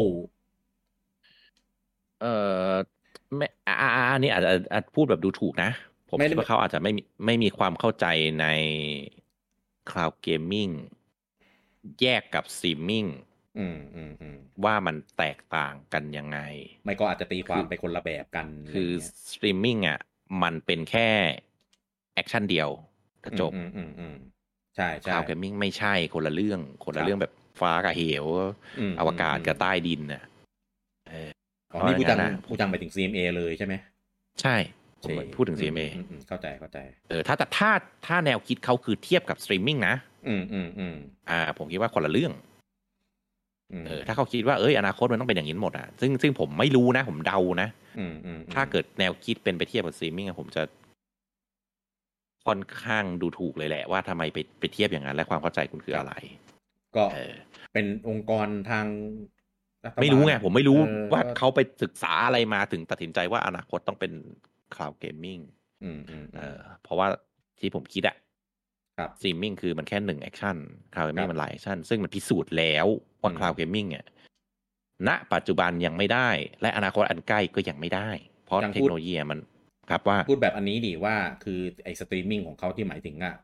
ไม่อันนี้อาจจะพูดแบบดูถูกนะผมคิดว่าเขาอาจจะไม่มีความเข้าใจใน cloud gaming แยกกับ streaming ว่ามันแตกต่างกันยังไงไม่ก็อาจจะตีความไปคนละแบบกันคือ streaming มันเป็นแค่แอคชั่นเดียวถ้าจบใช่ cloud gaming ไม่ใช่คนละเรื่องแบบฟ้ากับเหวอวกาศกับใต้ดินนี่ผู้จังไปถึง CMA เลยใช่ไหมใช่ผมพูดถึง CMA เข้าใจถ้าแนวคิดเขาคือเทียบกับสตรีมมิ่งนะผมคิดว่าคนละเรื่องถ้าเขาคิดว่าอนาคตมันต้องเป็นอย่างนี้หมดซึ่งผมไม่รู้นะผมเดานะถ้าเกิดแนวคิดเป็นไปเทียบกับสตรีมมิ่งผมจะค่อนข้างดูถูกเลยแหละว่าทำไมไปเทียบอย่างนั้นและความเข้าใจคุณคืออะไรก็เป็นองค์กรทางไม่รู้ไงผมไม่รู้ว่าเขาไปศึกษาอะไรมาถึงตัดสินใจว่าอนาคตต้องเป็น cloud gaming เพราะว่าที่ผมคิดสตรีมมิ่งคือมันแค่1แอคชั่น cloud gaming มันหลายแอคชั่นซึ่งมันพิสูจน์แล้วว่า cloud gaming ณปัจจุบันยังไม่ได้และอนาคตอันใกล้ก็ยังไม่ได้เพราะเทคโนโลยีมันครับว่าพูดแบบอันนี้ดิว่าคือไอ้สตรีมมิ่งของเขาที่หมายถึง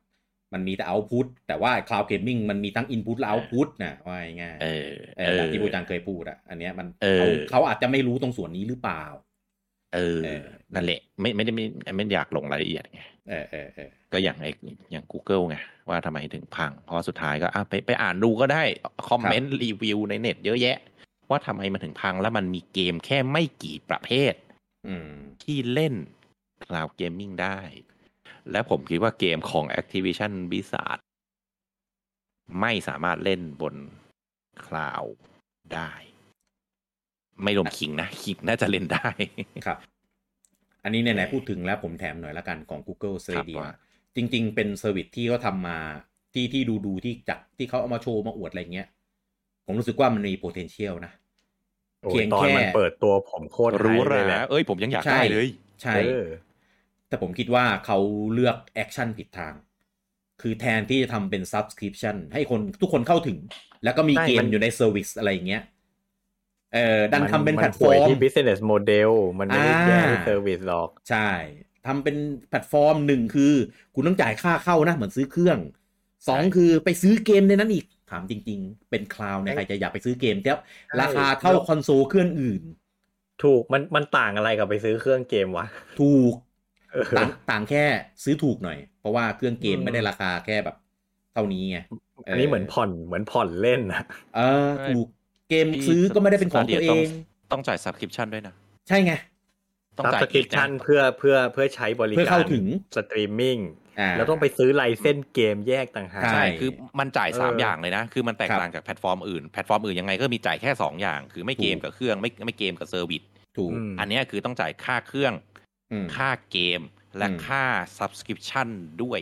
มันมีแต่ output แต่ว่า cloud gaming มันมีทั้ง input และ output นะว่าง่ายๆที่ผู้จังเคยพูดอันเนี้ยมันเขาอาจจะไม่รู้ตรงส่วนนี้หรือเปล่านั่นแหละไม่อยากลงรายละเอียดไงก็อย่าง Google ไงว่าทำไมถึงพังเพราะสุดท้ายก็ไปอ่านดูก็ได้คอมเมนต์รีวิวในเน็ตเยอะแยะว่าทำไมมันถึงพังแล้วมันมีเกมแค่ไม่กี่ประเภทที่เล่น Cloud Gaming ได้และผมคิดว่าเกมของ Activision Blizzard ไม่สามารถเล่นบน Cloud ได้ไม่รวมคิงนะคิงน่าจะเล่นได้ครับอันนี้ไหนๆพูดถึงแล้วผมแถมหน่อยละกันของ Google Stadia จริงๆเป็นเซอร์วิสที่เขาทำมาที่ดูที่จากที่เขาเอามาโชว์มาอวดอะไรเงี้ยผมรู้สึกว่ามันมี potential นะเพียงแค่มันเปิดตัวผมโคตรรู้แล้วผมยังอยากได้เลยใช่แต่ผมคิดว่าเขาเลือกแอคชั่นผิดทางคือแทนที่จะทำเป็น subscription ให้ทุกคนเข้าถึงแล้วก็มีเกมอยู่ในเซอร์วิสอะไรอย่างเงี้ยดันทำเป็นแพลตฟอร์มที่ business model มันไม่ได้แก้ที่ service หรอกใช่ทำเป็นแพลตฟอร์ม1คือคุณต้องจ่ายค่าเข้านะเหมือนซื้อเครื่อง2คือไปซื้อเกมในนั้นอีกถามจริงๆเป็นคลาวด์เนี่ยใครจะอยากไปซื้อเกมเทียบราคาเท่าคอนโซลเครื่องอื่นถูกมันต่างอะไรกับไปซื้อเครื่องเกมวะถูกต่างแค่ซื้อถูกหน่อยเพราะว่าเครื่องเกมไม่ได้ราคาแค่แบบเท่านี้ไงอันนี้เหมือนผ่อนเล่นนะถูกเกมซื้อก็ไม่ได้เป็นของตัวเองต้องจ่าย subscription ด้วยนะใช่ไงต้องจ่าย subscription เพื่อใช้บริการเพื่อเข้าถึงสตรีมมิ่งแล้วต้องไปซื้อไลเซนส์เกมแยกต่างหากใช่คือมันจ่าย3อย่างเลยนะคือมันแตกต่างจากแพลตฟอร์มอื่นยังไงก็มีจ่ายแค่2อย่างคือไม่เกมกับเครื่องไม่เกมกับเซอร์วิสถูกอันนี้คือต้องจ่ายค่าเครื่องค่าเกมและค่า subscription ด้วย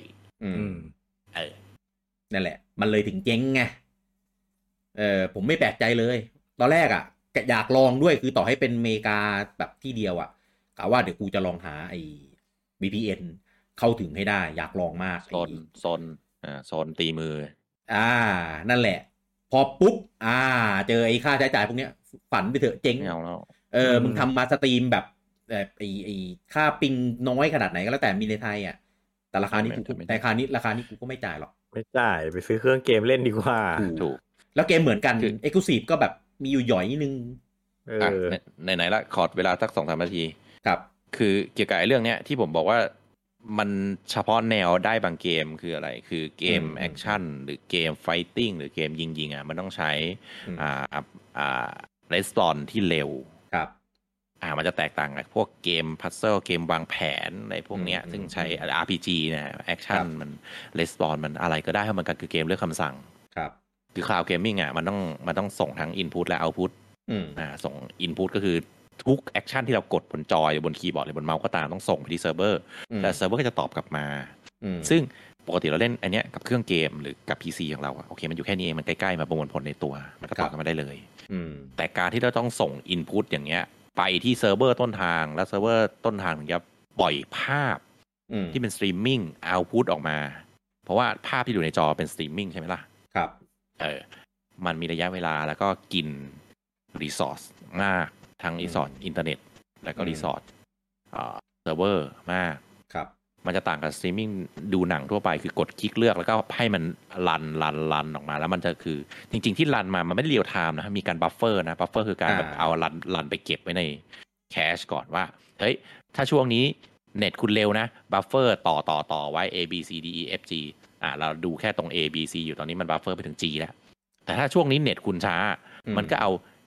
นั่นแหละมันเลยถึงเจ๊งไงผมไม่แปลกใจเลยตอนแรกอยากลองด้วยคือต่อให้เป็นเมกาแบบที่เดียวกะว่าเดี๋ยวกูจะลองหาไอ้ VPN เข้าถึงให้ได้อยากลองมากโซนตีมือนั่นแหละพอปุ๊บเจอไอ้ค่าใช้จ่ายพวกเนี้ยฝันไปเถอะเจ๊งมึงทำมาสตรีมแบบไอ้ค่าปิงน้อยขนาดไหนก็แล้วแต่มีในไทยแต่ราคานี้ราคานี้กูก็ไม่จ่ายหรอกไม่จ่ายไปซื้อเครื่องเกมเล่นดีกว่าถูกแล้วเกมเหมือนกัน Exclusive ก็แบบมีอยู่หย่อยนิดนึงไหนละขอเวลาสัก 2-3 นาทีครับคือเกี่ยวกับเรื่องเนี้ยที่ผมบอกว่ามันเฉพาะแนวได้บางเกมคืออะไรคือเกมแอคชั่นหรือเกมไฟติ้งหรือเกมยิงมันต้องใช้レスปอนที่เร็วครับมันจะแตกต่างกับพวกเกมพัซเซิลเกมวางแผนในพวกเนี้ยซึ่งใช้ RPG นะแอคชั่นมันレスปอนมันอะไรก็ได้เพราะมันก็คือเกมเลือกคำสั่งครับคือ Cloud Gaming มันต้องส่งทั้ง Input และ Output ส่ง Input ก็คือทุกแอคชั่นที่เรากดบนจอยหรือบนคีย์บอร์ดหรือบนเมาส์ก็ตามต้องส่งไปที่เซิร์ฟเวอร์แต่เซิร์ฟเวอร์ก็จะตอบกลับมาซึ่งปกติเราเล่นอันเนี้ยกับเครื่องเกมหรือกับ PC ของเราโอเคมันอยู่แค่นี้เองมันใกล้ๆมาประมวลผลในตัวมันก็ตอบกันมาได้เลยแต่การที่เราต้องส่ง Input อย่างเงี้ยไปที่เซิร์ฟเวอร์ต้นทางแล้วเซิร์ฟเวอร์ต้นทางถึงจะปล่อยภาพที่เป็นสตรีมมิ่งเอาท์พุตออกมาเพราะว่าภาพที่อยู่ในจอเป็นสตรีมมิ่งใช่ไหมล่ะครับมันมีระยะเวลาแล้วก็กินรีซอสมากทั้งรีซอสอินเทอร์เน็ตแล้วก็รีซอสเซิร์ฟเวอร์มากครับมันจะต่างกับสตรีมมิ่งดูหนังทั่วไปคือกดคลิกเลือกแล้วก็ให้มันรันออกมาแล้วมันจะคือจริงๆที่รันมามันไม่ได้เรียลไทม์นะมีการบัฟเฟอร์นะบัฟเฟอร์คือการแบบเอารันไปเก็บไว้ในแคชก่อนว่าเฮ้ยถ้าช่วงนี้เน็ตคุณเร็วนะบัฟเฟอร์ต่อไว้ A B C D E F G เราดูแค่ตรง A B C อยู่ตอนนี้มันบัฟเฟอร์ไปถึง G แล้วแต่ถ้าช่วงนี้เน็ตคุณช้ามันก็เอา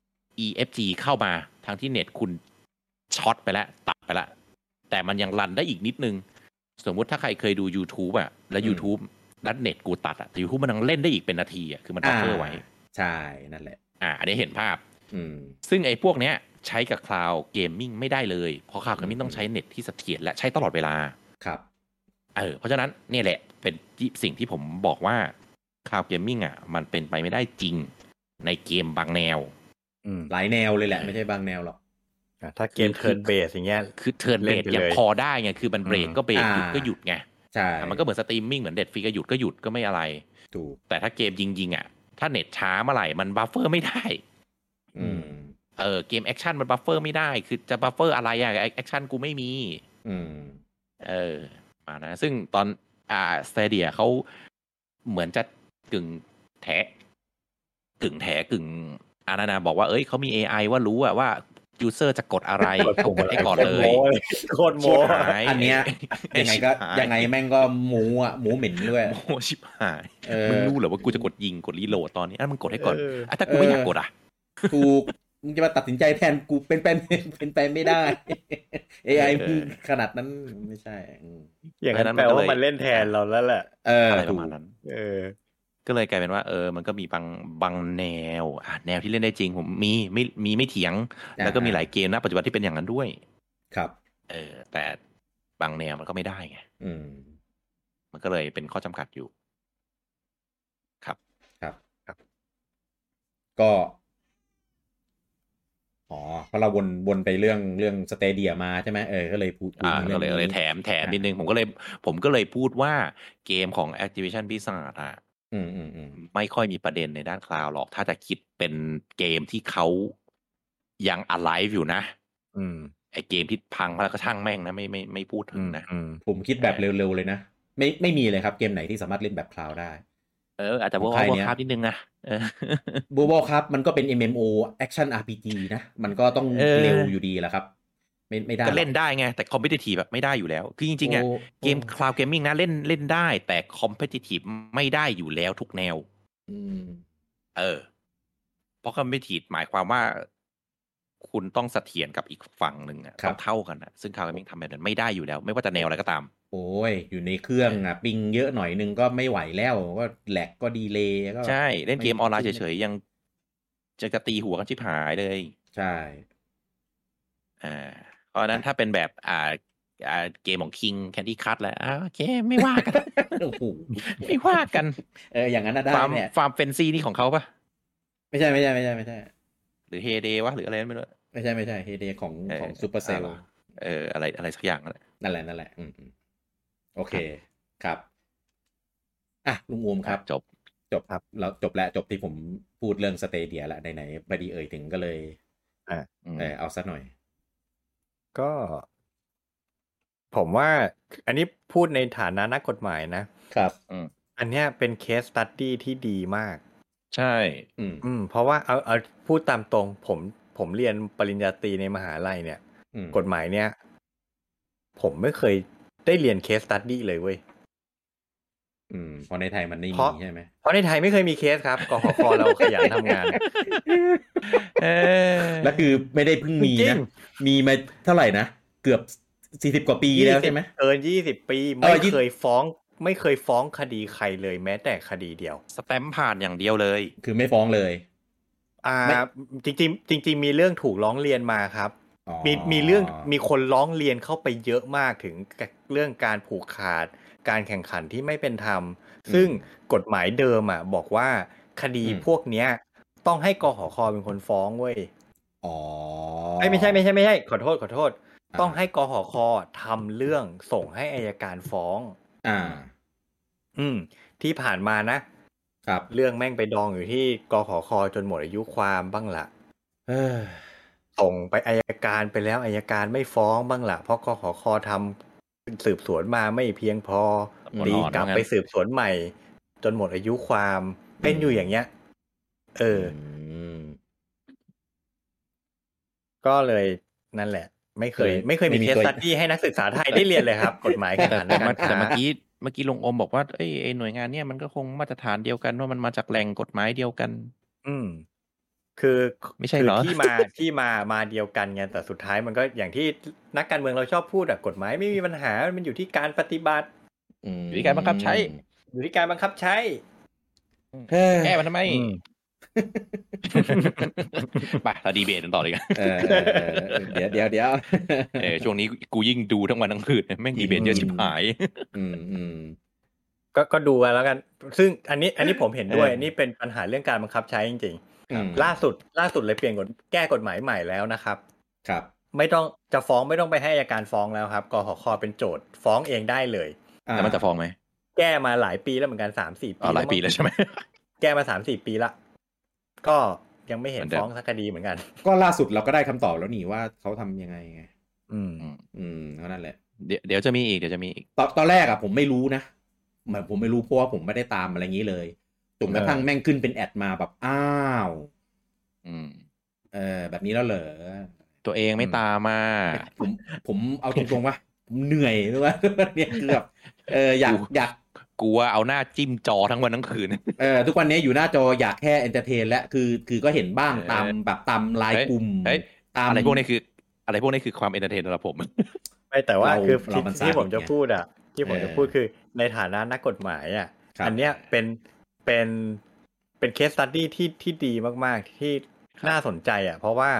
E F G เข้ามาทั้งที่เน็ตคุณช็อตไปแล้วตัดไปแล้วแต่มันยังรันได้อีกนิดนึงสมมุติถ้าใครเคยดู YouTube แล้ว YouTube นัดเน็ตกูตัดแต่ YouTube มันยังเล่นได้อีกเป็นนาทีคือมันบัฟเฟอร์ไว้ใช่นั่นแหละอันนี้เห็นภาพซึ่งไอ้พวกเนี้ยใช้กับ Cloud Gaming ไม่ได้เลยเพราะ Cloud Gaming ต้องใช้เน็ตที่เสถียรและใช้ตลอดเวลาครับเพราะฉะนั้นนี่แหละเป็นสิ่งที่ผมบอกว่า Cloud Gaming มันเป็นไปไม่ได้จริงในเกมบางแนวหลายแนวเลยแหละไม่ใช่บางแนวหรอกถ้าเกมเทิร์นเบสอย่างเงี้ยคือเทิร์นเบสยังพอได้ไงคือมันเบรกก็เบรกหยุดก็หยุดไงใช่มันก็เหมือนสตรีมมิ่งเหมือนเด็ดฟรีก็หยุดก็ไม่อะไรถูกแต่ถ้าเกมยิงถ้าเน็ตช้าเมื่อไหร่มันบัฟเฟอร์ไม่ได้เกมแอคชั่นมันบัฟเฟอร์ไม่ได้คือจะบัฟเฟอร์อะไรแอคชั่นกูไม่มีมานะซึ่งตอนStadiaเขาเหมือนจะกึ่งแถกึ่งอานาบอกว่าเอ้ยเขามี AI ว่ารู้ว่ายูเซอร์จะกดอะไรเขากดให้ก่อนเลยโคตรโมอันเนี้ยยังไงแม่งก็หมูเหม็นด้วยโมชิบหายมึงรู้เหรอว่ากูจะกดยิงกดรีโหลดตอนนี้มึงกดให้ก่อนถ้ากูไม่อยากกดถูกมึงจะมาตัดสินใจแทนกูเป็นไปไม่ได้ AI ขนาดนั้นไม่ใช่อย่างนั้นแปลว่ามันเล่นแทนเราแล้วแหละอะไรประมาณนั้นก็เลยกลายเป็นว่ามันก็มีบางแนวแนวที่เล่นได้จริงผมมีไม่เถียงแล้วก็มีหลายเกมนะปัจจุบันที่เป็นอย่างนั้นด้วยครับแต่บางแนวมันก็ไม่ได้ไงมันก็เลยเป็นข้อจำกัดอยู่ครับก็เพราะเราวนไปเรื่องสเตเดียมาใช่ไหมก็เลยพูดก็เลยแถมนิดนึงผมก็เลยพูดว่าเกมของ Activision Blizzard ไม่ค่อยมีประเด็นในด้านคลาวด์หรอกถ้าจะคิดเป็นเกมที่เขายัง alive อยู่นะไอเกมที่พังแล้วก็ช่างแม่งนะไม่พูดถึงนะผมคิดแบบเร็วๆเลยนะไม่มีเลยครับเกมไหนที่สามารถเล่นแบบคลาวด์ได้อาจจะWarcraftนิดนึงนะ Warcraft มันก็เป็น MMO Action RPG นะมันก็ต้องเร็วอยู่ดีแหละครับไม่ได้ก็เล่นได้ไงแต่ competitive แบบไม่ได้อยู่แล้วคือจริงๆเกม cloud gaming นะเล่นได้แต่ competitive ไม่ได้อยู่แล้วทุกแนวเพราะ competitive หมายความว่าคุณต้องเสถียรกับอีกฝั่งหนึ่งต้องเท่ากันซึ่ง cloud gaming ทำแบบนั้นไม่ได้อยู่แล้วไม่ว่าจะแนวอะไรก็ตามโอ้ยอยู่ในเครื่องปิงเยอะหน่อยนึงก็ไม่ไหวแล้วก็แหลกก็ดีเลย์ก็ใช่เล่นเกมออนไลน์เฉยๆยังจะตีหัวกันชิบหายเลยใช่เพราะนั้นถ้าเป็นแบบเกมของ King Candy Crush แล้วโอเคไม่ว่ากันไม่ว่ากันอย่างนั้นได้เนี่ยฟาร์มเฟนซี่นี่ของเขาปะไม่ใช่หรือเฮเดย์วะหรืออะไรไม่รู้ไม่ใช่เฮเดย์ของซูเปอร์เซลอะไรสักอย่างนั่นแหละโอเคครับลุงอูมครับจบครับแล้วจบที่ผมพูดเรื่องสเตเดียแล้วไหนพอดีถึงก็เลยเอาซะหน่อยก็ผมว่าอันนี้พูดในฐานะนักกฎหมายนะครับอันเนี้ยเป็นเคสสตั๊ดดี้ที่ดีมากใช่เพราะว่าเอาพูดตามตรงผมเรียนปริญญาตรีในมหาลัยเนี่ยกฎหมายเนี่ยผมไม่เคยได้เรียนเคสสตั๊ดดี้เลยเว้ยเพราะในไทยมันไม่มีใช่ไหมเพราะในไทยไม่เคยมีเคสครับกขคเราขยันทำงานแล้วคือไม่ได้เพิ่งมีนะมีมาเท่าไหร่นะเกือบ40กว่าปีแล้วใช่ไหม 20ปีไม่เคยฟ้องคดีใครเลยแม้แต่คดีเดียวสแตมป์ผ่านอย่างเดียวเลยคือไม่ฟ้องเลยจริงมีเรื่องถูกร้องเรียนมาครับมีเรื่องมีคนร้องเรียนเข้าไปเยอะมากถึงเรื่องการผูกขาดการแข่งขันที่ไม่เป็นธรรมซึ่งกฎหมายเดิมบอกว่าคดีพวกเนี้ยต้องให้กขค.เป็นคนฟ้องเว้ยไม่ใช่ขอโทษต้องให้กขค.ทำเรื่องส่งให้อัยการฟ้องที่ผ่านมานะครับเรื่องแม่งไปดองอยู่ที่กขค.จนหมดอายุความบ้างละส่งไปอัยการไปแล้วอัยการไม่ฟ้องบ้างละเพราะกขค.ทำสืบสวนมาไม่เพียงพอตีกลับไปสืบสวนใหม่จนหมดอายุความเป็นอยู่อย่างเงี้ยก็เลยนั่นแหละไม่เคยมีเคสสตั๊ดดี้ให้นักศึกษาไทยได้เรียนเลยครับกฎหมายแข่งขันการค้าแต่เมื่อกี้ลุงอมบอกว่าไอ้หน่วยงานเนี่ยมันก็คงมาตรฐานเดียวกันว่ามันมาจากแหล่งกฎหมายเดียวกันคือไม่ใช่เหรอที่มาเดียวกันไงแต่สุดท้ายมันก็อย่างที่นักการเมืองเราชอบพูดกฎหมายไม่มีปัญหามันอยู่ที่การปฏิบัติอยู่ที่การบังคับใช้แก้มันทำไมไปเราดีเบตกันต่อเลยกันเดี๋ยวช่วงนี้กูยิ่งดูทั้งวันทั้งคืนแม่งดีเบตเยอะชิบหายก็ดูกันแล้วกันซึ่งอันนี้ผมเห็นด้วยนี่เป็นปัญหาเรื่องการบังคับใช้จริงๆล่าสุดเลยเปลี่ยนแก้กฎหมายใหม่แล้วนะครับไม่ต้องจะฟ้องไม่ต้องไปให้อัยการฟ้องแล้วครับกขค.เป็นโจทย์ฟ้องเองได้เลยแล้วมันจะฟ้องไหมแก้มาหลายปีแล้วเหมือนกัน 3-4 ปีหลายปีแล้วใช่ไหมแก้มา 3-4 ปีละก็ยังไม่เห็นฟ้องสักคดีเหมือนกันก็ล่าสุดเราก็ได้คำตอบแล้วนี่ว่าเขาทำยังไงไงเท่านั้นแหละเดี๋ยวจะมีอีกตอนแรกผมไม่รู้นะเหมือนผมไม่รู้เพราะว่าผมไม่ได้ตามอะไรงี้เลยจนกระทั่งแม่งขึ้นเป็นแอดมาแบบอ้าวแบบนี้แล้วเหรอตัวเองไม่ตามมาผมเอาตรงๆว่าผมเหนื่อยหรือว่าเนี่ยคือแบบอยากกลัวเอาหน้าจิ้มจอทั้งวันทั้งคืนทุกวันนี้อยู่หน้าจออยากแค่เอนเตอร์เทนและคือก็เห็นบ้างตามแบบตามไลน์กลุ่มตามอะไรพวกนี้คือความเอนเตอร์เทนสำหรับผมไม่แต่ว่าคือที่ผมจะพูดอ่ะที่ผมจะพูดคือในฐานะนักกฎหมายอ่ะอันเนี้ยเป็นเคสสตั๊ดดี้ที่ดีมากๆที่น่าสนใจอ่ะเพราะว่า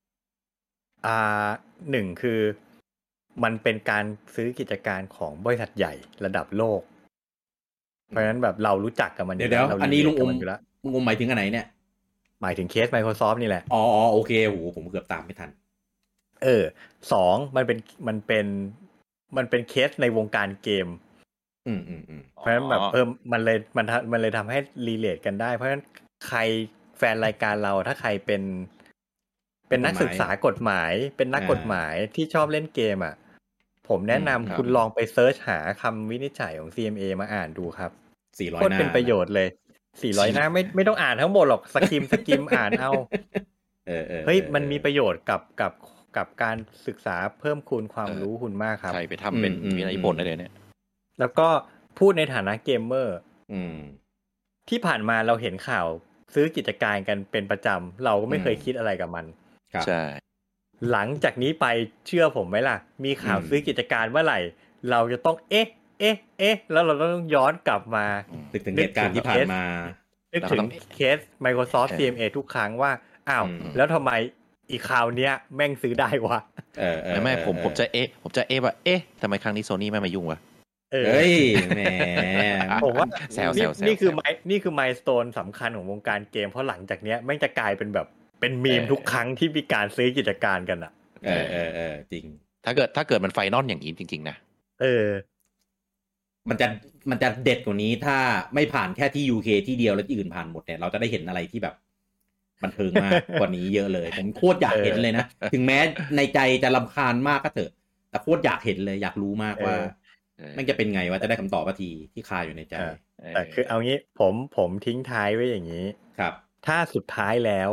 หนึ่งคือมันเป็นการซื้อกิจการของบริษัทใหญ่ระดับโลกเพราะฉะนั้นแบบเรารู้จักกับมันเดี๋ยวอันนี้ลุงอมหมายถึงอันไหนเนี่ยหมายถึงเคส Microsoft นี่แหละอ๋อโอเคโหผมเกือบตามไม่ทันสองมันเป็นเคสในวงการเกมเพราะฉะนั้นแบบมันเลยทำให้รีเลทกันได้เพราะฉะนั้นใครแฟนรายการเราถ้าใครเป็นนักศึกษากฎหมายเป็นนักกฎหมายที่ชอบเล่นเกมอ่ะผมแนะนำคุณลองไปเซิร์ชหาคำวินิจฉัยของ CMA มาอ่านดูครับ 400 หน้าเป็นประโยชน์เลย400 หน้าไม่ต้องอ่านทั้งหมดหรอกสกิมอ่านเอาเฮ้ยมันมีประโยชน์กับการศึกษาเพิ่มคูณความรู้คุณมากครับใช่ไปทำเป็นวินัยบทได้เลยเนี่ยแล้วก็พูดในฐานะเกมเมอร์ที่ผ่านมาเราเห็นข่าวซื้อกิจการกันเป็นประจำเราก็ไม่เคยคิดอะไรกับมันใช่หลังจากนี้ไปเชื่อผมไหมล่ะมีข่าวซื้อกิจการเมื่อไหร่เราจะต้องเอ๊ะแล้วเราต้องย้อนกลับมานึกถึงเหตุการณ์ที่ผ่านมานึกถึงเคส Microsoft CMA ทุกครั้งว่าอ้าวแล้วทำไมอีกคราวเนี้ยแม่งซื้อได้วะไม่ผมจะว่าทำไมครั้งนี้ Sony ไม่มายุ่งวะเฮ้ยแหมผมว่านี่คือไมล์สโตนสำคัญของวงการเกมเพราะหลังจากเนี้ยแม่งจะกลายเป็นแบบเป็นมีมทุกครั้งที่มีการซื้อกิจการกันอ่ะจริงถ้าเกิดมันไฟนอลอย่างนี้จริงๆนะมันจะเด็ดกว่านี้ถ้าไม่ผ่านแค่ที่ UK ที่เดียวแล้วที่อื่นผ่านหมดเนี่ยเราจะได้เห็นอะไรที่แบบบันเทิงมากกว่านี้เยอะเลยผมโคตรอยากเห็นเลยนะถึงแม้ในใจจะรำคาญมากก็เถอะแต่โคตรอยากเห็นเลยอยากรู้มากว่ามันจะเป็นไงว่าจะได้คำตอบทีที่คาอยู่ในใจแต่คือเอางี้ผมทิ้งท้ายไว้อย่างนี้ครับถ้าสุดท้ายแล้ว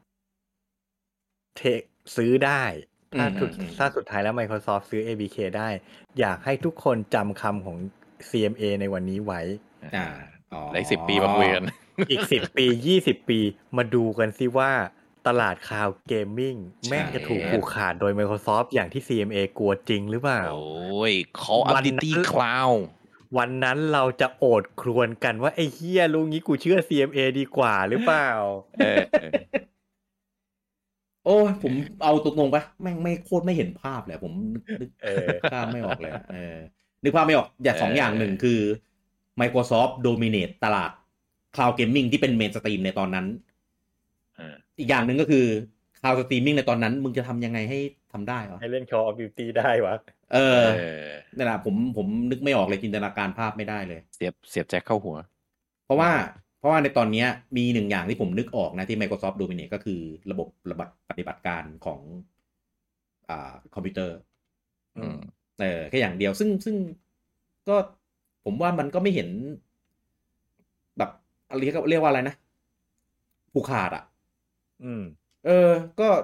ซื้อได้ถ้าสุดท้ายแล้ว Microsoft ซื้อ ABK ได้อยากให้ทุกคนจำคำของ CMA ในวันนี้ไว้ใน10 ปีมาคุยกันอีก10 ปี20 ปีมาดูกันซิว่าตลาดคลาวด์เกมมิ่งแม่งจะถูกผูกขาดโดย Microsoft อย่างที่ CMA กลัวจริงหรือเปล่าโอ้ย Call of Duty Cloud วันนั้นเราจะโอดครวญกันว่าไอ้เหี้ยรู้งี้กูเชื่อ CMA ดีกว่าหรือเปล่าโอ้ผมเอาตรงๆปะแม่งไม่โคตรไม่เห็นภาพเลยผมนึกภาพไม่ออกเลยนึกภาพไม่ออกอย่าง2 อย่างหนึ่งคือ Microsoft dominate ตลาด Cloud Gaming ที่เป็นเมนสตรีมในตอนนั้นอีกอย่างหนึ่งก็คือ Cloud Streaming ในตอนนั้นมึงจะทำยังไงให้ทำได้วะให้เล่น Call of Duty ได้วะนั่นแหละผมนึกไม่ออกเลยจินตนาการภาพไม่ได้เลยเสียบแจ็คเข้าหัวเพราะว่าในตอนนี้มี1อย่างที่ผมนึกออกนะที่ Microsoft Dominate ก็คือระบบปฏิบัติการของคอมพิวเตอร์แค่อย่างเดียวซึ่งก็ผมว่ามันก็ไม่เห็นแบบเรียกว่าอะไรนะผูกขาดก็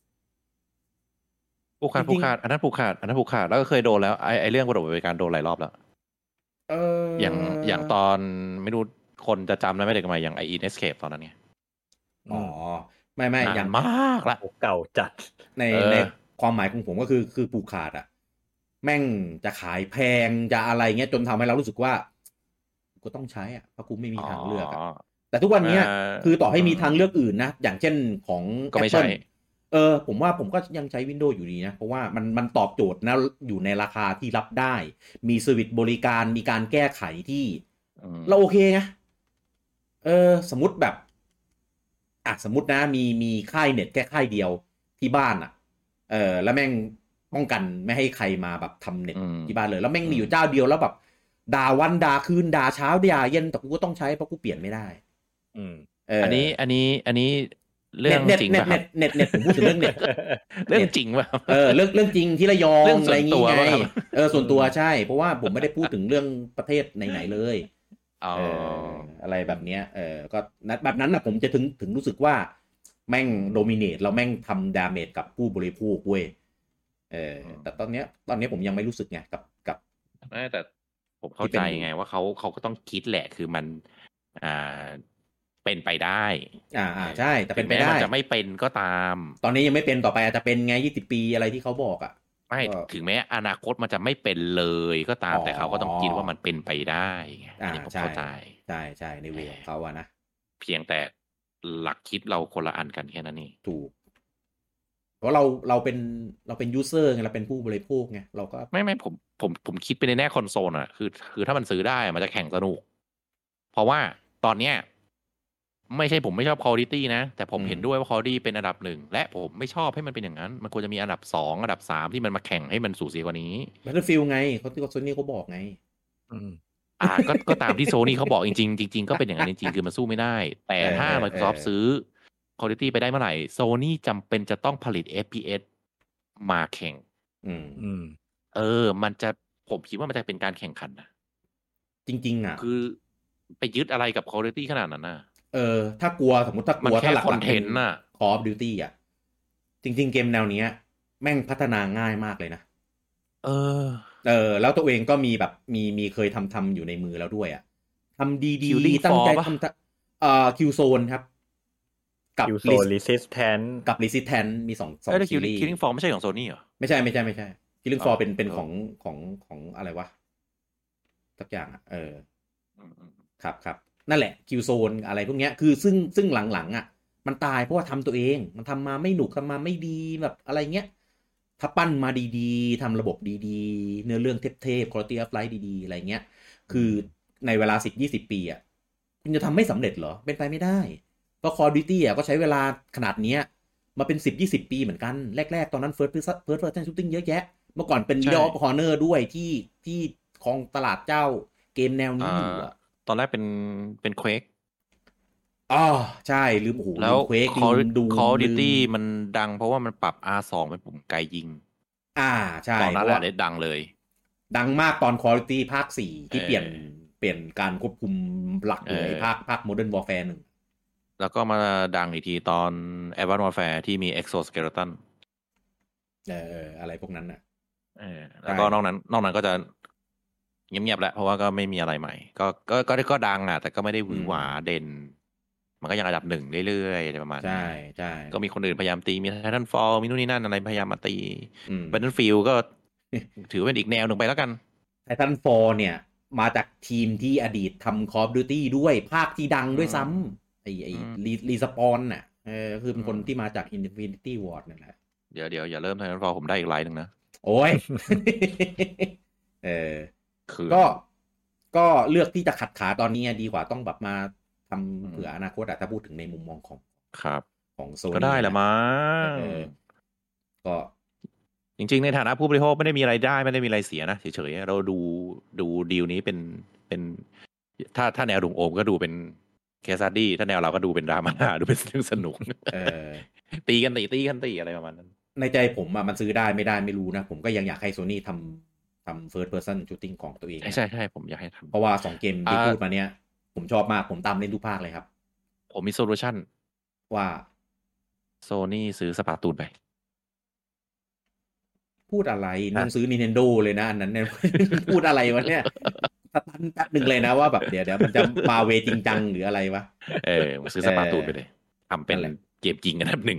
ผูกขาดอันนั้นผูกขาดแล้วก็เคยโดนแล้วไอ้เรื่องระบบปฏิบัติการโดนหลายรอบแล้วอย่างตอนไม่รู้คนจะจำได้ไหมเด็กใหม่อย่าง Escape ตอนนั้นไงไม่อย่างมากละเก่าจัดในความหมายของผมก็คือผูกขาดอ่ะแม่งจะขายแพงจะอะไรเงี้ยจนทำให้เรารู้สึกว่ากูต้องใช้อ่ะเพราะกูไม่มีทางเลือกแต่ทุกวันนี้คือต่อให้มีทางเลือกอื่นนะอย่างเช่นของ Apple ผมว่าผมก็ยังใช้ Windows อยู่ดีนะเพราะว่ามันตอบโจทย์นะอยู่ในราคาที่รับได้มีเซอร์วิสบริการมีการแก้ไขที่เราโอเคไงสมมุติแบบสมมุตินะมีค่ายเน็ตแค่ค่ายเดียวที่บ้านแล้วแม่งป้องกันไม่ให้ใครมาแบบทำเน็ตที่บ้านเลยแล้วแม่งมีอยู่เจ้าเดียวแล้วแบบด่าวันด่าคืนด่าเช้าด่าเย็นแต่กูก็ต้องใช้เพราะกูเปลี่ยนไม่ได้อันนี้เรื่องจริงป่ะครับเน็ตผมพูดถึงเรื่องเน็ตเรื่องจริงป่ะเรื่องจริงที่ระยองอะไรงี้ไงส่วนตัวใช่เพราะว่าผมไม่ได้พูดถึงเรื่องประเทศไหนๆเลยอะไรแบบเนี้ยก็แบบนั้นนะผมจะถึงรู้สึกว่าแม่งโดมิเนตเราแม่งทำดาเมจกับผู้บริโภคเว้ยแต่ตอนเนี้ยผมยังไม่รู้สึกไงกับแต่ผมเข้าใจไงว่าเขาก็ต้องคิดแหละคือมันเป็นไปได้ใช่แต่เป็นไปได้มันจะไม่เป็นก็ตามตอนนี้ยังไม่เป็นต่อไปอาจจะเป็นไง20 ปีอะไรที่เขาบอกอ่ะไม่ถึงแม้อนาคตมันจะไม่เป็นเลยก็ตามแต่เขาก็ต้องคิดว่ามันเป็นไปได้อันนี้ผมเข้าใจใช่ในเวของเขาอะนะเพียงแต่หลักคิดเราคนละอันกันแค่นั้นเองถูกเพราะเราเป็นยูเซอร์ไงเราเป็นผู้บริโภคไงเราก็ไม่ผมคิดไปในแง่คอนโซลอ่ะคือถ้ามันซื้อได้มันจะแข่งสนุกเพราะว่าตอนเนี้ยไม่ใช่ผมไม่ชอบ quality นะแต่ผมเห็นด้วยว่า quality เป็นอันดับ1และผมไม่ชอบให้มันเป็นอย่างนั้นมันควรจะมีอันดับ2อันดับ3ที่มันมาแข่งให้มันสูสีกว่านี้ Battlefield ไงเขาที่โซนี่เขาบอกไงก็ตามที่โซนี่เขาบอกจริงๆจริงๆก็เป็นอย่างนั้นจริงๆคือมันสู้ไม่ได้แต่ถ้า Microsoft ซื้อ quality ไปได้เมื่อไหร่โซนี่จำเป็นจะต้องผลิต FPS มาแข่งมันจะผมคิดว่ามันจะเป็นการแข่งขันนะจริงๆคือไปยึดอะไรกับ quality ขนาดนั้นน่ะถ้ากลัวสมมติถ้ากลัวถ้าหลักๆเป็น Call of Duty อ่ะจริงๆเกมแนวนี้แม่งพัฒนาง่ายมากเลยนะแล้วตัวเองก็มีแบบมีเคยทำอยู่ในมือแล้วด้วยอ่ะทำดีๆตั้งใจทำKillzone ครับกับ Killzone Resistance กับ Resistance มี2ซีรีส์ Killing Floor ไม่ใช่ของ Sony เหรอไม่ใช่ Killing Floor เป็นของอะไรวะสักอย่างครับนั่นแหละ Killzone อะไรพวกเนี้ยคือซึ่งหลังๆอ่ะมันตายเพราะว่าทำตัวเองมันทำมาไม่หนุกทำมาไม่ดีแบบอะไรเงี้ยถ้าปั้นมาดีๆทำระบบดีๆเนื้อเรื่องเทพๆ quality of life ดีๆอะไรเงี้ยคือในเวลา 10-20 ปีอ่ะคุณจะทำไม่สำเร็จเหรอเป็นไปไม่ได้เพราะ Call of Duty อ่ะก็ใช้เวลาขนาดเนี้ยมาเป็น 10-20 ปีเหมือนกันแรกๆตอนนั้น first person shooting เยอะแยะเมื่อก่อนเป็น Medal of Honor ด้วยที่ครองตลาดเจ้าเกมแนวนี้อยู่อ่ะตอนแรกเป็น Quake ใช่ลืมแล้ว Quake Call of Duty มันดังเพราะว่ามันปรับ R2 เป็นปุ่มไกยิงใช่ตอนนั้นแหละดังเลยดังมากตอน Call of Duty ภาค4ที่เปลี่ยนการควบคุมหลักเลยภาค Modern Warfare 1 แล้วก็มาดังอีกทีตอน Advanced Warfare ที่มี Exoskeleton อะไรพวกนั้นน่ะแล้วก็นอกนั้นก็จะเงียบๆแล้วเพราะว่าก็ไม่มีอะไรใหม่ก็ดังแต่ก็ไม่ได้หวือหวาเด่นมันก็ยังอันดับ1เรื่อยๆอะไรประมาณนี้ใช่ก็มีคนอื่นพยายามตีมี Titanfall มีนู่นนี่นั่นอะไรพยายามมาตี Battlefield ก็ถือเป็นอีกแนวหนึ่งไปแล้วกัน Titanfall เนี่ยมาจากทีมที่อดีตทำ Call of Duty ด้วยภาคที่ดังด้วยซ้ำไอ้รีสปอนน่ะคือเป็นคนที่มาจาก Infinity Ward นั่นแหละเดี๋ยวอย่าเริ่ม Titanfall ผมได้อีกไลน์นึงนะโอ้ยก็เลือกที่จะขัดขาตอนนี้ดีกว่าต้องแบบมาทำเผื่ออนาคตถ้าพูดถึงในมุมมองของโซนี่ก็ได้แหละมั้งก็จริงๆในฐานะผู้บริโภคไม่ได้มีอะไรได้ไม่ได้มีอะไรเสียนะเฉยๆเราดูดีลนี้เป็นถ้าแนวดุงโอมก็ดูเป็นเคสดี้ถ้าแนวเราก็ดูเป็นดราม่าดูเป็นเรื่องสนุกตีกันอะไรประมาณนั้นในใจผมมันซื้อได้ไม่ได้ไม่รู้นะผมก็ยังอยากให้โซนี่ทำ first person shooting ของตัวเองใช่ผมอยากให้ทำเพราะว่า2เกมที่พูดมาเนี้ยผมชอบมากผมตามเล่นทุกภาคเลยครับผมมีโซลูชันว่าโซนี่ซื้อสปาตูนไปพูดอะไรนั่งซื้อ Nintendo เลยนะอันนั้นเนี่ยพูดอะไรวะเนี่ยสตันแป๊บนึงเลยนะว่าแบบเดี๋ยวมันจะมาเวจริงจังหรืออะไรวะผมซื้อสปาตูนไปเลยทำเป็นเกมจริงอันดับ1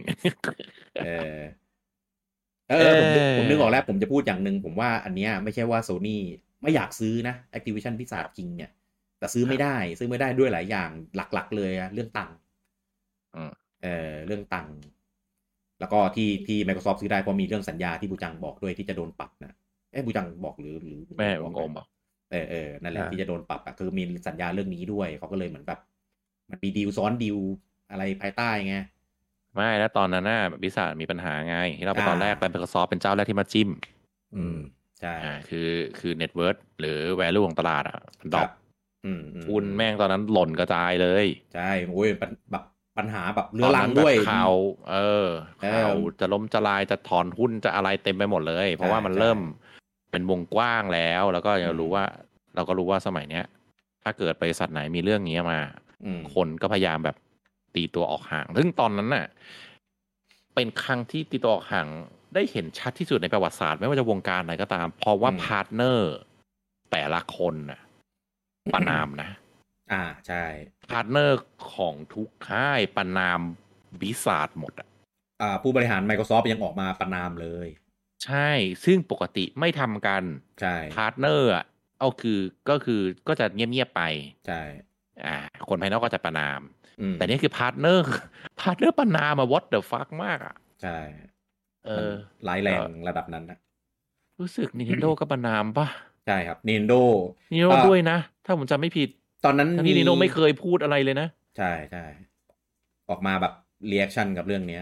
ผมนึกออกแล้วผมจะพูดอย่างนึงผมว่าอันเนี้ยไม่ใช่ว่า Sony ไม่อยากซื้อนะ Activision Blizzard King เนี่ยแต่ซื้อไม่ได้ด้วยหลายอย่างหลักๆเลยเรื่องตังค์เรื่องตังค์แล้วก็ที่ Microsoft ซื้อได้เพราะมีเรื่องสัญญาที่บูจังบอกด้วยที่จะโดนปรับนะบูจังบอกหรือแม่บอกบอกนั่นแหละที่จะโดนปรับคือมีสัญญาเรื่องนี้ด้วยเขาก็เลยเหมือนแบบมันมีดีลซ้อนดีลอะไรภายใต้ไงไม่แล้วตอนนั้นน่ะบิซ่ามีปัญหาไงที่เราไปตอนแรกไป Microsoft เป็นเจ้าแรกที่มาจิ้มใช่คือ net worth หรือ value ของตลาดดรอปหุ้นแม่งตอนนั้นหล่นกระจายเลยใช่โอ้ยแบบปัญหาแบบเรื้อรังด้วยข่าวข่าวจะล้มจะลายจะถอนหุ้นจะอะไรเต็มไปหมดเลยเพราะว่ามันเริ่มเป็นวงกว้างแล้วก็เราก็รู้ว่าสมัยเนี้ยถ้าเกิดบริษัทไหนมีเรื่องนี้มาคนก็พยายามแบบตีตัวออกห่างซึ่งตอนนั้นน่ะเป็นครั้งที่ตีตัวออกห่างได้เห็นชัดที่สุดในประวัติศาสตร์ไม่ว่าจะวงการไหนก็ตามเพราะว่าพาร์ทเนอร์แต่ละคนน่ะประนามนะใช่พาร์ทเนอร์ของทุกค่ายประนามบิซาร์ดหมดผู้บริหาร Microsoft ยังออกมาประนามเลยใช่ซึ่งปกติไม่ทำกันใช่พาร์ทเนอร์ก็จะเงียบๆไปใช่คนภายนอกก็จะประนามแต่นี่คือพาร์ทเนอร์ประนามwhat the fuck มากใช่ร้ายแรงระดับนั้นนะรู้สึก Nintendo ก็ประนามป่ะใช่ครับ Nintendo ด้วยนะถ้าผมจำไม่ผิดตอนนั้นที่ Nintendo ไม่เคยพูดอะไรเลยนะใช่ใช่ออกมาแบบรีแอคชั่นกับเรื่องนี้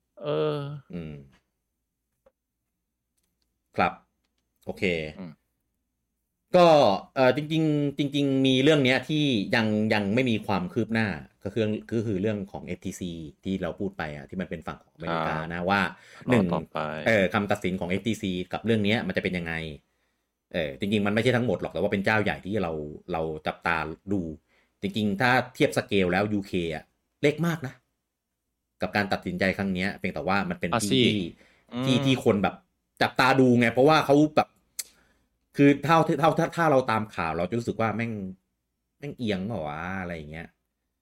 ครับโอเคก็จริงมีเรื่องนี้ที่ยังไม่มีความคืบหน้าก็คือเรื่องของ FTC ที่เราพูดไปที่มันเป็นฝั่งของอเมริกานะว่า1คำตัดสินของ FTC กับเรื่องนี้มันจะเป็นยังไงจริงๆมันไม่ใช่ทั้งหมดหรอกแต่ว่าเป็นเจ้าใหญ่ที่เราจับตาดูจริงๆถ้าเทียบสเกลแล้ว UK เล็กมากนะกับการตัดสินใจครั้งนี้เพียงแต่ว่ามันเป็นที่คนแบบจับตาดูไงเพราะว่าเขาแบบคือถ้าเราตามข่าวเราจะรู้สึกว่าแม่งเอียงเหรอวะอะไรอย่างเงี้ย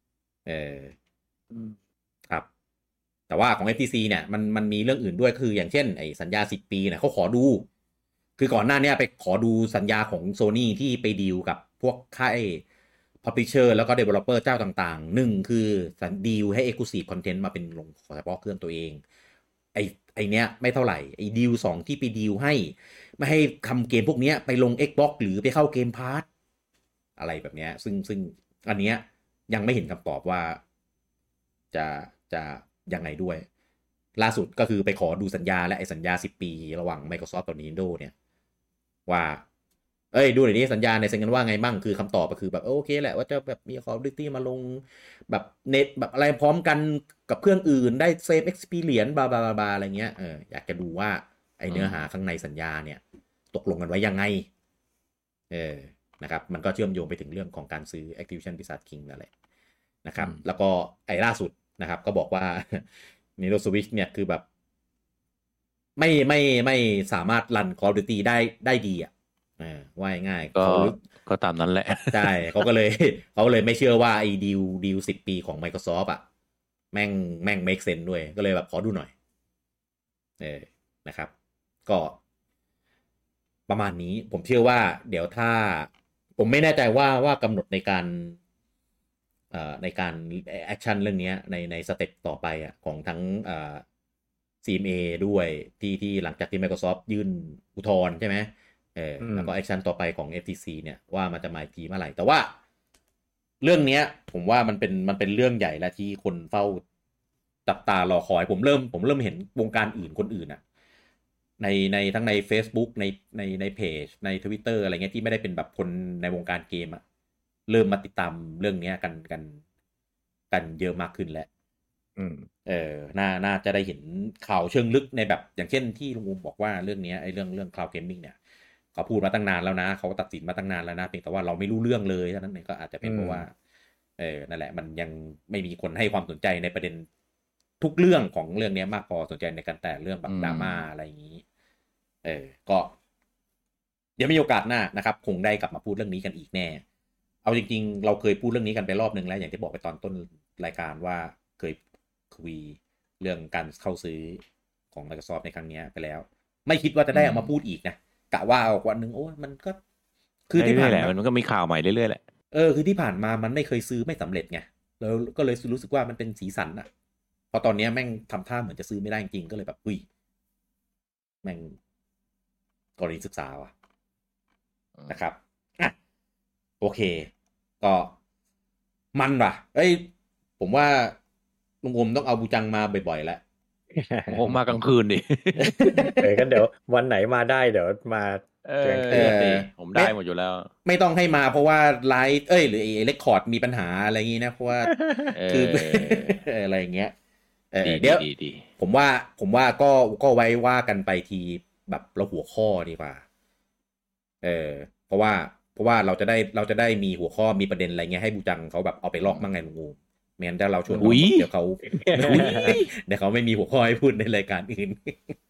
ครับแต่ว่าของ FTC เนี่ยมันมีเรื่องอื่นด้วยคืออย่างเช่นไอ้สัญญา10 ปีเนี่ยเขาขอดูคือก่อนหน้านี้ไปขอดูสัญญาของ Sony ที่ไปดีลกับพวกค่าย Publisher แล้วก็ Developer เจ้าต่างๆ1คือสัญดีลให้ Exclusive Content มาเป็นลงเฉพาะเครื่องตัวเองไอเนี้ยไม่เท่าไหร่ไอดีล2ที่ไปดีลให้ไม่ให้ทำเกมพวกเนี้ยไปลง Xbox หรือไปเข้าเกมพาสอะไรแบบเนี้ยซึ่งอันเนี้ยยังไม่เห็นคำตอบว่าจะยังไงด้วยล่าสุดก็คือไปขอดูสัญญาและไอสัญญา10 ปีระหว่าง Microsoft กับ Nintendo เนี่ยว่าดูหน่อยนี้สัญญาในเซ็นกันว่าไงบ้างคือคำตอบก็คือแบบโอเคแหละว่าจะแบบมี Call of Duty มาลงแบบเน็ตแบบอะไรพร้อมกันกับเครื่องอื่นได้ Same Experience บลาบลาบลาอะไรเงี้ยอยากจะดูว่าไอเนื้อหาข้างในสัญญาเนี่ยตกลงกันไว้ยังไงนะครับมันก็เชื่อมโยงไปถึงเรื่องของการซื้อ Activision Blizzard King นั่นแหละนะครับแล้วก็ไอล่าสุดนะครับก็บอกว่า Nintendo Switch เนี่ยคือแบบไม่สามารถรัน Call of Duty ได้ดีว่าง่ายก็ตามนั้นแหละใช่เขาเลยไม่เชื่อว่าไอ้ดีล10 ปีของ Microsoft แม่ง make sense ด้วยก็เลยแบบขอดูหน่อยนะครับก็ประมาณนี้ผมเชื่อว่าเดี๋ยวถ้าผมไม่แน่ใจว่ากำหนดในการแอคชั่นเรื่องนี้ในสเต็ปต่อไปของทั้งCMA ด้วยที่หลังจากที่ Microsoft ยื่นอุทธรณ์ใช่ไหมแล้วก็แอคชั่นต่อไปของ FTC เนี่ยว่ามันจะมาอีกทีเมื่อไหร่แต่ว่าเรื่องนี้ผมว่ามันเป็นเรื่องใหญ่และที่คนเฝ้าจับตารอคอยผมเริ่มเห็นวงการอื่นคนอื่นในทั้งใน Facebook ในเพจใน Twitter อะไรเงี้ยที่ไม่ได้เป็นแบบคนในวงการเกมเริ่มมาติดตามเรื่องนี้กันเยอะมากขึ้นแล้วน่าจะได้เห็นข่าวเชิงลึกในแบบอย่างเช่นที่ลุงอูมบอกว่าเรื่องนี้ไอ้เรื่อง Cloud Gaming เนี่ยเขาพูดมาตั้งนานแล้วนะเขาตัดสินมาตั้งนานแล้วนะเพียงแต่ว่าเราไม่รู้เรื่องเลยเท่านั้นเองก็อาจจะเป็นเพราะว่านั่นแหละมันยังไม่มีคนให้ความสนใจในประเด็นทุกเรื่องของเรื่องนี้มากพอสนใจในการแต่เรื่องแบบดราม่าอะไรอย่างนี้ก็เดี๋ยวมีโอกาสหน้านะครับคงได้กลับมาพูดเรื่องนี้กันอีกแน่เอาจริงๆเราเคยพูดเรื่องนี้กันไปรอบนึงแล้วอย่างที่บอกไปตอนต้นรายการว่าเคยคุยเรื่องการเข้าซื้อของ Microsoft ในครั้งนี้ไปแล้วไม่คิดว่าจะได้เอามาพูดอีกนะกะว่าเอาวันนึงโอ้มันก็คือที่ผ่านมามันก็มีข่าวใหม่เรื่อยๆแหละคือที่ผ่านมามันไม่เคยซื้อไม่สำเร็จไงแล้วก็เลยรู้สึกว่ามันเป็นสีสันพอตอนนี้แม่งทำท่าเหมือนจะซื้อไม่ได้จริงก็เลยแบบแม่งกรณีศึกษาว่ะนะครับโอเคก็มันว่ะผมว่าลุงอมต้องเอาบูจังมาบ่อยๆแล้วผมมากลางคืนดิก็เดี๋ยววันไหนมาได้เดี๋ยวมาเออผมได้หมดอยู่แล้วไม่ต้องให้มาเพราะว่าไลฟ์หรือเรคคอร์ดมีปัญหาอะไรอย่างงี้นะเพราะว่าคืออะไรอย่างเงี้ยเดี๋ยวผมว่าก็ไว้ว่ากันไปทีแบบเราหัวข้อดีกว่าเพราะว่าเราจะได้มีหัวข้อมีประเด็นอะไรเงี้ยให้บูจังเขาแบบเอาไปลอกมั่งไงลุงงูไม่งั้นถ้าเราชวนเขาเดี๋ยวเขาไม่มีหัวข้อให้พูดในรายการอื่น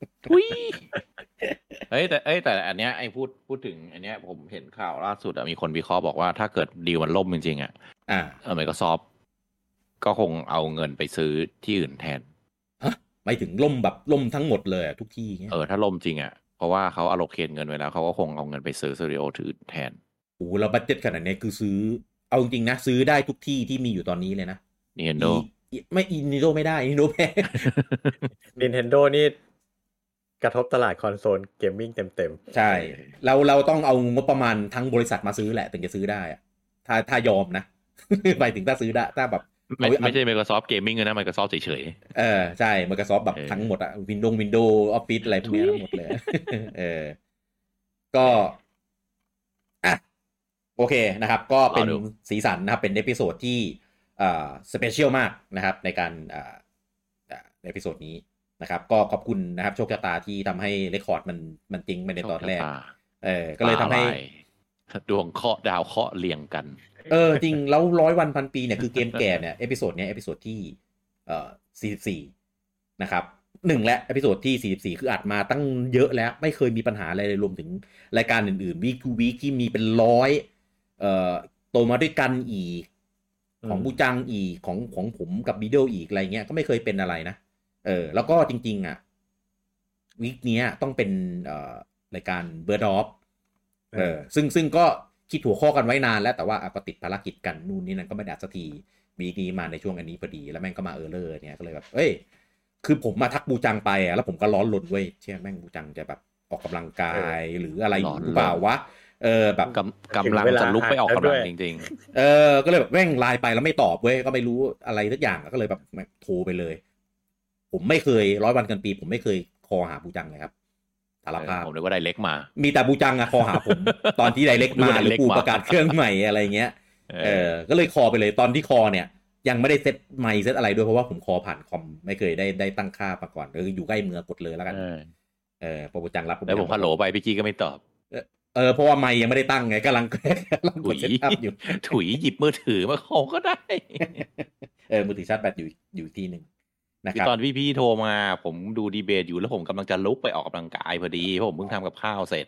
แต่อันเนี้ยไอ้พูดถึงอันเนี้ยผมเห็นข่าวล่าสุดมีคนวิเคราะห์บอกว่าถ้าเกิดดีลมันล่มจริงๆMicrosoft ก็คงเอาเงินไปซื้อที่อื่นแทนหมายถึงล่มแบบล่มทั้งหมดเลยทุกที่เงี้ยถ้าล่มจริงเพราะว่าเขาallocateเงินไว้แล้วเขาก็คงเอาเงินไปซื้อสตูดิโอที่อื่นแทนโอ้แล้วบัดเจ็ตขนาดนี้คือซื้อเอาจริงนะซื้อได้ทุกที่ที่มีอยู่ตอนนี้เลยนะ Nintendo ไม่ Nintendo ไม่ได้ Nintendo แพง Nintendo นี่กระทบตลาดคอนโซลเกมมิ่งเต็มๆใช่เราต้องเอางบประมาณทั้งบริษัทมาซื้อแหละถึงจะซื้อได้ถ้ายอมนะหมายถึงถ้าซื้อได้ถ้าแบบไม่ใช่ Microsoft Gaming นะ Microsoft เฉยๆใช่ Microsoft แบบทั้งหมดWindows Office อะไรพวกนี้ทั้งหมดเลยก็โอเคนะครับก็เป็นสีสันนะครับเป็นเอพิโซดที่สเปเชียลมากนะครับในการในเอพิโซดนี้นะครับก็ขอบคุณนะครับโชคชะตาที่ทำให้เรคคอร์ดมันจริงไปในตอนแรกก็เลยทำให้ดวงเคราะห์ดาวเคราะห์เรียงกันจริงแล้ว100 วันพันปีเนี่ยคือเกมแก่เนี่ยเอพิโซดเนี้ยเอพิโซดที่44นะครับ1และเอพิโซดที่44คืออัดมาตั้งเยอะแล้วไม่เคยมีปัญหาอะไรเลยรวมถึงรายการอื่นๆ week to week ที่มีเป็น100โตมาด้วยกันอีกของบูจังอีกของผมกับบีเดิลอีกอะไรเงี้ยก็ไม่เคยเป็นอะไรนะแล้วก็จริงๆวีคนี้ต้องเป็นรายการ Bird of ซึ่งก็คิดหัวข้อกันไว้นานแล้วแต่ว่าก็ติดภารกิจกันนู่นนี่นั่นก็ไม่ได้สักทีวีคนี้มาในช่วงอันนี้พอดีแล้วแม่งก็มาเนี่ยก็เลยแบบคือผมมาทักบูจังไปแล้วผมก็ร้อนรนเว้ยเชื่อแม่งบูจังจะแบบออกกำลังกายหรืออะไรหรือเปล่าวะแบบกำลังจะลุกไปออกกำลังจริงๆก็เลยแบบแม่งไลน์ไปแล้วไม่ตอบเว้ยก็ไม่รู้อะไรสักอย่างก็เลยแบบโทรไปเลยผมไม่เคย100 วันกันปีผมไม่เคยคอหาบูจังเลยครับสารภาพผมนึกว่าไดเรกมามีแต่บูจังคอหาผมตอนที่ไดเรกมาหรือกูประกาศเครื่องใหม่อะไรเงี้ยก็เลยคอไปเลยตอนที่คอเนี่ยยังไม่ได้เซตไมค์เซตอะไรด้วยเพราะว่าผมคอผ่านคอมไม่เคยได้ตั้งค่ามาก่อนอยู่ใกล้มือกดเลยแล้วกันพอบูจังรับแล้วผมฮัลโหลไปพี่จี้ก็ไม่ตอบเพราะว่าไมค์ยังไม่ได้ตั้งไงกำลังกดเซตอัพอยู่ถุยหยิบมือถือมาขอก็ได้มือถือชาร์จแบตอยู่ที่นึงนะครับตอนพี่โทรมาผมดูดีเบตอยู่แล้วผมกำลังจะลุกไปออกกำลังกายพอดีเพราะผมเพิ่งทำกับข้าวเสร็จ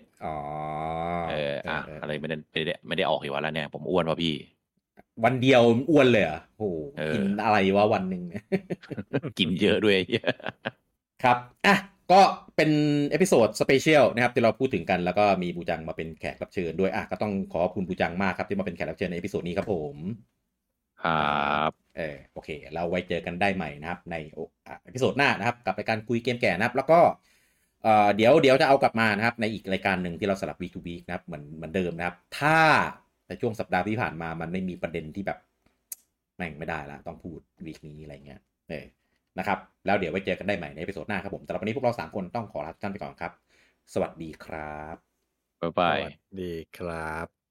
อะไรไม่ได้ออกอยู่แล้วเนี่ยผมอ้วนเพราะพี่วันเดียวอ้วนเลยโอ้โหกินอะไรวะวันหนึ่งกินเยอะด้วยครับก็เป็นเอพิโซดสเปเชียลนะครับที่เราพูดถึงกันแล้วก็มีบูจังมาเป็นแขกรับเชิญด้วยก็ต้องขอบคุณบูจังมากครับที่มาเป็นแขกรับเชิญในเอพิโซดนี้ครับผมครับโอเคเราไว้เจอกันได้ใหม่นะครับในเอพิโซดหน้านะครับกับรายการคุยเกมแก่นะครับแล้วก็เดี๋ยวจะเอากลับมานะครับในอีกรายการหนึ่งที่เราสลับ week to week นะครับเหมือนเดิมนะครับถ้าในช่วงสัปดาห์ที่ผ่านมามันไม่มีประเด็นที่แบบแม่งไม่ได้ละต้องพูดวีคนี้อะไรเงี้ยนะครับแล้วเดี๋ยวไว้เจอกันได้ใหม่ในเอพิโซดหน้าครับผมสำหรับวันนี้พวกเรา3คนต้องขอลาทุกท่านไปก่อนครับสวัสดีครับบ๊ายบายสวัสดีครับ